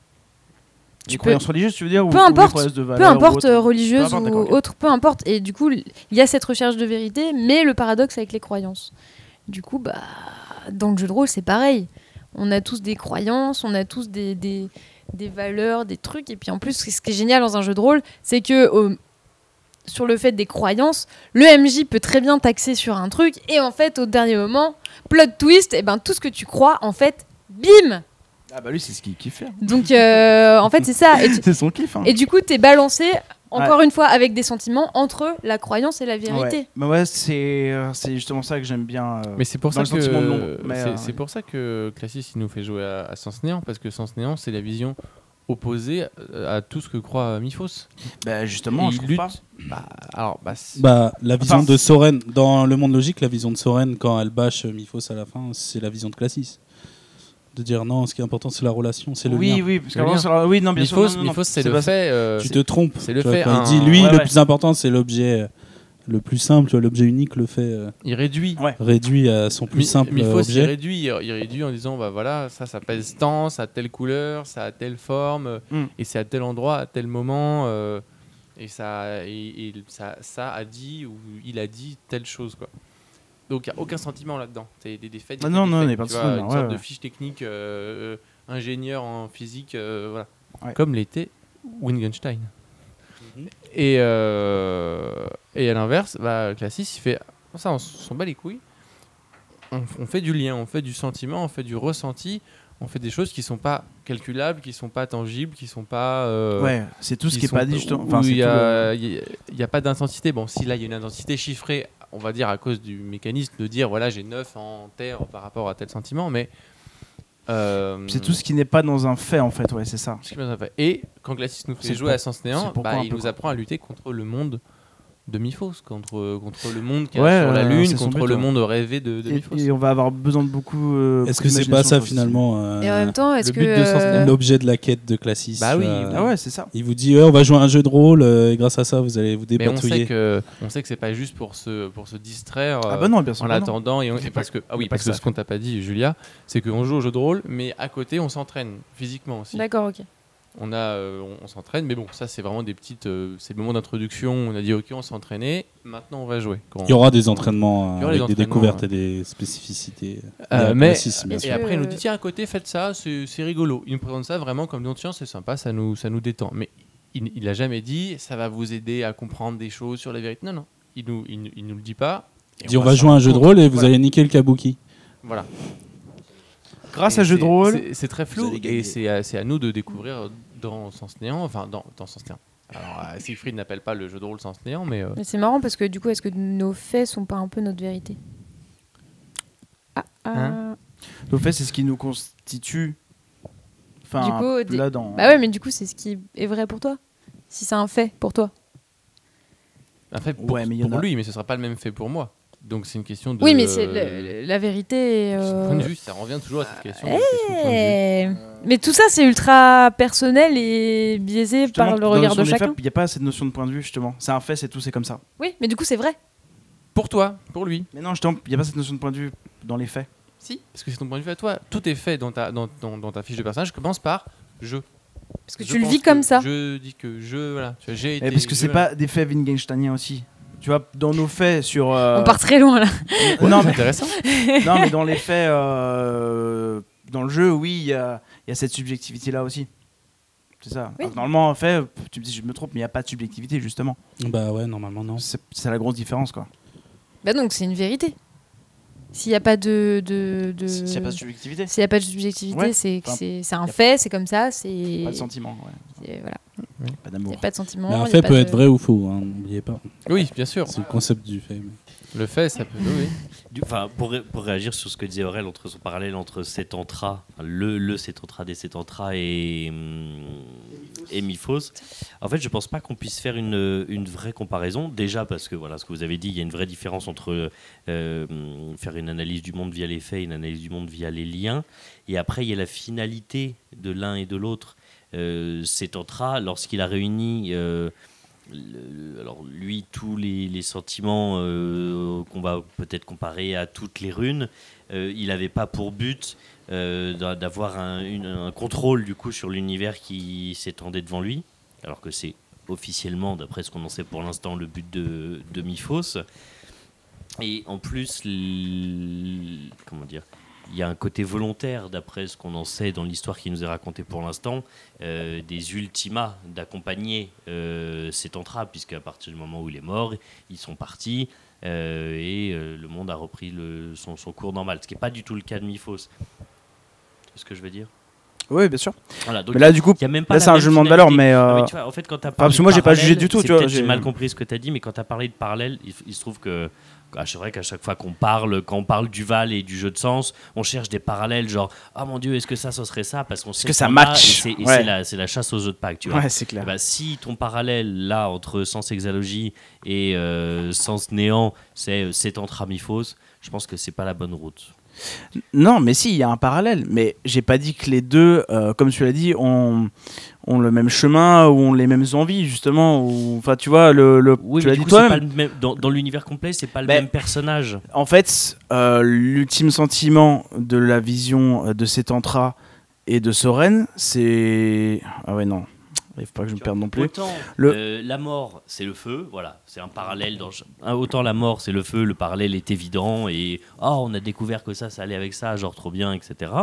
Les croyances religieuses, tu veux dire, Peu ou les importe, croyances de Peu valeur, importe, ou autre religieuse Peu importe, ou d'accord, ok. autre, peu importe. Et du coup, il y a cette recherche de vérité, mais le paradoxe avec les croyances. Du coup, dans le jeu de rôle, c'est pareil. On a tous des croyances, on a tous des valeurs, des trucs. Et puis en plus, ce qui est génial dans un jeu de rôle, c'est que sur le fait des croyances, le MJ peut très bien t'axer sur un truc. Et en fait, au dernier moment, plot twist, et tout ce que tu crois, en fait, bim. Ah bah lui, c'est ce qu'il kiffe faire. Donc, en fait, c'est ça. C'est son kiff. Hein. Et du coup, t'es balancé, encore une fois, avec des sentiments entre la croyance et la vérité. Ouais. Bah ouais, c'est justement ça que j'aime bien. Mais c'est pour dans ça le sentiment de que l'ombre. Mais, c'est pour ça que Classis il nous fait jouer à Sens Néant, parce que Sens Néant c'est la vision opposée à tout ce que croit Miphos. Bah justement, Et je il trouve lutte. pas. La vision Enfin, de Soren, dans le monde logique, la vision de Soren quand elle bâche Miphos à la fin, c'est la vision de Classis. De dire non, ce qui est important, c'est la relation, c'est le lien. Oui, parce Le qu'avant, lien. oui, non, bien sûr. Miphos, non, Miphos c'est c'est le pas- fait. Tu te trompes. c'est le Tu vois, fait. quand il dit lui, Ouais, le ouais. plus important, c'est l'objet le plus simple, tu vois, l'objet unique, le fait Il réduit. Ouais. réduit à son plus simple Miphos, objet. il réduit en disant bah voilà, ça pèse tant, ça a telle couleur, ça a telle forme, et c'est à tel endroit, à tel moment, et ça a dit ou il a dit telle chose quoi. Donc il n'y a aucun sentiment là-dedans. C'est des faits. Ah non, il n'y a pas tu de vois, sentiment, une sorte ouais. de fiche technique ingénieur en physique, voilà. Ouais. Comme l'était Wittgenstein. Et à l'inverse, Classis, il fait ça, on s'en bat les couilles. On fait du lien, on fait du sentiment, on fait du ressenti, on fait des choses qui sont pas calculables, qui sont pas tangibles, qui sont pas. Ouais, c'est tout ce qui est sont- pas dit justement. où Enfin, c'est il y tout a, le- il y a pas d'intensité. Bon, si là il y a une intensité chiffrée, on va dire à cause du mécanisme de dire voilà j'ai 9 en terre par rapport à tel sentiment, mais C'est tout ce qui n'est pas dans un fait en fait, ouais, c'est ça. ce qui nous a fait. Et quand Glacis nous C'est fait jouer pour- à Sens Néant, c'est pourquoi un il peu, nous quoi. apprend à lutter contre le monde de Miphos, contre le monde qui est Ouais, sur la Lune, c'est son contre but, le ouais. monde rêvé de Miphos. Et on va avoir besoin de beaucoup. Est-ce que c'est pas ça finalement Et en même temps, est-ce le but de Sens Néant. l'objet de la quête de Classis? Bah oui, Ah ouais, c'est ça. Il vous dit on va jouer à un jeu de rôle et grâce à ça vous allez vous Mais on sait dépatouiller. que c'est pas juste pour se distraire Ah bah non, bien sûr. en que non. attendant et parce que parce que ce qu'on t'a pas dit Julia, c'est qu'on joue au jeu de rôle mais à côté on s'entraîne physiquement aussi. D'accord, ok. On s'entraîne mais bon, ça c'est vraiment des petites c'est le moment d'introduction, on a dit OK, on s'est entraîné, maintenant on va jouer. Il y aura des entraînements Il y aura avec des des entraînements, découvertes ouais. et des spécificités. Mais Classis, bien Est-ce et sûr. que- après il nous dit tiens à côté faites ça, c'est rigolo. Il nous présente ça vraiment comme disant tiens c'est sympa, ça nous détend. Mais il a jamais dit ça va vous aider à comprendre des choses sur la vérité. Non. Il nous le dit pas. Et Il dit on va jouer à un jeu de rôle et vous allez niquer le kabuki. Voilà. Grâce Et à jeu de c'est- rôle. c'est très vous flou allez gagner. et c'est à nous de découvrir dans Sens Néant, enfin dans Sens Néant. Alors Siegfried n'appelle pas le jeu de rôle Sens Néant, mais Mais c'est marrant parce que du coup, est-ce que nos faits sont pas un peu notre vérité? Hein Au fait, c'est ce qui nous constitue. Enfin, Du coup, là dans. Bah ouais, mais du coup, c'est ce qui est vrai pour toi. Si c'est un fait pour toi. après Ouais, mais il y en pour a- lui, mais ce sera pas le même fait pour moi. Donc c'est une question de. Oui, mais c'est la vérité. son point de vue, ça revient toujours à cette question. de question de point de vue. Mais tout ça, c'est ultra personnel et biaisé Justement, par le dans regard notion de des faits, chacun. Il n'y a pas cette notion de point de vue, justement. C'est un fait, c'est tout, c'est comme ça. Oui, mais du coup, c'est vrai. Pour toi, pour lui. Mais non, justement, il n'y a pas cette notion de point de vue dans les faits. Si, parce que c'est ton point de vue à toi. Tout est fait dans ta fiche de personnage. Commence par je. Parce que Je tu le pense vis que, comme ça. Je dis que je. Voilà. Tu vois, j'ai été. Mais parce que c'est pas des faits Wittgensteiniens aussi. Tu vois, dans nos faits sur. On part très loin là. Non, c'est mais, intéressant. non, mais dans les faits, dans le jeu, oui, il y a cette subjectivité-là aussi. C'est ça. Oui. Alors, normalement, en fait, tu me dis je me trompe, mais il n'y a pas de subjectivité, justement. Bah ouais, normalement non. C'est la grosse différence, quoi. Bah donc, c'est une vérité. S'il n'y a pas de... S'il n'y a pas de subjectivité, S'il n'y a pas de subjectivité, Ouais. c'est Enfin, c'est un fait, c'est comme ça, c'est... pas de sentiment, ouais. Voilà. Pas Il n'y d'amour. a pas de sentiment. Mais un il y a fait pas peut de- être vrai ou faux, hein, n'oubliez pas. Oui, bien sûr. C'est le concept du fait. Le fait, ça peut. Oui. Enfin, pour réagir sur ce que disait Aurel, entre son parallèle entre Setantra, le Setantra des Setantra et et Miphos. En fait, je pense pas qu'on puisse faire une vraie comparaison. Déjà parce que voilà, ce que vous avez dit, il y a une vraie différence entre faire une analyse du monde via les faits et une analyse du monde via les liens. Et après, il y a la finalité de l'un et de l'autre. Settantra, lorsqu'il a réuni alors lui tous les sentiments qu'on va peut-être comparer à toutes les runes, il n'avait pas pour but d'avoir un contrôle du coup sur l'univers qui s'étendait devant lui, alors que c'est officiellement, d'après ce qu'on en sait pour l'instant, le but de Miphos. Et en plus, comment dire, il y a un côté volontaire, d'après ce qu'on en sait dans l'histoire qui nous est racontée pour l'instant, des ultimas d'accompagner Settantra, puisqu'à partir du moment où il est mort, ils sont partis et le monde a repris son cours normal, ce qui n'est pas du tout le cas de Miphos. C'est ce que je veux dire ? Oui, bien sûr. Voilà, donc mais là, du coup, y a même pas là, c'est un jugement de valeur, mais. Non, mais tu vois, en fait, quand tu as parlé parce que moi, j'ai pas jugé du tout. C'est tu vois, peut-être j'ai mal compris ce que tu as dit, mais quand tu as parlé de parallèle, il se trouve que. C'est vrai qu'à chaque fois quand on parle du Val et du jeu de sens, on cherche des parallèles, genre ah mon Dieu, est-ce que ça serait ça, parce qu'on sait que ça match. C'est la chasse aux œufs de Pâques, tu vois. Ouais, c'est clair. Et bah, si ton parallèle là entre sens exalogie et sens néant, c'est Settantra Miphos, je pense que c'est pas la bonne route. Non, mais si, il y a un parallèle. Mais j'ai pas dit que les deux, comme tu l'as dit, ont le même chemin ou ont les mêmes envies, justement. Enfin, tu vois, oui, tu mais l'as du dit coup, toi-même. dans l'univers complet, c'est pas le même personnage. En fait, l'ultime sentiment de la vision de Settantra et de Soren, c'est. Ah ouais, non. Il faut pas que je me perde non plus. Autant la mort, c'est le feu, voilà, c'est un parallèle. Autant la mort, c'est le feu, le parallèle est évident et on a découvert que ça allait avec ça, genre trop bien, etc.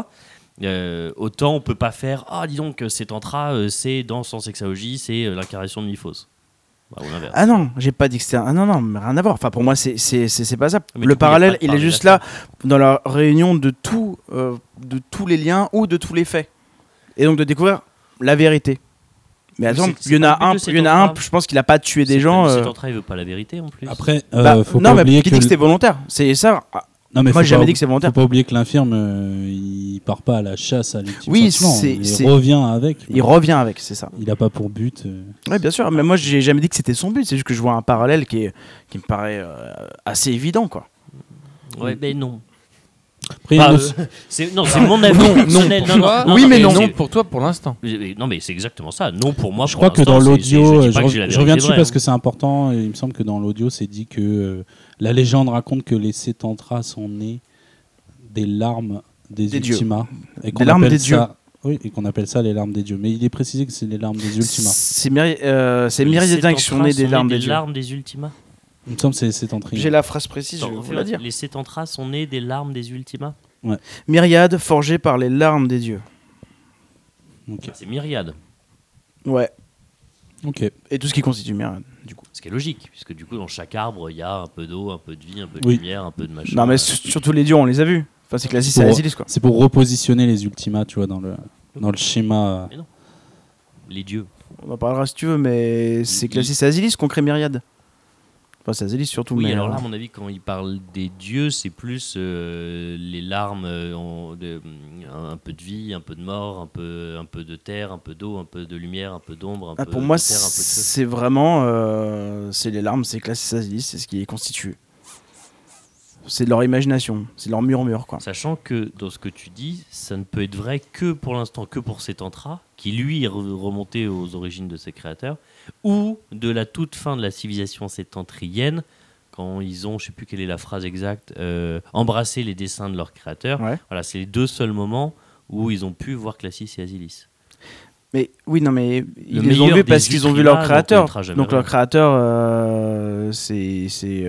Autant on peut pas faire dis donc Settantra, c'est dans Sens Exalogie, c'est l'incarnation de Miphos. Bah, ou l'inverse. Ah non, j'ai pas dit que c'était non, mais rien à voir. Enfin, pour moi, c'est pas ça. Mais le parallèle, il est juste là ça. dans la réunion de tous les liens ou de tous les faits, et donc de découvrir la vérité. Mais attends, il y en a un, je pense qu'il a pas tué des gens. Settantra, il veut pas la vérité en plus. Après, faut non, pas mais oublier qui dit que c'était volontaire. C'est ça. Non, mais moi, j'ai jamais dit que c'est volontaire. Faut pas oublier que l'infirme, il part pas à la chasse à l'ultime sentiment. Il revient avec. Il revient avec, c'est ça. Il a pas pour but. Oui, bien sûr. Mais moi, j'ai jamais dit que c'était son but. C'est juste que je vois un parallèle qui me paraît assez évident, quoi. Ouais, mais non. Après, c'est mon avis personnel. Oui, mais non pour toi pour l'instant. Non, mais c'est exactement ça. Non pour moi. Je crois que dans l'audio, je reviens dessus parce que que c'est important. Et il me semble que dans l'audio, c'est dit que la légende raconte que les Settantras sont nés des larmes des Ultimas. Et qu'on larmes des dieux. Oui, et qu'on appelle ça les larmes des dieux. Mais il est précisé que c'est les larmes des Ultimas. C'est Myriadin qui sont nés des larmes des dieux. Les larmes des Ultimas. Il me semble que c'est Settantra. J'ai la phrase précise, je vais vous la dire. Les Settantras sont nés des larmes des Ultimas. Ouais. Myriade forgée par les larmes des dieux. Okay. C'est Myriade. Ouais. Ok. Et tout ce qui constitue Myriade, du coup. Ce qui est logique, puisque du coup, dans chaque arbre, il y a un peu d'eau, un peu de vie, un peu de lumière, un peu de machin. Non, mais surtout les dieux, on les a vus. Enfin, c'est classique, c'est Asilis, quoi. C'est pour repositionner les Ultimas, tu vois, dans le schéma. Mais non. Les dieux. On en parlera si tu veux, mais c'est classique, c'est Asilis qu'on crée Myriade. Enfin, c'est Asilis surtout. Oui, mais alors là, à mon avis, quand il parle des dieux, c'est plus les larmes, un peu de vie, un peu de mort, un peu de terre, un peu d'eau, un peu de lumière, un peu d'ombre, un peu de terre, un peu de feu. C'est vraiment c'est les larmes, c'est classique Asilis, c'est ce qui est constitué. C'est de leur imagination, c'est leur murmure, quoi. Sachant que dans ce que tu dis, ça ne peut être vrai que pour l'instant, que pour Settantra, qui lui est remonté aux origines de ses créateurs, ou de la toute fin de la civilisation settentrienne, quand ils ont, je ne sais plus quelle est la phrase exacte, embrassé les dessins de leurs créateurs. Ouais. Voilà, c'est les deux seuls moments où ils ont pu voir Classis et Asilis. Mais oui, non, mais ils les ont vus parce qu'ils ont vu leur créateur. Donc leur créateur, c'est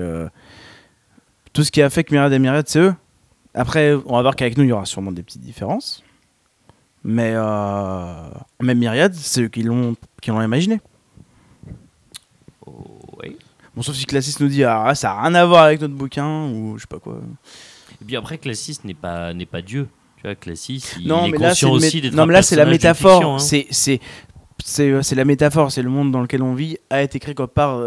tout ce qui a fait que Myriade et Myriade, c'est eux. Après, on va voir qu'avec nous, il y aura sûrement des petites différences. Mais même Myriade, c'est eux qui l'ont imaginé. Oh, oui. Bon, sauf si Classis nous dit ça n'a rien à voir avec notre bouquin ou je sais pas quoi. Et puis après, Classis n'est pas Dieu. Tu vois, Classis, il est conscient aussi d'être non, mais là, c'est la métaphore. Fiction, hein. C'est la métaphore. C'est le monde dans lequel on vit a été créé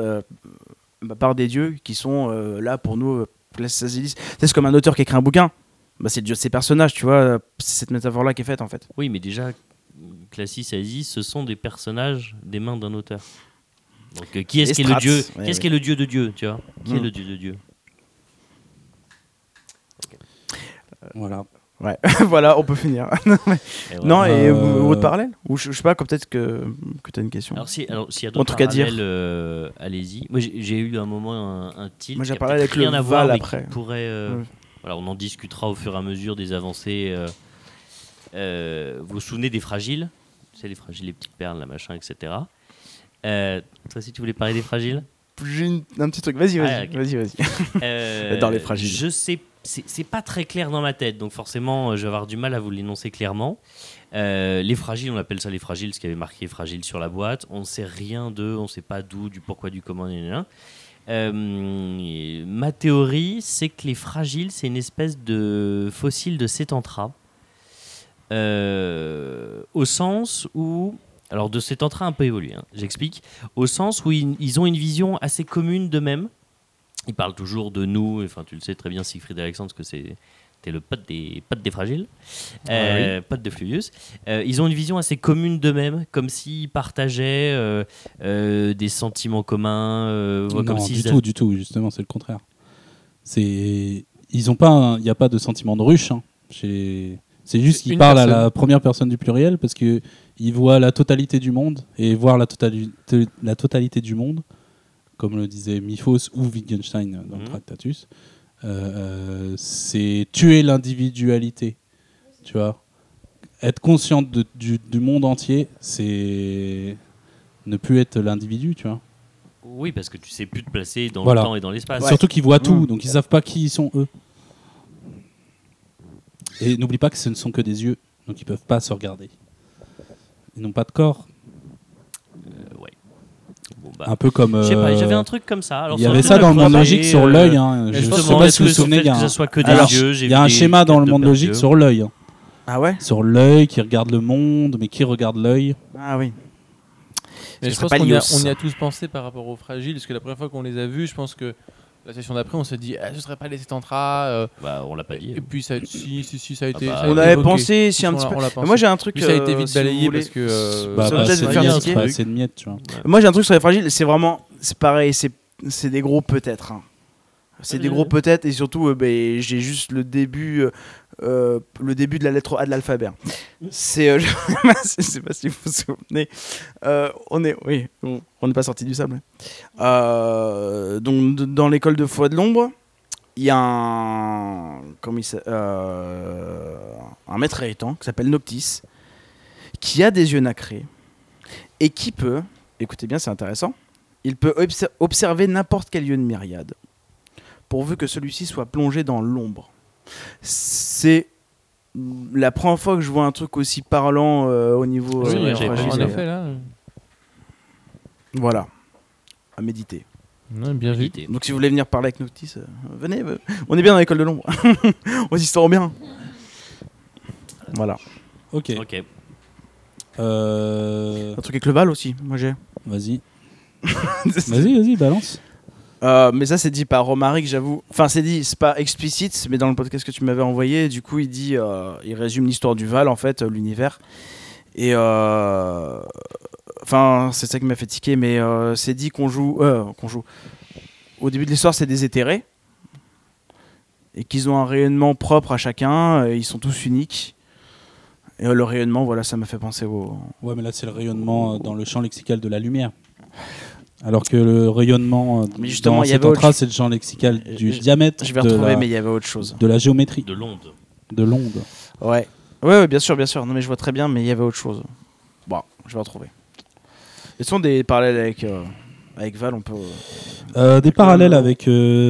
par des dieux qui sont là pour nous. C'est comme un auteur qui écrit un bouquin. C'est le dieu de ses personnages, tu vois. C'est cette métaphore-là qui est faite, en fait. Oui, mais déjà, Classis a dit, ce sont des personnages des mains d'un auteur. Donc qui est-ce Les qui est le Strats, dieu ouais, Qu'est-ce qui est le dieu de Dieu, tu vois? Qui est le dieu de Dieu? Voilà. Ouais, voilà, on peut finir. Et voilà. Non, et votre parallèle? Ou je sais pas, peut-être que tu as une question. Alors s'il y a Un d'autres truc à dire. parallèles, allez-y. Moi j'ai eu un moment un tilt Moi, j'ai qui a parlé peut-être avec le rien à voir, Val mais après. qui pourrait... Ouais. Voilà, on en discutera au fur et à mesure des avancées. Vous vous souvenez des fragiles? Tu sais, les fragiles, les petites perles, la machin, etc. Toi aussi, tu voulais parler des fragiles? J'ai un petit truc, vas-y. Ah, ok. Vas-y. J'adore les fragiles. Je sais, c'est pas très clair dans ma tête, donc forcément, je vais avoir du mal à vous l'énoncer clairement. Les fragiles, on appelle ça les fragiles, ce qui avait marqué fragile sur la boîte. On ne sait rien d'eux, on ne sait pas d'où, du pourquoi, du comment, ma théorie, c'est que les fragiles, c'est une espèce de fossile de Cétantra. Au sens où... Alors de Cétantra un peu évolué, hein, j'explique. Au sens où ils ont une vision assez commune d'eux-mêmes. Ils parlent toujours de nous, enfin tu le sais très bien Siegfried Alexandre, parce que t'es le pote des fragiles, pote de Fluvius. Ils ont une vision assez commune d'eux-mêmes, comme s'ils partageaient des sentiments communs. Non, comme du tout, justement, c'est le contraire. Il n'y a pas de sentiment de ruche. Hein. C'est juste qu'ils parlent à la première personne du pluriel parce qu'ils voient la totalité du monde, et voir la totalité du monde, comme le disait Miphos ou Wittgenstein dans le Tractatus, c'est tuer l'individualité. Tu vois, être consciente du monde entier, c'est ne plus être l'individu, tu vois. Oui, parce que tu sais plus te placer dans Voilà. le temps et dans l'espace. Ouais. Surtout qu'ils voient tout, donc ils savent pas qui sont eux. Et n'oublie pas que ce ne sont que des yeux, donc ils peuvent pas se regarder. Ils n'ont pas de corps. Ouais. Bon, bah. Un peu comme. Je sais pas, j'avais un truc comme ça. Alors, il y avait ça dans le monde logique sur l'œil. Hein. Je ne sais pas si vous vous souvenez. Il y a un schéma dans le monde logique sur l'œil. Ah ouais? Sur l'œil qui regarde le monde, mais qui regarde l'œil. Ah oui. Mais je pense qu'on y a tous pensé par rapport aux fragiles, parce que la première fois qu'on les a vus, je pense que la session d'après, on s'est dit, ce serait pas les Cétantra. Bah, on l'a pas dit. Et puis ça, si, ça a été. bah, ça a on été avait évoqué. pensé si un petit peu. Moi j'ai un truc. Puis ça a été vite si vous balayé voulez. parce que. Ça va peut-être faire c'est niquer. pas assez de miettes, tu vois. Moi j'ai un truc sur les fragiles, c'est pareil, c'est des gros peut-être. Hein. C'est des gros peut-être, et surtout j'ai juste le début de la lettre A de l'alphabet. C'est je sais pas si vous vous souvenez. On n'est pas sorti du sable. Donc dans l'école de foi de l'ombre, il y a un maître héritant qui s'appelle Noctis, qui a des yeux nacrés et qui peut, écoutez bien, c'est intéressant, il peut observer n'importe quel lieu de myriade, pourvu que celui-ci soit plongé dans l'ombre. C'est la première fois que je vois un truc aussi parlant au niveau en effet là. Voilà, à méditer. Non, bien vu. Donc si vous voulez venir parler avec Noctis, venez, on est bien dans l'école de l'ombre. On s'y sent bien. Voilà. Ok. Un truc avec le Val aussi, moi j'ai. Vas-y. Vas-y, balance. Mais ça c'est dit par Romaric, j'avoue. Enfin c'est pas explicite, mais dans le podcast que tu m'avais envoyé, du coup il résume l'histoire du Val en fait, l'univers. Et enfin c'est ça qui m'a fait tiquer, mais c'est dit qu'on joue. Au début de l'histoire c'est des éthérés et qu'ils ont un rayonnement propre à chacun, ils sont tous uniques. Et le rayonnement, voilà, ça m'a fait penser au. Ouais, mais là c'est le rayonnement dans le champ lexical de la lumière. Alors que le rayonnement dans Cétantra, c'est le champ lexical du diamètre. Je vais retrouver, mais il y avait autre chose. De la géométrie. De l'onde. De l'onde. Ouais, bien sûr. Non, mais je vois très bien, mais il y avait autre chose. Bon, je vais retrouver. Quels sont des parallèles avec Val, on peut. Des parallèles avec.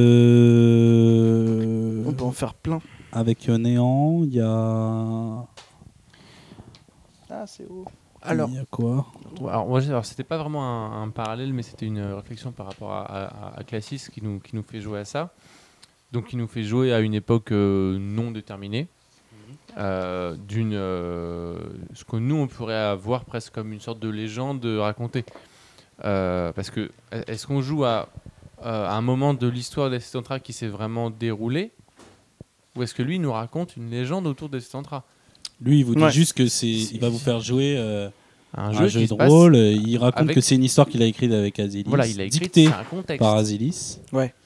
On peut en faire plein. Avec Néant, il y a. Ah, c'est haut. Alors, il y a quoi? Alors, c'était pas vraiment un parallèle, mais c'était une réflexion par rapport à Classis qui nous fait jouer à ça. Donc, qui nous fait jouer à une époque non déterminée, ce que nous on pourrait avoir presque comme une sorte de légende racontée. Parce que est-ce qu'on joue à un moment de l'histoire des Cétantra qui s'est vraiment déroulé, ou est-ce que lui nous raconte une légende autour des Cétantra? Lui, il vous dit Ouais. juste que il va vous faire jouer Un un jeu qui de se passe- rôle. Il raconte avec- que c'est une histoire qu'il a écrite avec Azilis, Voilà, il a écrit dictée c'est un contexte. par Azilis.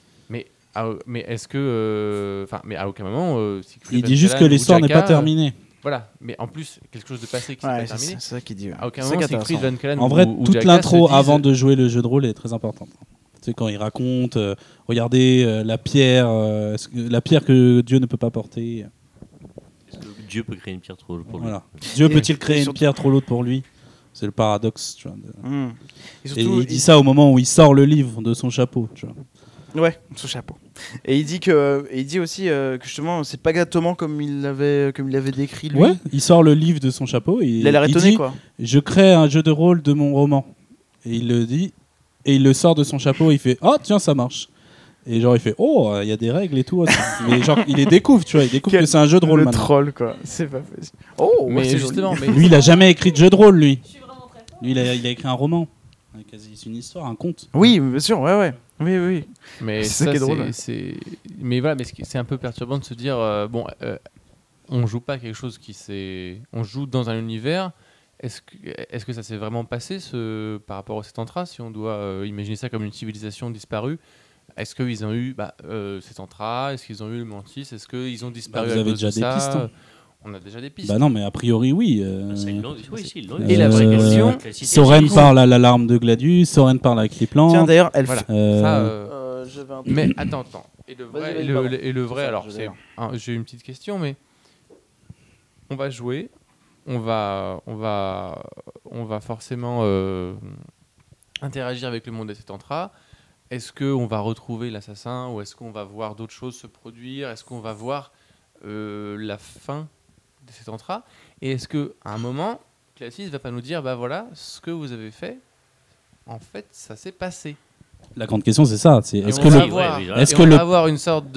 Mais est-ce que, mais à aucun moment, Siegfried Il Van dit juste que Callen ou l'histoire n'est pas Jaka, terminée. Voilà, mais en plus quelque chose de passé qui s'est Ouais, pas c'est terminé. c'est ça qu'il dit. Ouais. À aucun C'est ça moment qui est Siegfried intéressant. Van Callen En vrai, ou toute Jaka l'intro se disent- avant de jouer le jeu de rôle est très importante. Tu sais, quand il raconte, regardez la pierre que Dieu ne peut pas porter. Est-ce que Dieu peut créer une pierre trop pour lui? Voilà. Dieu Et- peut-il et créer une surtout- pierre trop lourde pour lui? C'est le paradoxe. Tu vois, Et Et surtout, il dit ça au moment où il sort le livre de son chapeau. Tu vois. Ouais, son chapeau. Et il dit aussi que justement, c'est pas exactement comme il l'avait décrit lui. Ouais, il sort le livre de son chapeau et Il a l'air il étonné dit, quoi. je crée un jeu de rôle de mon roman. Et il le dit, et il le sort de son chapeau, et il fait, oh tiens, ça marche. Et genre, il fait, oh, il y a des règles et tout. Mais genre, il les découvre, tu vois, il découvre Quel- que c'est un jeu de rôle Le maintenant. troll quoi. C'est pas possible. Oh, Mais c'est justement, joli. mais Lui, il a jamais écrit de jeu de rôle, lui. Lui, il a écrit un roman. C'est une histoire, un conte. Oui, bien sûr, ouais. Oui. Mais C'est ça ça, qui est drôle. Mais voilà, mais c'est un peu perturbant de se dire on joue pas quelque chose on joue dans un univers. Est-ce que ça s'est vraiment passé par rapport au Settantra, si on doit imaginer ça comme une civilisation disparue? Est-ce qu'ils ont eu Settantra? Est-ce qu'ils ont eu le Mantis? Est-ce qu'ils ont disparu Bah, vous à avez cause de déjà des ça pistes, hein. On a déjà des pistes. Bah non, mais a priori, oui. Et la vraie question, Soren parle à l'alarme de Gladius, Soren parle avec les plans. Tiens d'ailleurs, elle Voilà. Euh, Ça, j'avais un mais attends. Et le Vas-y, vrai, vas-y, et pardon. le vrai, Ça, alors je c'est, l'ai. j'ai une petite question, mais on va jouer, on va forcément interagir avec le monde des Settantra. Est-ce qu'on va retrouver l'assassin ou est-ce qu'on va voir d'autres choses se produire? Est-ce qu'on va voir la fin des Settantra? Et est-ce qu'à un moment, Classis ne va pas nous dire, bah voilà, ce que vous avez fait, en fait, ça s'est passé. La grande question, c'est ça. C'est, Et est-ce on que va le, avoir- est-ce et que on le- va avoir une sorte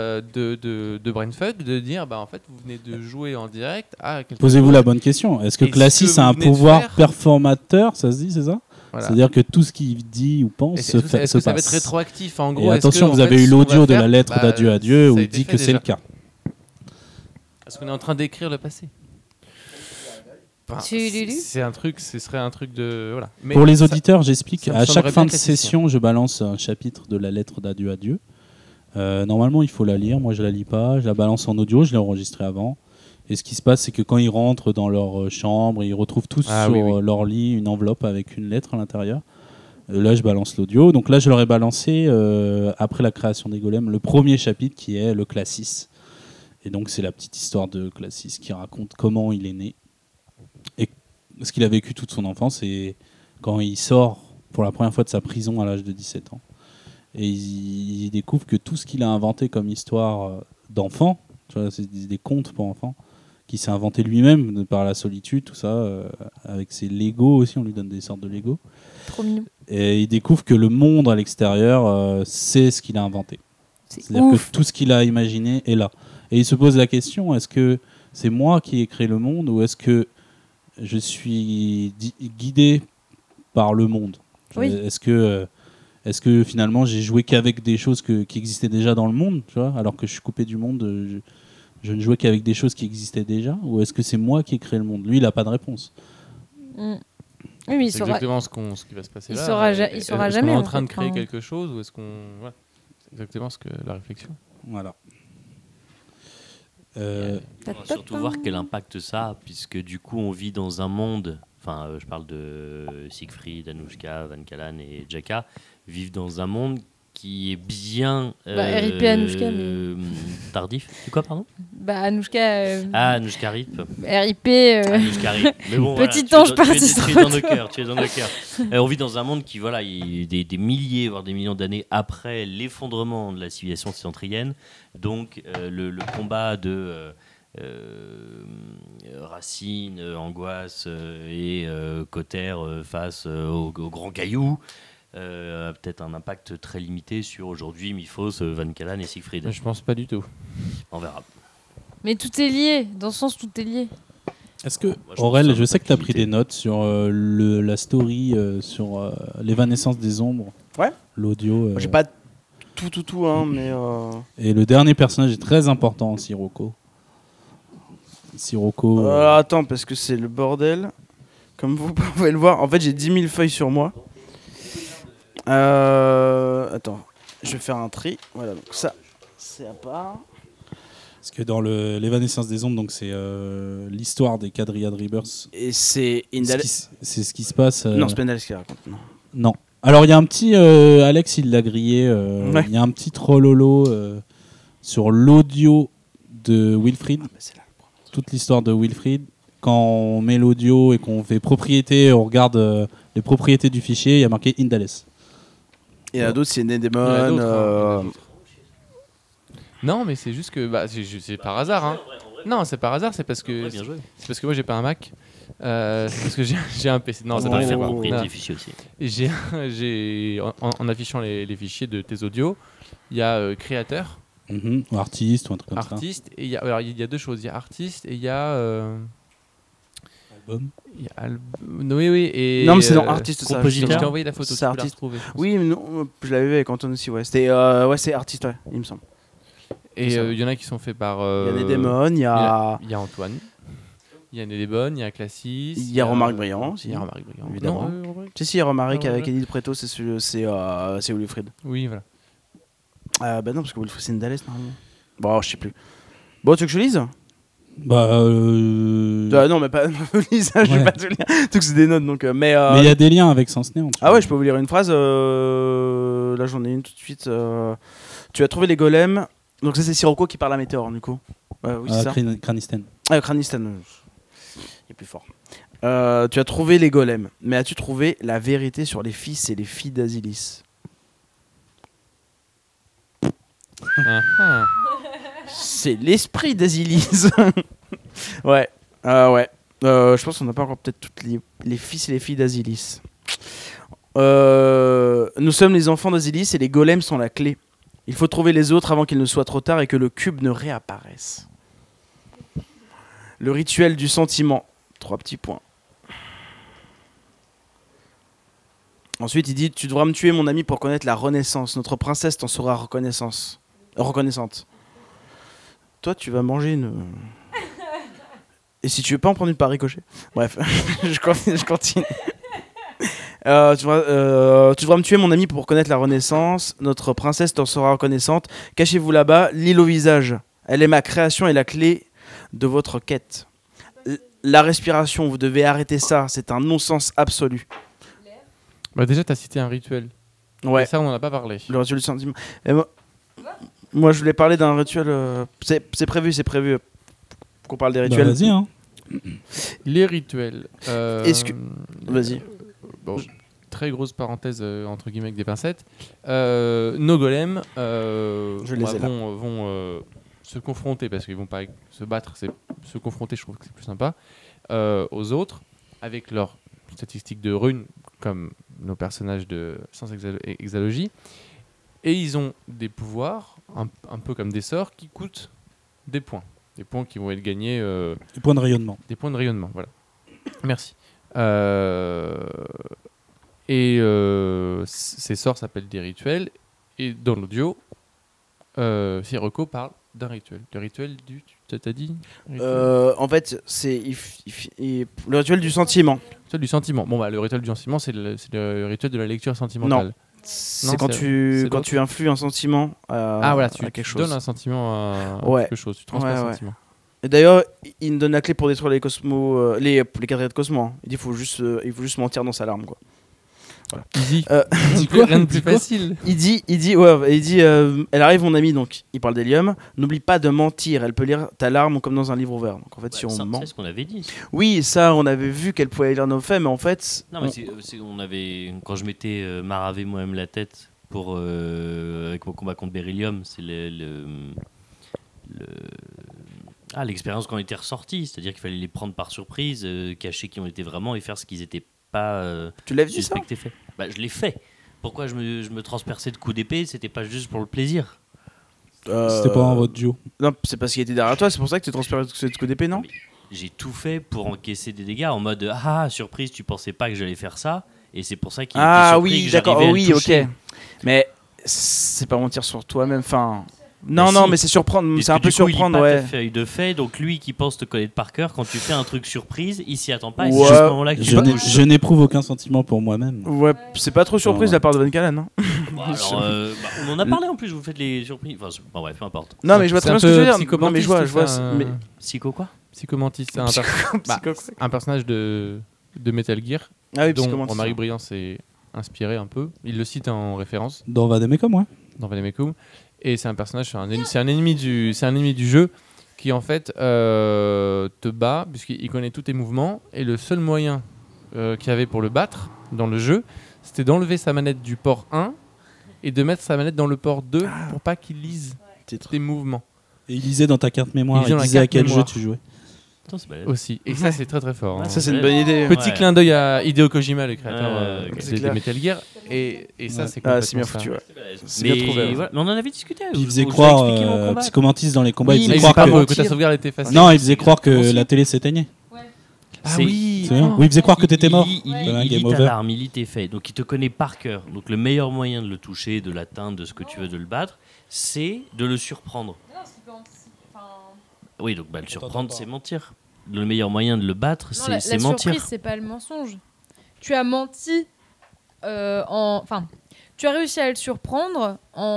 de brain fuck, de dire, bah en fait, vous venez de jouer en direct à quelque Posez-vous chose. la bonne question. Est-ce que Et ce Classis que a un vous venez de pouvoir faire- performateur, ça se dit, c'est ça? Voilà. C'est-à-dire que tout ce qu'il dit ou pense Et se est-ce se que ça va être passe. rétroactif en gros? Et est-ce attention, que, vous en avez fait, eu ce qu'on l'audio va de la faire, lettre bah, d'adieu à Dieu ça où a il été dit fait que c'est le déjà. cas. Est-ce qu'on est en train d'écrire le passé? Enfin, c'est un truc, ce serait un truc de voilà. Mais Pour les ça- auditeurs, j'explique. ça me À chaque semblerait fin bien de classifié. session, je balance un chapitre de la lettre d'adieu à Dieu. Normalement, il faut la lire. Moi, je la lis pas. Je la balance en audio. Je l'ai enregistré avant. Et ce qui se passe, c'est que quand ils rentrent dans leur chambre, ils retrouvent tous sur oui, oui. leur lit une enveloppe avec une lettre à l'intérieur. Là, je balance l'audio. Donc là, je leur ai balancé, après la création des golems, le premier chapitre qui est le Classis. Et donc, c'est la petite histoire de Classis qui raconte comment il est né et ce qu'il a vécu toute son enfance. Et quand il sort pour la première fois de sa prison à l'âge de 17 ans, et il découvre que tout ce qu'il a inventé comme histoire d'enfant, tu vois, c'est des contes pour enfants, qu'il s'est inventé lui-même par la solitude, tout ça, avec ses Lego aussi, on lui donne des sortes de Lego. Trop mignon. Et il découvre que le monde à l'extérieur, c'est ce qu'il a inventé. C'est C'est-à-dire ouf. que tout ce qu'il a imaginé est là. Et il se pose la question, est-ce que c'est moi qui ai créé le monde ou est-ce que je suis guidé par le monde? Oui. Est-ce que finalement j'ai joué qu'avec des choses qui existaient déjà dans le monde, tu vois, alors que je suis coupé du monde, je ne jouais qu'avec des choses qui existaient déjà? Ou est-ce que c'est moi qui ai créé le monde? Lui, il n'a pas de réponse. Mm. Oui, mais il c'est saura. exactement ce qui va se passer il là. saura ja- Est-ce il saura qu'on jamais, est en en train de fait, créer enfin. quelque chose ou est-ce qu'on voilà. C'est exactement la réflexion. Voilà. Ta- On va ta- surtout ta- voir quel impact ça a, puisque du coup on vit dans un monde, enfin je parle de Siegfried, Anushka, Van Callen et Jaka, vivent dans un monde qui est bien RIP Anushka, tardif. C'est quoi, pardon? Bah, Anushka. Ah, Anushka RIP. RIP. Anushka RIP. Mais bon, Petit voilà, ange parti tu es sur dans autre. nos cœurs, tu es dans nos cœurs. On vit dans un monde qui, voilà, des milliers, voire des millions d'années après l'effondrement de la civilisation septentrienne. Donc, le combat de Racine, Angoisse et Cotter face aux grands cailloux a peut-être un impact très limité sur aujourd'hui Miphos, Van Callen et Siegfried. Mais je pense pas du tout. On verra. Mais tout est lié. Dans ce sens, tout est lié. Est-ce que, Moi, je trouve Aurel, ça je sais que tu as pris limité. des notes sur la story, sur l'évanescence des ombres, Ouais. l'audio. J'ai pas tout, hein, mais. Et le dernier personnage est très important aussi, Rocco. Sirocco. Attends, parce que c'est le bordel. Comme vous pouvez le voir, en fait, j'ai 10 000 feuilles sur moi. Attends, je vais faire un tri. Voilà, donc ça, c'est à part. Parce que dans l'Évanescence des ombres, donc c'est l'histoire des Quadriad Rebirths. Et c'est Indales. C'est ce qui se passe. Non, c'est pas Indales qui raconte. Non. Alors il y a un petit Alex, il l'a grillé. Ouais. Il y a un petit trollolo sur l'audio de Wilfried. C'est là. Toute l'histoire de Wilfried. Quand on met l'audio et qu'on fait propriété, on regarde les propriétés du fichier, il y a marqué Indales. Et il y en a d'autres, c'est Il y en a Nedemon. d'autres, hein, il y en a d'autres. Non, mais c'est juste que c'est par hasard. Hein. Non, c'est par hasard, c'est parce que Bien joué. c'est parce que moi j'ai pas un Mac. C'est parce que j'ai un PC. Non, ça On n'a va rien à faire voir. propriété Non. du fichier aussi. Et en affichant les fichiers de tes audios, il y a créateur, Ou artiste ou un truc comme artiste, et alors, il y a deux choses. Il y a artiste et il y a. ça. Album. Oui, et. Non, mais c'est dans artiste, ça. compositeur. Je t'ai envoyé la photo. C'est tu peux la artiste. retrouver, je pense. Oui, mais non, je l'avais vu avec Antoine aussi, ouais. C'était, c'est artiste, ouais, il me semble. Et c'est ça. il y en a qui sont faits par. Il y a Nedemon, il y a Antoine. Il y a Nedebon, il y a Classis. Il y a Romaric Briand aussi. Il y a Romaric Briand. Évidemment. Non, Romaric. Si, si, Romaric Ah, avec ouais. Edith Preto, c'est Wilfried. Oui, voilà. Bah non, parce que Wilfried, c'est Indales, normalement. Bon, je sais plus. Bon, tu veux que je lise Bah, Non, mais pas lise, je vais Ouais. pas tout lire. Tout que c'est des notes, donc. Mais il y a des liens avec Sens Néant. Ah ouais, je peux vous lire une phrase. Là, j'en ai une tout de suite. Tu as trouvé les golems. Donc, ça, c'est Sirocco qui parle à Météor, du coup. Oui, c'est ça. Cranisten. Cranistan. Il est plus fort. Tu as trouvé les golems. Mais as-tu trouvé la vérité sur les fils et les filles d'Asilis? Ah. C'est l'esprit d'Asilis. Ouais. Ouais. Je pense qu'on n'a pas encore peut-être toutes les fils et les filles d'Asilis. Nous sommes les enfants d'Asilis et les golems sont la clé. Il faut trouver les autres avant qu'il ne soit trop tard et que le cube ne réapparaisse. Le rituel du sentiment. 3 petits points. Ensuite, il dit: tu devras me tuer, mon ami, pour connaître la renaissance. Notre princesse t'en sera reconnaissante. Toi, tu vas manger une... Et si tu veux pas en prendre une par ricochet. Bref, je continue. Tu devras me tuer, mon ami, pour connaître la renaissance. Notre princesse t'en sera reconnaissante. Cachez-vous là-bas, l'île au visage. Elle est ma création et la clé de votre quête. La respiration, vous devez arrêter ça. C'est un non-sens absolu. Bah déjà, tu as cité un rituel. Ouais. Et ça, on n'en a pas parlé. Le rituel du sentiment. Et moi, je voulais parler d'un rituel. C'est prévu qu'on parle des rituels. Bah, vas-y, hein. Les rituels. Est-ce que- Vas-y. Bon, très grosse parenthèse entre guillemets avec des pincettes. Nos golems Je les ai là. vont se confronter, parce qu'ils vont pas se battre, c'est se confronter, je trouve que c'est plus sympa, aux autres, avec leurs statistiques de runes, comme nos personnages de Sens Exalogie. Et ils ont des pouvoirs, un peu comme des sorts, qui coûtent des points. Des points qui vont être gagnés, Des points de rayonnement. des points de rayonnement, voilà. Merci. Ces sorts s'appellent des rituels. Et dans l'audio, Sirocco parle d'un rituel. Le rituel du... T'as dit En fait, c'est le rituel du sentiment. Le rituel du sentiment. Bon, bah, le rituel du sentiment, c'est le rituel de la lecture sentimentale. C'est quand tu influes un sentiment Voilà, tu à quelque chose. donnes un sentiment à Ouais. quelque chose. Tu transmets un Ouais. sentiment. Et d'ailleurs, il me donne la clé pour détruire les cosmos, les quadrillettes cosmos. Hein. Il dit il faut juste mentir dans sa larme, quoi. Easy. Dis quoi Rien de Dis plus quoi facile. Il dit, elle arrive, mon ami, donc il parle d'hélium. N'oublie pas de mentir. Elle peut lire ta larme comme dans un livre ouvert. Donc en fait, si on ment, C'est ce qu'on avait dit. oui, ça, on avait vu qu'elle pouvait lire nos faits, mais en fait, Non, mais on avait, quand je m'étais maravé moi-même la tête avec mon combat contre Beryllium, c'est l'expérience quand on était ressortis, c'est-à-dire qu'il fallait les prendre par surprise, cacher qui on était vraiment et faire ce qu'ils n'étaient pas tu l'as vu ça? suspectés fait. Bah, je l'ai fait. Pourquoi je me transperçais de coups d'épée? C'était pas juste pour le plaisir. C'était pas en votre duo. Non, c'est parce qu'il était derrière toi. C'est pour ça que tu transpires ce coup d'épée, non? J'ai tout fait pour encaisser des dégâts en mode surprise, tu pensais pas que j'allais faire ça et c'est pour ça qu'il était surpris oui, que d'accord. j'arrivais à le Oui, toucher. ok. Mais c'est pas mentir sur toi-même. Enfin, Non, Bah, si. mais c'est surprendre. Puisque C'est un peu du coup, surprendre, il lit pas ouais. ta feuille de fait, donc lui qui pense te connaître par cœur, quand tu fais un truc surprise, il s'y attend pas. Et Ouais. c'est juste à ce moment-là que tu bouges. Je n'éprouve aucun sentiment pour moi-même. Ouais, c'est pas trop surprise de la part de Van Callen, hein. Bon, alors, on en a parlé en plus, vous faites les surprises. Enfin, bon, bref, peu importe. Non, mais je vois C'est très bien un ce que je veux peu dire. Non, mais je vois, psychomantiste, mais Psycho quoi? Psychomantis, c'est un personnage de Metal Gear, ah oui, dont psychomantiste. Romaric Briand s'est inspiré un peu. Il le cite en référence Dans Vademecum, ouais. dans Vademecum. Et c'est un personnage, c'est un ennemi du jeu qui en fait te bat puisqu'il connaît tous tes mouvements. Et le seul moyen qu'il y avait pour le battre dans le jeu, c'était d'enlever sa manette du port 1 et de mettre sa manette dans le port 2 pour pas qu'il lise tes mouvements Et il lisait dans ta carte mémoire, Il lisait il dans la disait à carte quel mémoire. jeu tu jouais. Attends, c'est balèze. aussi. Et ça, c'est très très fort. hein. Ça, c'est une bonne idée. Petit Ouais. clin d'œil à Hideo Kojima, le créateur ok. des C'est clair. Metal Gear. Et ça, Ouais. c'est Ah, c'est bien complètement foutu, ça. ouais. C'est balèze. C'est bien trouvé, ouais. Voilà. Mais on en avait discuté. Puis il Vous faisait avez croire, expliqué mon combat. Psychomantis dans les combats, Oui, il Mais faisait il croire croire que... que ta sauvegarde était facile. Non, il faisait croire que la télé s'éteignait. Ah C'est- oui. C'est bien. Oui, il faisait croire que t'étais mort. Il T'avais un lit game ta over. larme, il lit tes faits. Donc il te connaît par cœur. Donc le meilleur moyen de le toucher, de l'atteindre, de ce que tu veux, de le battre, c'est de le surprendre. Oui, donc le surprendre, c'est mentir. Le meilleur moyen de le battre, Non, la c'est mentir. surprise, c'est pas le mensonge. Tu as menti enfin, tu as réussi à le surprendre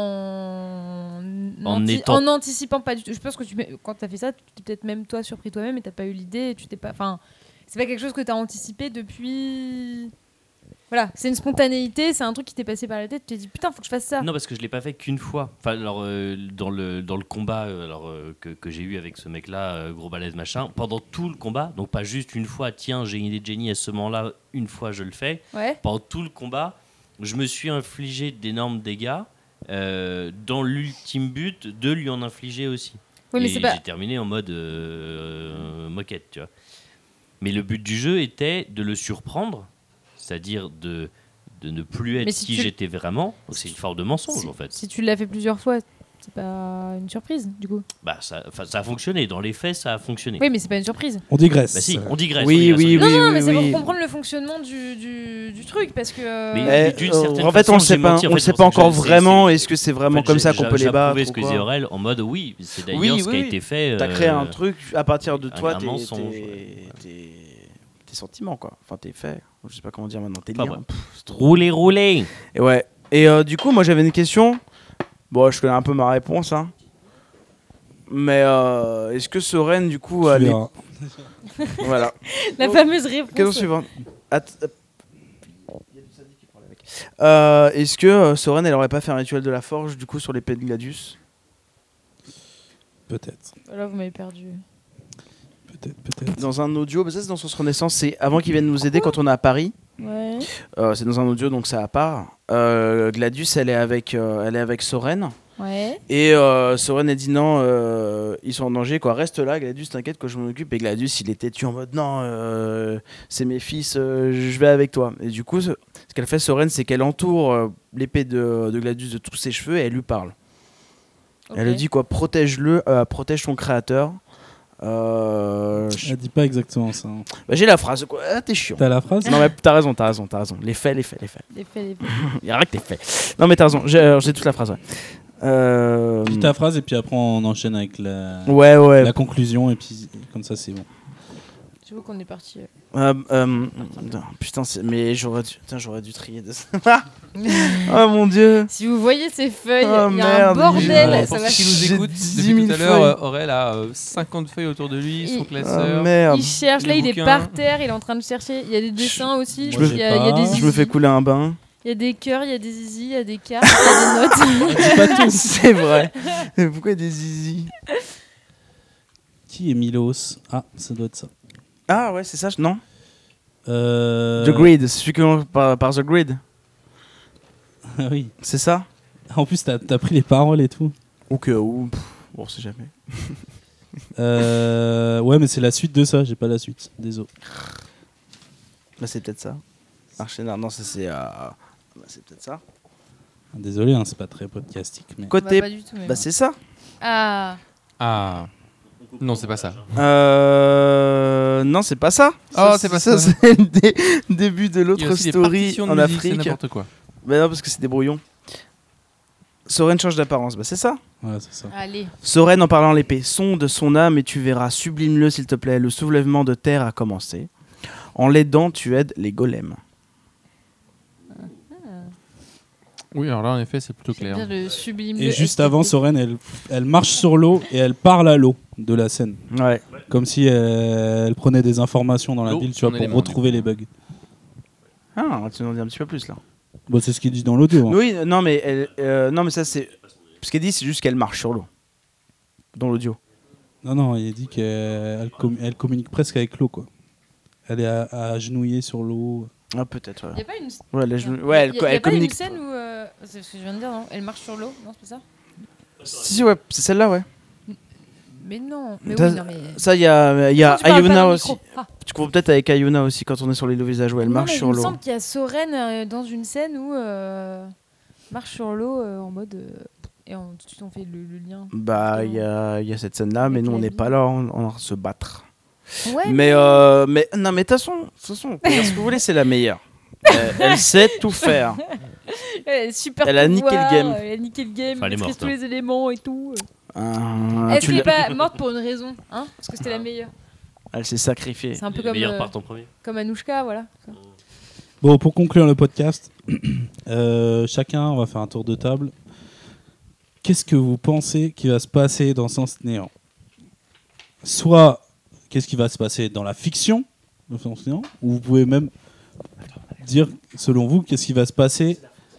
en anticipant pas du tout. Je pense que quand tu as fait ça, tu t'es peut-être même toi surpris toi-même et t'as pas eu l'idée et tu t'es pas. Enfin, c'est pas quelque chose que tu as anticipé depuis. Voilà, c'est une spontanéité, c'est un truc qui t'est passé par la tête. Tu t'es dit putain, faut que je fasse ça. Non, parce que je l'ai pas fait qu'une fois. Enfin, alors dans le combat que j'ai eu avec ce mec-là, gros balèze machin, pendant tout le combat, donc pas juste une fois, tiens, j'ai une idée de génie à ce moment-là, une fois je le fais. Ouais. Pendant tout le combat, je me suis infligé d'énormes dégâts dans l'ultime but de lui en infliger aussi. Oui, mais Et c'est pas. j'ai terminé en mode moquette, tu vois. Mais le but du jeu était de le surprendre, c'est-à-dire de ne plus être Mais si qui tu- j'étais vraiment. Donc c'est une forme de mensonge, en fait. Si tu l'as fait plusieurs fois, c'est pas une surprise du coup. Bah, ça a fonctionné. Dans les faits, ça a fonctionné. Oui, mais c'est pas une surprise. On digresse. Bah si, on digresse. Oui, on digresse, oui, on digresse. Non, mais c'est oui. pour comprendre le fonctionnement du truc parce que. Mais d'une certaine En fait, façon, on le sait j'ai pas, menti, en on le fait, sait c'est pas pour ça que encore j'ai- vraiment. c'est- Est-ce que c'est En vraiment fait, comme ça qu'on peut les battre J'ai ou ce que quoi disait Aurel en mode oui, c'est d'ailleurs Oui, ce qui a oui. été fait. T'as créé un truc à partir de un toi, mensonge, tes sentiments, quoi. Enfin, tes faits. Je sais pas comment dire maintenant. Tes Enfin, liens. bref. Pff, c'est trop- Rouler. Et ouais. Et du coup, moi, j'avais une question. Bon, je connais un peu ma réponse, hein. Mais est-ce que Soren, du coup, Tu allait... verras. Voilà. La fameuse réponse. Question suivante. Est-ce que Soren, elle aurait pas fait un rituel de la forge, du coup, sur l'épée de Gladius? Peut-être. Là, vous m'avez perdu. Peut-être. Dans un audio, bah ça c'est dans Source Renaissance, c'est avant qu'ils viennent nous aider quand on est à Paris. Ouais. C'est dans un audio, donc ça à part. Gladius, elle est avec Soren. Ouais. Et Soren a dit non, ils sont en danger, quoi. Reste là, Gladius, t'inquiète que je m'en occupe. Et Gladius, il était tué en mode non, c'est mes fils, je vais avec toi. Et du coup, ce qu'elle fait, Soren, c'est qu'elle entoure l'épée de Gladius de tous ses cheveux et elle lui parle. Ok. Elle lui dit quoi, protège-le, protège ton créateur. Elle dit pas exactement ça. hein. Bah, j'ai la phrase, quoi. Ah, t'es chiant. T'as la phrase Non mais t'as raison. Les faits. Les faits. Il y a rien que tes faits. Non mais t'as raison, j'ai toute la phrase. Ouais. Dis ta phrase et puis après on enchaîne avec Ouais. la conclusion et puis comme ça c'est bon. Je vois qu'on est parti. Putain, mais j'aurais dû trier de ça. Oh mon dieu. Si vous voyez ces feuilles, Oh, il y a un merde, bordel. j'ai- Ça Pour va. ceux qui nous J'ai écoutent 10 depuis 000 tout à l'heure, feuilles. Aurel a 50 feuilles autour de lui, son Il- Oh classeur. merde. Il cherche, là Les il est bouquins. par terre, il est en train de chercher. Il y a des dessins aussi, Moi, il y a des j'ai pas. zizi, Je me fais couler un bain. il y a des cœurs, il y a des zizi, il y a des cartes, il y a des notes. Dis pas tout. C'est vrai. Mais pourquoi des zizi? Qui est Milos? Ah, ça doit être ça. Ah ouais, c'est ça, non? The The Grid, c'est celui que par The Grid. Oui. C'est ça? En plus t'as pris les paroles et tout. Ou que ou bon, c'est jamais. Ouais mais c'est la suite de ça, j'ai pas la suite. Désolé. Bah c'est peut-être ça. Archénar, non, ça c'est bah, c'est peut-être ça. Désolé, hein, c'est pas très podcastique. Mais... Côté Bah, pas du tout, mais bah bon. c'est ça. Ah, Ah. Non, c'est pas ça. Non, c'est pas ça. Oh, c'est pas ça. C'est le début de Il y a l'autre aussi des story partitions de en musique, c'est Afrique. n'importe quoi. Bah non, parce que c'est des brouillons. Soren change d'apparence, bah c'est ça. Ouais, c'est ça. Allez. Soren en parlant l'épée, sonde son âme et tu verras, sublime-le s'il te plaît, le soulèvement de terre a commencé. En l'aidant, tu aides les golems. Oui, alors là, en effet, c'est plutôt J'aime clair. bien le sublime. Et juste avant, Soren, elle marche sur l'eau et elle parle à l'eau de la scène. Ouais. Comme si elle prenait des informations dans la L'eau, ville, tu vois, son pour élément, retrouver les bugs. Ah, tu nous en dis un petit peu plus là. Bon, c'est ce qu'il dit dans l'audio. Hein. Oui, non mais, non, mais ça c'est... Ce qu'elle dit, c'est juste qu'elle marche sur l'eau. Dans l'audio. Non, il dit qu'elle elle communique presque avec l'eau, quoi. Elle est agenouillée sur l'eau. Ah, peut-être, Il n'y a pas une, ouais. y a Elle pas communique. une scène où. C'est ce que je viens de dire, non? Elle marche sur l'eau, non? C'est pas ça? Si, ouais, c'est celle-là, ouais. Mais non. Mais T'as- oui, non, mais. Ça, il y a Pourquoi tu parles pas Ayuna dans le aussi. micro? Ah. Tu comprends peut-être avec Ayuna aussi quand on est sur les visages où elle Non, marche mais sur il me l'eau. semble qu'il y a Soren dans une scène où marche sur l'eau en mode et tout de suite on fait le lien. Bah, il y a cette scène-là, mais Avec nous on la n'est vie. pas là, on va se battre. Ouais. Mais non, mais de toute façon, on peut dire ce que vous voulez, c'est la meilleure. Elle sait tout faire. Elle est super. Elle a niqué le game. Elle a niqué le game. Enfin, elle est Elle maîtrise morte, tous les éléments et tout. Ah, Est-ce qu'elle est pas morte pour une raison, hein? Parce que c'était la meilleure. Elle s'est sacrifiée. C'est un peu Les comme meilleurs partent en premier. comme Anouchka, voilà. Bon, pour conclure le podcast, chacun, on va faire un tour de table. Qu'est-ce que vous pensez qui va se passer dans Sens Néant? Soit, qu'est-ce qui va se passer dans la fiction de Sens Néant, ou vous pouvez même dire, selon vous, qu'est-ce qui va se passer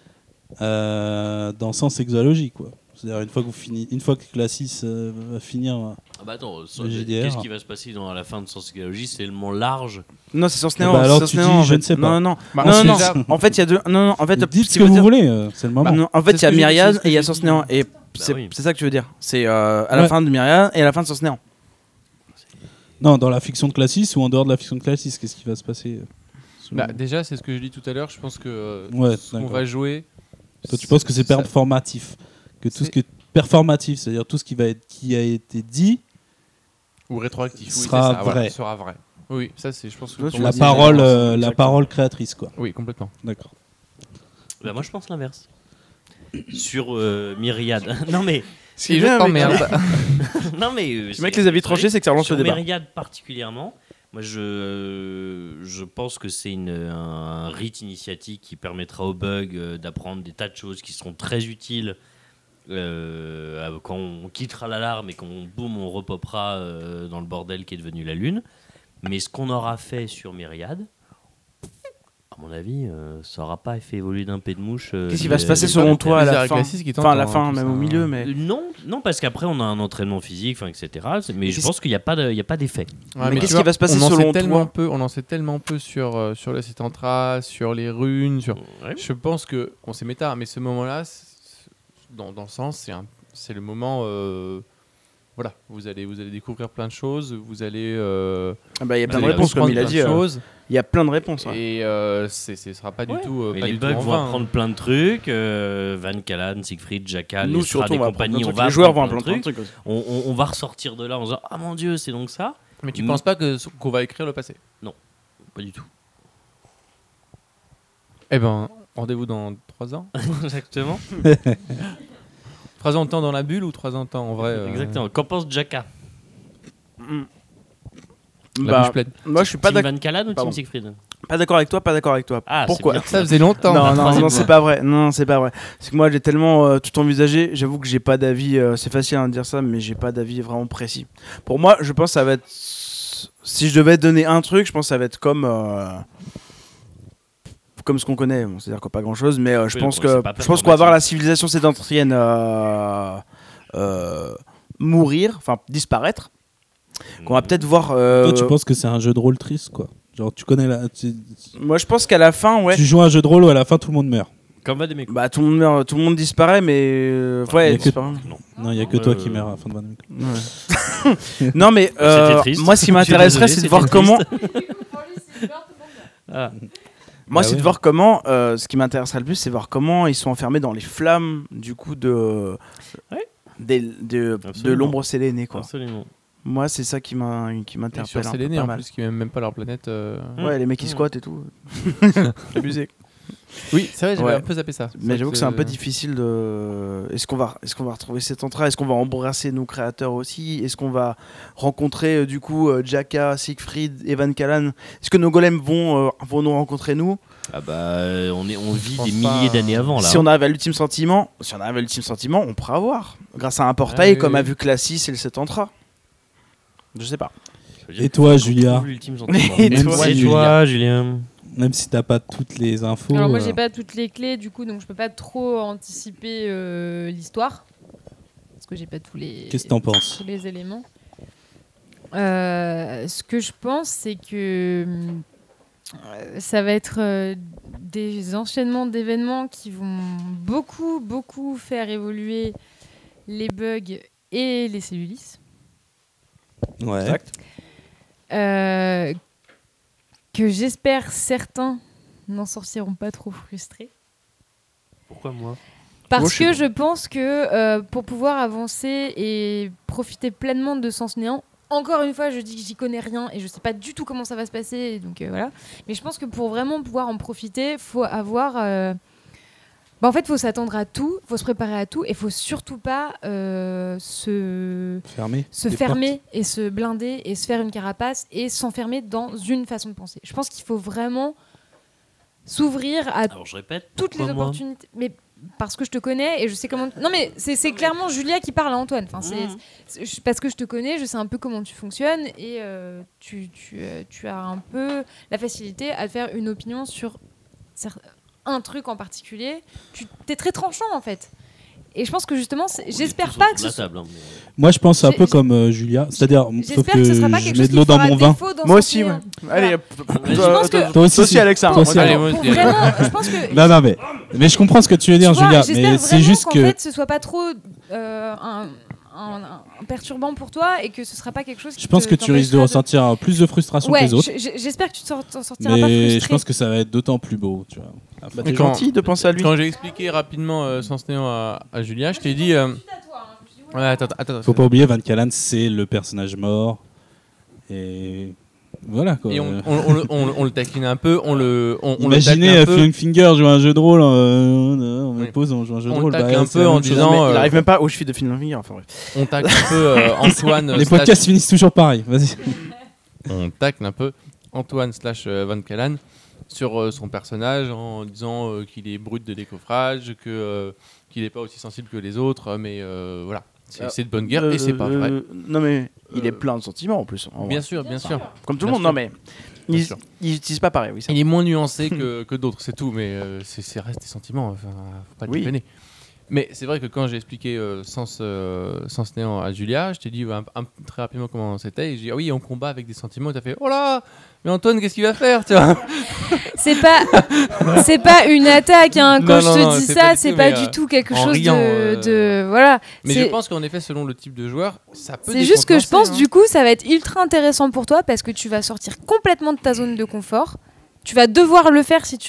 dans Sens Exologie, quoi. C'est-à-dire une fois que Classis va finir. Ah bah attends, Le JDR. qu'est-ce qui va se passer à la fin de Sens Exologie? C'est tellement large. Non, c'est Sens Bah Néant. alors c'est Sens tu Néant, dis, en je fait. ne sais pas. Non, non, Bah, non, on non, sait non. En fait, il y a deux. Non, non, en fait, Dites ce ce que vous voulez, c'est le moment. Non, en fait, il y a C'est ce que j'ai- Myriad c'est ce que et il y a j'ai Sens dit. Néant. Et oui. c'est ça que tu veux dire. C'est à la Ouais. fin de Myriad et à la fin de Sens Néant. Non, dans la fiction de Classis ou en dehors de la fiction de Classis, qu'est-ce qui va se passer selon Bah, vous déjà, c'est ce que je dis tout à l'heure. Je pense que Ouais, ce qu'on d'accord. va jouer. Toi, tu penses que c'est ça- performatif, que tout C'est- ce qui est performatif, c'est-à-dire tout ce qui a été dit, Ou rétroactif. Oui, Sera c'est ça, voilà, vrai. sera vrai. Oui, ça, c'est. Je pense que. Toi, tu pour l'as moi, dit, c'est- exactement. la parole créatrice, quoi. Oui, complètement. D'accord. Bah moi je pense l'inverse. Sur Myriad. Non mais Si bien, je mec. t'emmerde. non mais Le mec les avis tranchés, c'est que ça relance sur le débat. Myriad particulièrement, moi je pense que c'est un rite initiatique qui permettra aux bugs d'apprendre des tas de choses qui seront très utiles quand on quittera l'alarme et qu'on boum on repopera dans le bordel qui est devenu la lune. Mais ce qu'on aura fait sur Myriad, à mon avis, ça n'aura pas fait évoluer d'un pé de mouche. Qu'est-ce qui va se passer c'est selon pas toi à les la arrêts fin? classiques qui Enfin, à la t'entendent, fin, hein, même tout au ça. milieu, mais. Non, parce qu'après on a un entraînement physique, etc. Mais je qu'est-ce- pense qu'il n'y a pas d'effet. Ouais, Mais tu qu'est-ce vois, qui va se passer on en sait selon tellement toi peu, On en sait tellement peu sur le Settantra, sur les runes. Ouais. Je pense que. On s'est méta, mais ce moment-là, dans le sens, c'est le moment. Voilà, vous allez découvrir plein de choses. Vous allez. Ah bah, il y a plein de vous allez réponses, comme il a comprendre dit. plein de choses. Il y a plein de réponses. Ouais. Et ce sera pas Ouais. du tout. Mais pas les du tout bugs en vont vain. apprendre plein de trucs. Van Kalan, Siegfried, Jackal, Nous, Lestra surtout, et on va apprendre compagnie, plein on de va trucs. Les joueurs vont apprendre apprendre plein plein de de trucs. trucs. On va ressortir de là en disant ah mon dieu c'est donc ça. Mais tu penses pas qu'on va écrire le passé? Pas du tout. Eh ben, rendez-vous dans 3 ans. Exactement. 3 ans de temps dans la bulle ou 3 ans de temps en vrai Exactement. Qu'en pense Jaka? La Bah, bouche pleine. moi, je suis pas Team d'accord. Van Kalan ou Team Pardon. Siegfried? Pas d'accord avec toi, pas d'accord avec toi. Ah, Pourquoi c'est bien. Ça faisait longtemps. Non, non, troisième non, fois. c'est pas vrai. Non, c'est pas vrai. C'est que moi, j'ai tellement tout envisagé. J'avoue que j'ai pas d'avis. C'est facile de dire ça, mais j'ai pas d'avis vraiment précis. Pour moi, je pense que ça va être. Si je devais donner un truc, je pense que ça va être comme ce qu'on connaît. Bon, c'est-à-dire que pas grand-chose, mais je Oui, pense donc, c'est que pas je pense qu'on va voir la performatif. civilisation sédentarienne mourir, enfin disparaître. Qu'on va peut-être voir. Toi, tu penses que c'est un jeu de rôle triste, quoi. Genre, tu connais Moi, je pense qu'à la fin, ouais. tu joues à un jeu de rôle où à la fin tout le monde meurt. Comme va des mecs. Bah tout le monde meurt, tout le monde disparaît, mais y ouais, a que- disparaît. Non. Non, il y a que toi qui meurs à la fin de Vanille. Ouais. Non mais C'était triste. moi ce qui Je suis m'intéresserait désolé, c'est de voir c'était comment Ah. moi Bah c'est ouais. de voir comment ce qui m'intéresserait le plus c'est voir comment ils sont enfermés dans les flammes du coup de Ouais. de Absolument. l'ombre sélénée quoi. Absolument. Moi c'est ça qui Et m'interpelle sur un peu Séléné pas en mal. plus, qui n'aiment même pas leur planète. Ouais, les mecs qui squattent et tout. Abusé. Oui, c'est vrai, j'avais Ouais. un peu zappé ça. Mais j'avoue que c'est un peu difficile de. Est-ce qu'on va retrouver cet entrain? Est-ce qu'on va embrasser nos créateurs aussi? Est-ce qu'on va rencontrer du coup Jaka, Siegfried et Van Callen? Est-ce que nos golems vont nous rencontrer nous? Ah bah, on vit pense des pas. milliers d'années avant là. Si on arrive à l'ultime sentiment, on pourra avoir grâce à un portail oui, comme oui. a vu Classis et le Setantra. Je sais pas. Et toi, Julia? L'ultime sentiment. Et Même toi, si toi, Julien. Même si t'as pas toutes les infos. Alors moi j'ai pas toutes les clés du coup donc je peux pas trop anticiper l'histoire parce que j'ai pas tous les Qu'est-ce que t'en penses? tous les éléments. Ce que je pense c'est que ça va être des enchaînements d'événements qui vont beaucoup faire évoluer les bugs et les cellulis. Ouais. Exact. Que j'espère certains n'en sortiront pas trop frustrés. Pourquoi moi? Parce Moi, je sais que pas. je pense que pour pouvoir avancer et profiter pleinement de Sens Néant, encore une fois, je dis que j'y connais rien et je sais pas du tout comment ça va se passer, et donc voilà. Mais je pense que pour vraiment pouvoir en profiter, faut avoir. En fait, faut s'attendre à tout, faut se préparer à tout, et faut surtout pas se fermer et se blinder et se faire une carapace et s'enfermer dans une façon de penser. Je pense qu'il faut vraiment s'ouvrir à Alors je répète. toutes les pourquoi moi opportunités. Mais parce que je te connais et je sais comment. Non, mais c'est clairement Julia qui parle à Antoine. Enfin, parce que je te connais, je sais un peu comment tu fonctionnes et tu as un peu la facilité à te faire une opinion sur un truc en particulier. Tu es très tranchant en fait. Et je pense que justement, j'espère pas que ce soit. Moi, je pense un peu comme Julia, c'est-à-dire sauf J'espère que que ce sera pas je quelque mets chose de l'eau qui dans fera mon vin. défaut dans Moi Sens aussi, ouais. Néant. Allez, Je pense que- Toi aussi, Alexa. toi aussi. Allez, moi Pour aussi. vraiment, je pense que. Non, mais je comprends ce que tu veux dire, Tu vois, Julia, j'espère mais c'est vraiment juste qu'en que fait, ce soit pas trop un perturbant pour toi et que ce sera pas quelque chose qui je pense que tu risques de ressentir plus de frustration que Ouais, les autres, j'espère que tu t'en sortiras pas mais frustré. je pense que ça va être d'autant plus beau, tu vois. Bah, Mais t'es quand- gentil de penser à lui. Quand j'ai expliqué rapidement Sens Néant à Julia, je t'ai dit. Ouais, attends. Faut pas oublier, Van Callen, c'est le personnage mort, et voilà quoi. Et on le taquine un peu, on le Imaginez tacle un peu. Flying Finger jouer un jeu de rôle, on me Oui. pose, on joue un jeu de On rôle. le tacle bah, un c'est peu la en même chose. disant, Mais il arrive même pas aux chevilles de Finland Finger. Enfin bref. On tacle un peu Antoine. Les podcasts finissent toujours pareil, vas-y. On tacle un peu Antoine / Van Callen sur son personnage en disant qu'il est brut de décoffrage, qu'il n'est pas aussi sensible que les autres, mais voilà. C'est de bonne guerre et c'est pas vrai. Non mais il est plein de sentiments en plus. En Bien vrai. sûr, bien sûr. Comme tout le Bien monde. sûr. Non mais Bien ils sûr. utilisent pas pareil. Oui. Ça. Il est moins nuancé que d'autres, c'est tout, mais c'est reste des sentiments, enfin, faut pas Oui. déconner. Mais c'est vrai que quand j'ai expliqué Sens Néant à Julia, je t'ai dit très rapidement comment c'était, et j'ai dit ah oui, on combat avec des sentiments, et t'as fait oh là, mais Antoine, qu'est-ce qu'il va faire, tu vois? C'est pas une attaque, hein. Quand Non, je non, te dis c'est ça, pas du c'est tout, pas mais, du tout quelque en chose riant, de voilà. Mais C'est- je pense qu'en effet, selon le type de joueur, ça peut C'est juste que je pense décontenancer, du coup ça va être ultra intéressant pour toi parce que tu vas sortir complètement de ta zone de confort. Tu vas devoir le faire si tu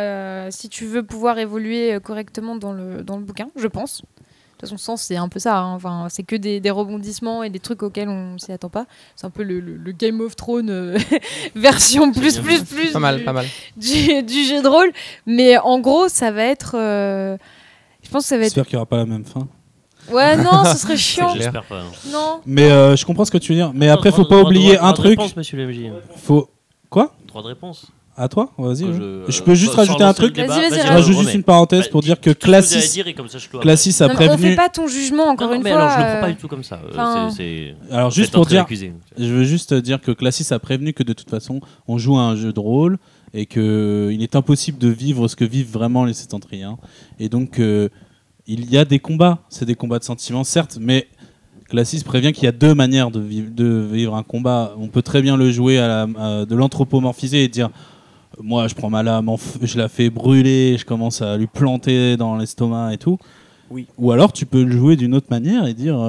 veux pouvoir évoluer correctement dans le bouquin, je pense. De toute façon, Sens, c'est un peu ça. Hein. Enfin, c'est que des rebondissements et des trucs auxquels on s'y attend pas. C'est un peu le Game of Thrones version plus Pas mal, pas mal. du jeu de rôle. Mais en gros, ça va être. Je pense que ça va être. J'espère qu'il n'y aura pas la même fin. Ouais, non, ce serait chiant. J'espère pas. Non. Mais je comprends ce que tu veux dire. Mais après, faut pas oublier un truc. Droit de réponse, monsieur le MJ. Faut quoi? Droit de réponse. À toi? Vas-y. Que Je peux juste sans rajouter un lancer le truc. débat, Vas-y, Je vas-y, rajoute juste une parenthèse pour dire que Classis a Non, mais on fait prévenu. pas ton jugement encore Non, une mais fois. alors je le prends pas du tout comme ça. enfin, Alors juste pour dire, je veux juste dire que Classis a prévenu que de toute façon, on joue à un jeu de rôle et que il est impossible de vivre ce que vivent vraiment les Septentriens. Et donc il y a des combats, c'est des combats de sentiments certes, mais Classis prévient qu'il y a deux manières de vivre un combat. On peut très bien le jouer de l'anthropomorphiser et dire moi je prends ma lame, je la fais brûler, je commence à lui planter dans l'estomac et tout. Oui. Ou alors tu peux le jouer d'une autre manière et dire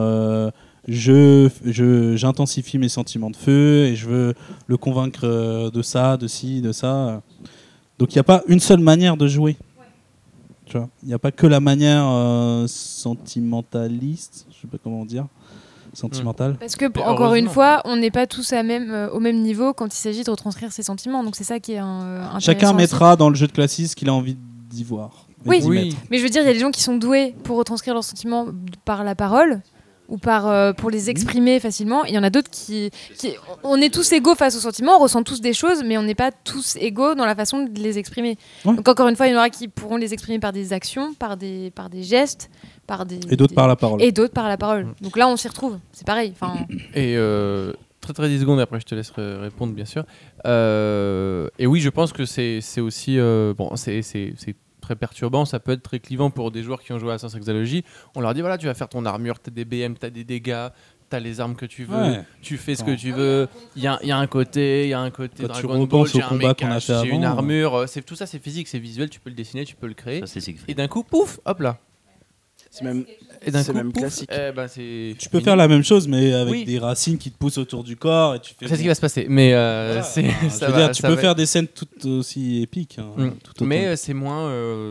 j'intensifie mes sentiments de feu et je veux le convaincre de ça, de ci, de ça. Donc il n'y a pas une seule manière de jouer. Tu vois, il n'y a pas que la manière sentimentaliste, je sais pas comment dire, sentimentale. Parce que, Mais encore une heureusement. fois, on n'est pas tous au même niveau quand il s'agit de retranscrire ses sentiments. Donc c'est ça qui est intéressant. Chacun aussi. mettra dans le jeu de Classis ce qu'il a envie d'ivoire. Oui. Oui. Mais je veux dire, il y a des gens qui sont doués pour retranscrire leurs sentiments par la parole ou pour les exprimer facilement. Il y en a d'autres qui... On est tous égaux face aux sentiments, on ressent tous des choses, mais on n'est pas tous égaux dans la façon de les exprimer. Ouais. Donc encore une fois, il y en aura qui pourront les exprimer par des actions, par des gestes, Et d'autres par la parole. Et d'autres par la parole. Donc là, on s'y retrouve. C'est pareil. Et très 10 secondes, après je te laisse répondre, bien sûr. Et oui, je pense que c'est aussi... c'est très perturbant, ça peut être très clivant pour des joueurs qui ont joué à Sens Exalogie. On leur dit, voilà, tu vas faire ton armure, t'as des BM, t'as des dégâts, t'as les armes que tu veux, tu fais ce que tu veux. Il y a un côté Quand Dragon tu Ball, repenses j'ai au un combat mec, qu'on a fait j'ai une avant, armure. Tout ça, c'est physique, c'est visuel, tu peux le dessiner, tu peux le créer. Ça, c'est Siegfried. Et d'un coup, pouf, hop là. C'est même, Et d'un c'est coup, même pouf, classique. Tu peux faire la même chose, mais avec Oui. des racines qui te poussent autour du corps. Et tu fais C'est ce qui va se passer. Mais je veux dire, tu peux faire des scènes tout aussi épiques. Tout autant. Mais c'est moins.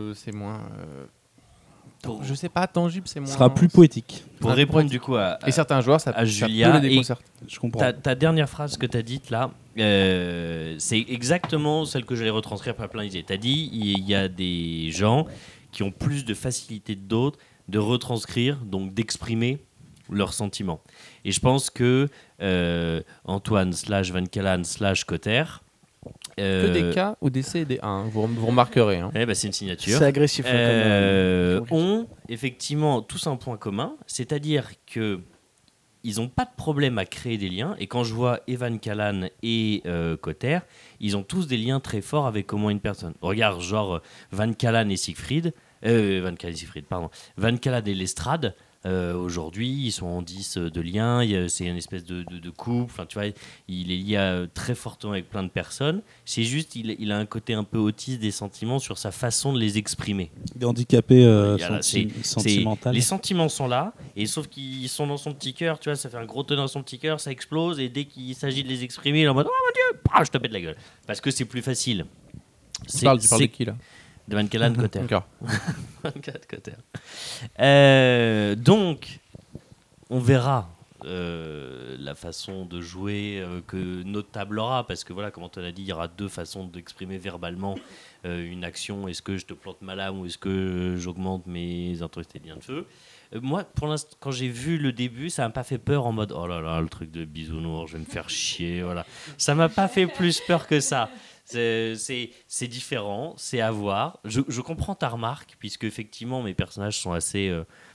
Je sais pas, tangible, c'est moins. Ce sera plus poétique. Pour Ouais, répondre ouais. du coup à Et certains joueurs, ça Julia peut les et- déconcerter. Je comprends. ta dernière phrase que tu as dite là, c'est exactement celle que j'allais retranscrire par plein d'idées. Tu as dit il y a des gens qui ont plus de facilité que d'autres de retranscrire, donc d'exprimer leurs sentiments. Et je pense que Antoine /Van Callan /Cotter. Que des K ou des C et des A, hein. Vous remarquerez. Hein. C'est une signature. C'est agressif. Ont effectivement tous un point commun, c'est-à-dire que ils n'ont pas de problème à créer des liens. Et quand je vois Evan Callan et Cotter, ils ont tous des liens très forts avec au moins une personne. Regarde, genre Van Callan et Siegfried, Van Callan et Lestrade. Aujourd'hui, ils sont en 10 de liens, c'est une espèce de couple, enfin, tu vois, il est lié très fortement avec plein de personnes. C'est juste, il a un côté un peu autiste des sentiments sur sa façon de les exprimer. Des handicapés Voilà, sentimentaux. Les sentiments sont là, et sauf qu'ils sont dans son petit cœur, tu vois, ça fait un gros tonneau dans son petit cœur, ça explose, et dès qu'il s'agit de les exprimer, il est en mode « Oh mon Dieu, je te pète la gueule !» Parce que c'est plus facile. Tu parles de qui là? De Van Callan Cotter. D'accord. Donc, on verra la façon de jouer que notre table aura, parce que voilà, comme on l'a dit, il y aura deux façons d'exprimer verbalement une action. Est-ce que je te plante ma lame ou est-ce que j'augmente mes intensité de liens de feu? Moi, pour l'instant, quand j'ai vu le début, ça m'a pas fait peur en mode oh là là, le truc de bisounours, je vais me faire chier. Voilà, ça m'a pas fait plus peur que ça. C'est différent, c'est à voir. Je comprends ta remarque, puisque effectivement mes personnages sont assez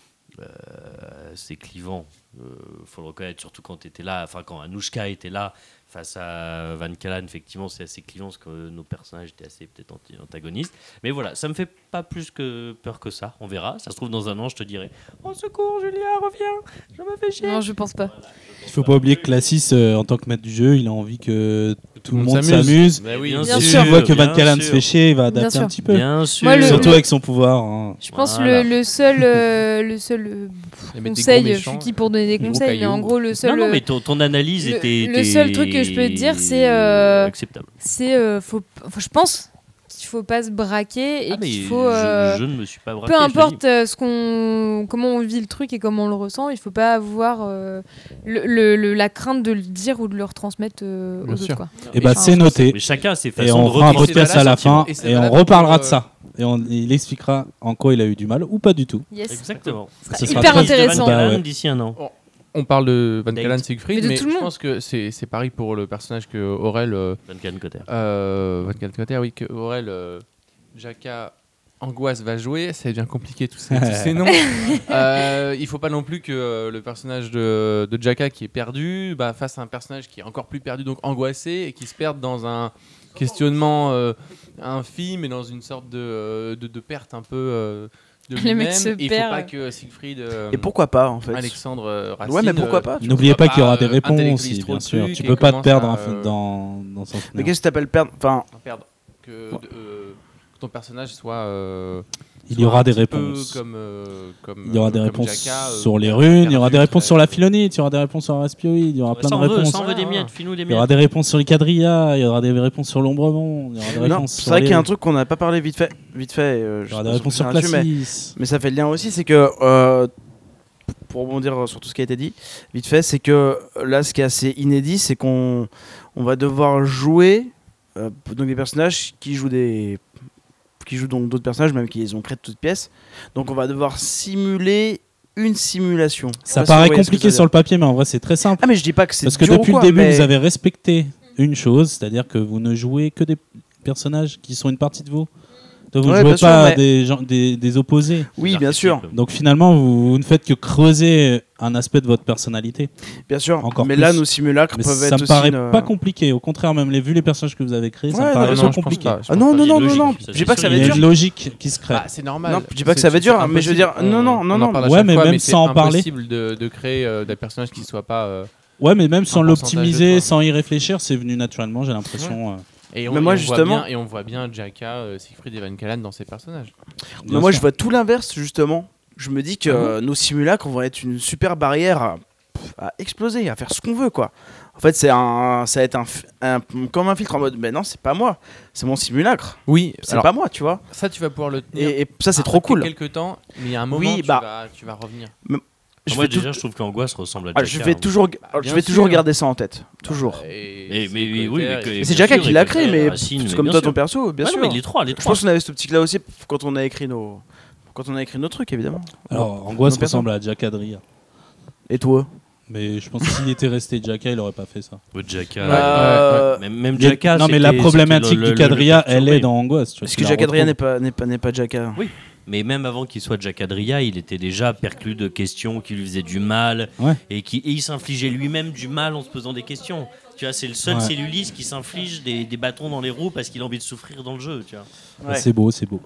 clivants. Faut le reconnaître, surtout quand t'étais là, enfin quand Anouchka était là face à Van Callan, effectivement c'est assez clivant parce que nos personnages étaient assez peut-être antagonistes. Mais voilà, ça me fait pas plus que peur que ça. On verra. Ça se trouve dans un an, je te dirai oh secours Julia, reviens, je me fais chier. Non, je pense pas. Il faut pas oublier que Classis, en tant que maître du jeu, il a envie que tout le monde s'amuse. s'amuse. Bah oui, Bien Si sûr. tu vois que bien Van Callan sûr. se fait chier, il va adapter Bien un sûr. petit peu. Bien sûr. Moi, Surtout avec son pouvoir. Hein. Je pense Voilà. le seul Et mettre des conseil, gros je méchants, suis qui pour donner des des gros conseils, mais en cailloux. gros le seul Non, mais ton analyse était. le seul truc que je peux te dire, c'est, acceptable. je pense qu'il faut pas se braquer et Ah, mais qu'il faut je ne me suis pas braqué. peu je te importe dis. comment on vit le truc et comment on le ressent, il faut pas avoir la crainte de le dire ou de le retransmettre aux Bien autres sûr. quoi. Et bah Enfin, c'est noté. Mais chacun a ses Et façons on de fera un retranscrire podcast à la fin Et c'est et on valable reparlera pour, de ça. Et il expliquera en quoi il a eu du mal ou pas du tout. Yes. Exactement. Ce sera hyper très- intéressant. Van Callan Bah ouais. d'ici un an. On parle de Van Date. Callan Siegfried, Mais de mais tout le je monde. pense que c'est pareil pour le personnage que Aurel. Van Callan Cotter. Van Callan Cotter, oui, que Aurel Jaka Angoisse va jouer. Ça devient compliqué tous ces noms. Il faut pas non plus que le personnage de Jaka qui est perdu fasse un personnage qui est encore plus perdu, donc angoissé, et qui se perde dans un questionnement infime et dans une sorte de perte un peu de Le lui-même. mec se Et il faut perd. pas que Siegfried Et pourquoi pas en fait Alexandre Racine Ouais, mais pourquoi pas N'oubliez pas qu'il y aura des intellectualise réponses aussi, trop bien de sûr. trucs Tu et peux pas te commence perdre à, dans son Mais qu'est-ce que t'appelles perdre Enfin, perdre que ton personnage soit Il soit y aura un des petit peu réponses. comme Il y aura des comme réponses Jaka, sur les runes, il y aura des réponses sur la philonite, il y aura des réponses sur la raspioïde, il y aura plein Ça, de on veut, réponses. ça, on veut des miettes. File-nous des Il y aura miettes. des réponses sur les quadrillas, il y aura des réponses sur l'ombrement, il y aura des non, réponses c'est sur vrai les... qu'il y a un truc qu'on n'a pas parlé vite fait. il y aura des réponses sur là-dessus, Classis. mais ça fait le lien aussi, c'est que pour rebondir sur tout ce qui a été dit, vite fait, c'est que là, ce qui est assez inédit, c'est qu'on va devoir jouer donc des personnages qui qui jouent donc d'autres personnages, même qu'ils ont créé de toutes pièces. Donc on va devoir simuler une simulation. Ça paraît compliqué sur le papier, mais en vrai c'est très simple. Ah mais je dis pas que c'est parce que dur depuis ou quoi, le début mais... vous avez respecté une chose, c'est-à-dire que vous ne jouez que des personnages qui sont une partie de vous. Donc vous ne jouez pas des opposés. Oui, bien sûr. Donc finalement, vous ne faites que creuser un aspect de votre personnalité. Bien sûr. Encore mais plus. là, nos simulacres peuvent ça être me aussi... paraît pas compliqué. Au contraire, même vu les personnages que vous avez créés, ça me paraît pas compliqué. Non. Je dis pas que ça va être dur. Il y a une logique qui se crée. C'est normal. Non, je dis pas que ça va être dur, mais je veux dire... Non. Ouais, mais même sans en parler. C'est impossible de créer des personnages qui soient pas... Ouais, mais même sans l'optimiser, sans y réfléchir, c'est venu naturellement, j'ai l'impression... Et on voit bien Jaka, Siegfried et Van Callen dans ces personnages. Mais moi, je vois tout l'inverse, justement. Je me dis que nos simulacres vont être une super barrière à exploser, à faire ce qu'on veut, quoi. En fait, ça va être comme un filtre en mode, mais non, c'est pas moi, c'est mon simulacre. Oui, c'est pas moi, tu vois. Ça, tu vas pouvoir le tenir. Et ça, c'est trop cool. Quelques temps, mais il y a un moment, tu vas revenir. Moi, déjà, je trouve qu'Angoisse ressemble à Jaka. Je vais toujours garder ça en tête. Toujours. C'est Jaka qui l'a créé, mais c'est comme toi, ton perso, bien sûr. Mais les trois. Je pense qu'on avait cette optique-là aussi quand on a écrit nos trucs, évidemment. Alors, Angoisse ressemble à Jaka Dria. Et toi? Mais je pense que s'il était resté Jaka, il aurait pas fait ça. Jaka. Même Jaka. Non, mais la problématique du Cadria, elle est dans Angoisse. Est-ce que Jaka Dria n'est pas Jaka? Oui. Mais même avant qu'il soit Jaka Dria, il était déjà perclus de questions qui lui faisaient du mal et il s'infligeait lui-même du mal en se posant des questions. Tu vois, c'est le seul celluliste qui s'inflige des bâtons dans les roues parce qu'il a envie de souffrir dans le jeu. Tu vois. C'est beau. Ouais.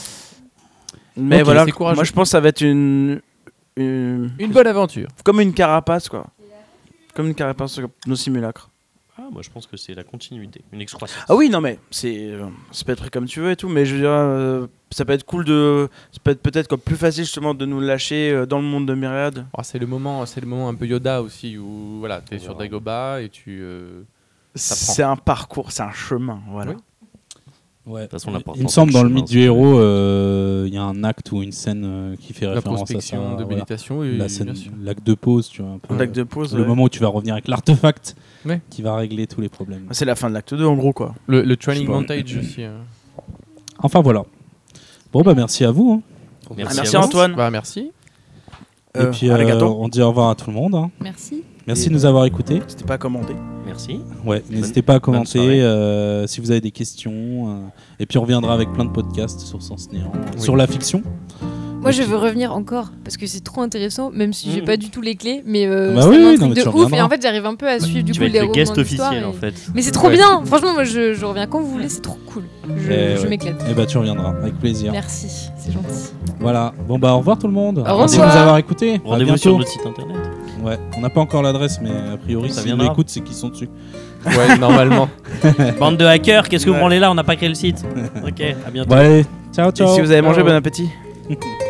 Mais voilà, moi je pense que ça va être une bonne aventure. Comme une carapace, quoi. Comme une carapace sur nos simulacres. Moi je pense que c'est la continuité, une excroissance. Ah oui, non mais ça peut être comme tu veux et tout, mais je veux dire, ça peut être cool ça peut être peut-être plus facile justement de nous lâcher dans le monde de Myriad. C'est le moment un peu Yoda aussi où voilà, t'es sur Dagobah et c'est un parcours, c'est un chemin, voilà. Oui. Ouais. De toute façon, il me semble dans le mythe du héros, il y a un acte ou une scène qui fait référence à ça. De méditation, la scène, l'acte de pause, tu vois. Un peu, l'acte de pause. Le moment où tu vas revenir avec l'artefact qui va régler tous les problèmes. C'est la fin de l'acte 2 en gros, quoi. Le training montage aussi. Enfin voilà. Bon merci à vous. Merci Antoine. Merci. Et puis on dit au revoir à tout le monde. Hein. Merci de nous avoir écoutés. N'hésitez pas à commander. Merci. Ouais, n'hésitez pas à commenter si vous avez des questions. Et puis on reviendra avec plein de podcasts sur Sens Néant, sur la fiction. Moi, je veux revenir encore parce que c'est trop intéressant, même si j'ai pas du tout les clés, mais bah ça oui, m'intrigue de ouf. Et en fait, j'arrive un peu à suivre du coup les romans d'histoire. Tu vas être le guest officiel en fait. Mais c'est trop bien. Franchement, moi, je reviens quand vous voulez. C'est trop cool. Je m'éclate. Et bah tu reviendras avec plaisir. Merci, c'est gentil. Voilà. Bon bah au revoir tout le monde. Merci de nous avoir écoutés. Rendez-vous sur notre site internet. Ouais. On n'a pas encore l'adresse, mais a priori, si on écoute, c'est qu'ils sont dessus. Ouais, normalement. Bande de hackers, qu'est-ce que vous branlez là? On n'a pas créé le site. Ok, à bientôt. Bon, allez, ciao. Et si vous avez mangé, bon appétit.